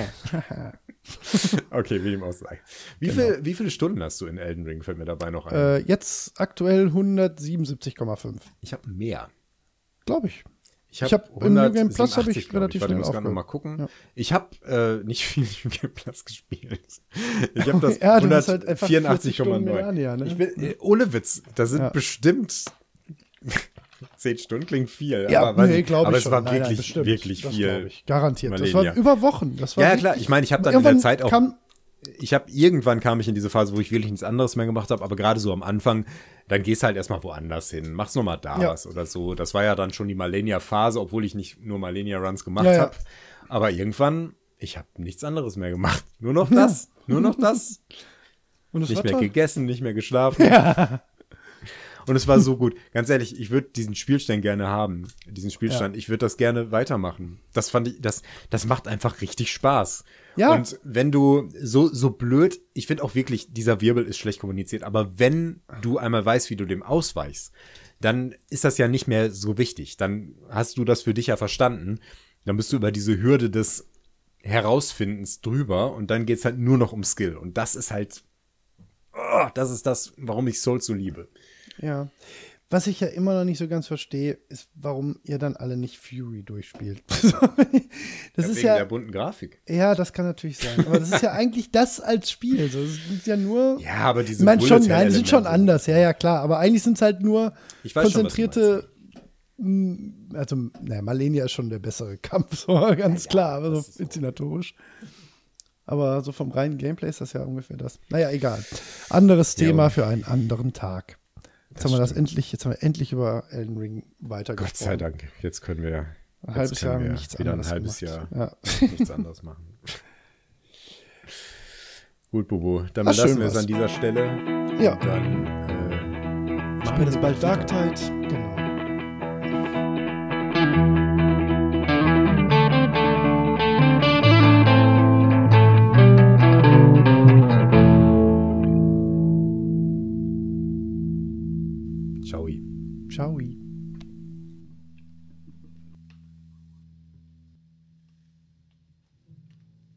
Okay, wie dem auch sei. Wie, genau. viel, wie viele Stunden hast du in Elden Ring? Fällt mir dabei noch ein. Äh, jetzt aktuell hundertsiebenundsiebzig Komma fünf. Ich habe mehr. Glaube ich. Ich habe hab im New Game Plus habe ich relativ ich. schnell aufgehört. Noch mal gucken. Ja. Ich habe äh, nicht viel New Game Plus gespielt. Ich habe das ja, hundertvierundachtzig Komma neun. Ja, ne? Ich bin, äh, ohne Witz, das sind ja. bestimmt zehn Stunden, klingt viel. Ja, aber, nee, glaube aber ich es war schon. wirklich, nein, nein, wirklich das viel. Ich. Garantiert. Malenia. Das war über Wochen. Das war ja, klar. Ich meine, ich habe dann in der Zeit auch kam, ich habe irgendwann kam ich in diese Phase, wo ich wirklich nichts anderes mehr gemacht habe, aber gerade so am Anfang, dann gehst halt erstmal woanders hin, machst nochmal da ja. was oder so. Das war ja dann schon die Malenia-Phase, obwohl ich nicht nur Malenia-Runs gemacht ja, ja. habe. Aber irgendwann, ich habe nichts anderes mehr gemacht. Nur noch das. Nur noch das. Und nicht mehr toll. gegessen, nicht mehr geschlafen. Ja. Und es war so gut. Ganz ehrlich, ich würde diesen Spielstand gerne haben. Diesen Spielstand. Ja. Ich würde das gerne weitermachen. Das fand ich, das, das macht einfach richtig Spaß. Ja. Und wenn du so, so blöd, ich finde auch wirklich, dieser Wirbel ist schlecht kommuniziert, aber wenn du einmal weißt, wie du dem ausweichst, dann ist das ja nicht mehr so wichtig. Dann hast du das für dich ja verstanden. Dann bist du über diese Hürde des Herausfindens drüber und dann geht's halt nur noch um Skill. Und das ist halt, oh, das ist das, warum ich Souls so liebe. Ja, was ich ja immer noch nicht so ganz verstehe, ist, warum ihr dann alle nicht Fury durchspielt. das ja, ist wegen ja der bunten Grafik. Ja, das kann natürlich sein. Aber das ist ja eigentlich das als Spiel. So, das ist ja nur. Ja, aber diese. Ich meine schon, nein, die sind schon anders. Ja, ja, klar. Aber eigentlich sind es halt nur ich weiß konzentrierte. Schon, also, naja, Malenia ist schon der bessere Kampf, so ganz ja, klar, aber so inszenatorisch. Aber so vom reinen Gameplay ist das ja ungefähr das. Naja, egal. Anderes Thema ja. für einen anderen Tag. Jetzt haben wir das endlich, jetzt haben wir endlich über Elden Ring weitergesprochen. Gott sei Dank. Jetzt können wir, ein halbes können Jahr wir nichts wieder anderes ein halbes gemacht. Jahr Ja. nichts anderes machen. Gut, Bubu. Dann Ach, belassen schön wir es war's. an dieser Stelle. Ja. Und dann äh, Später ist bald Dark Tide. Genau. Ciao. Ciao.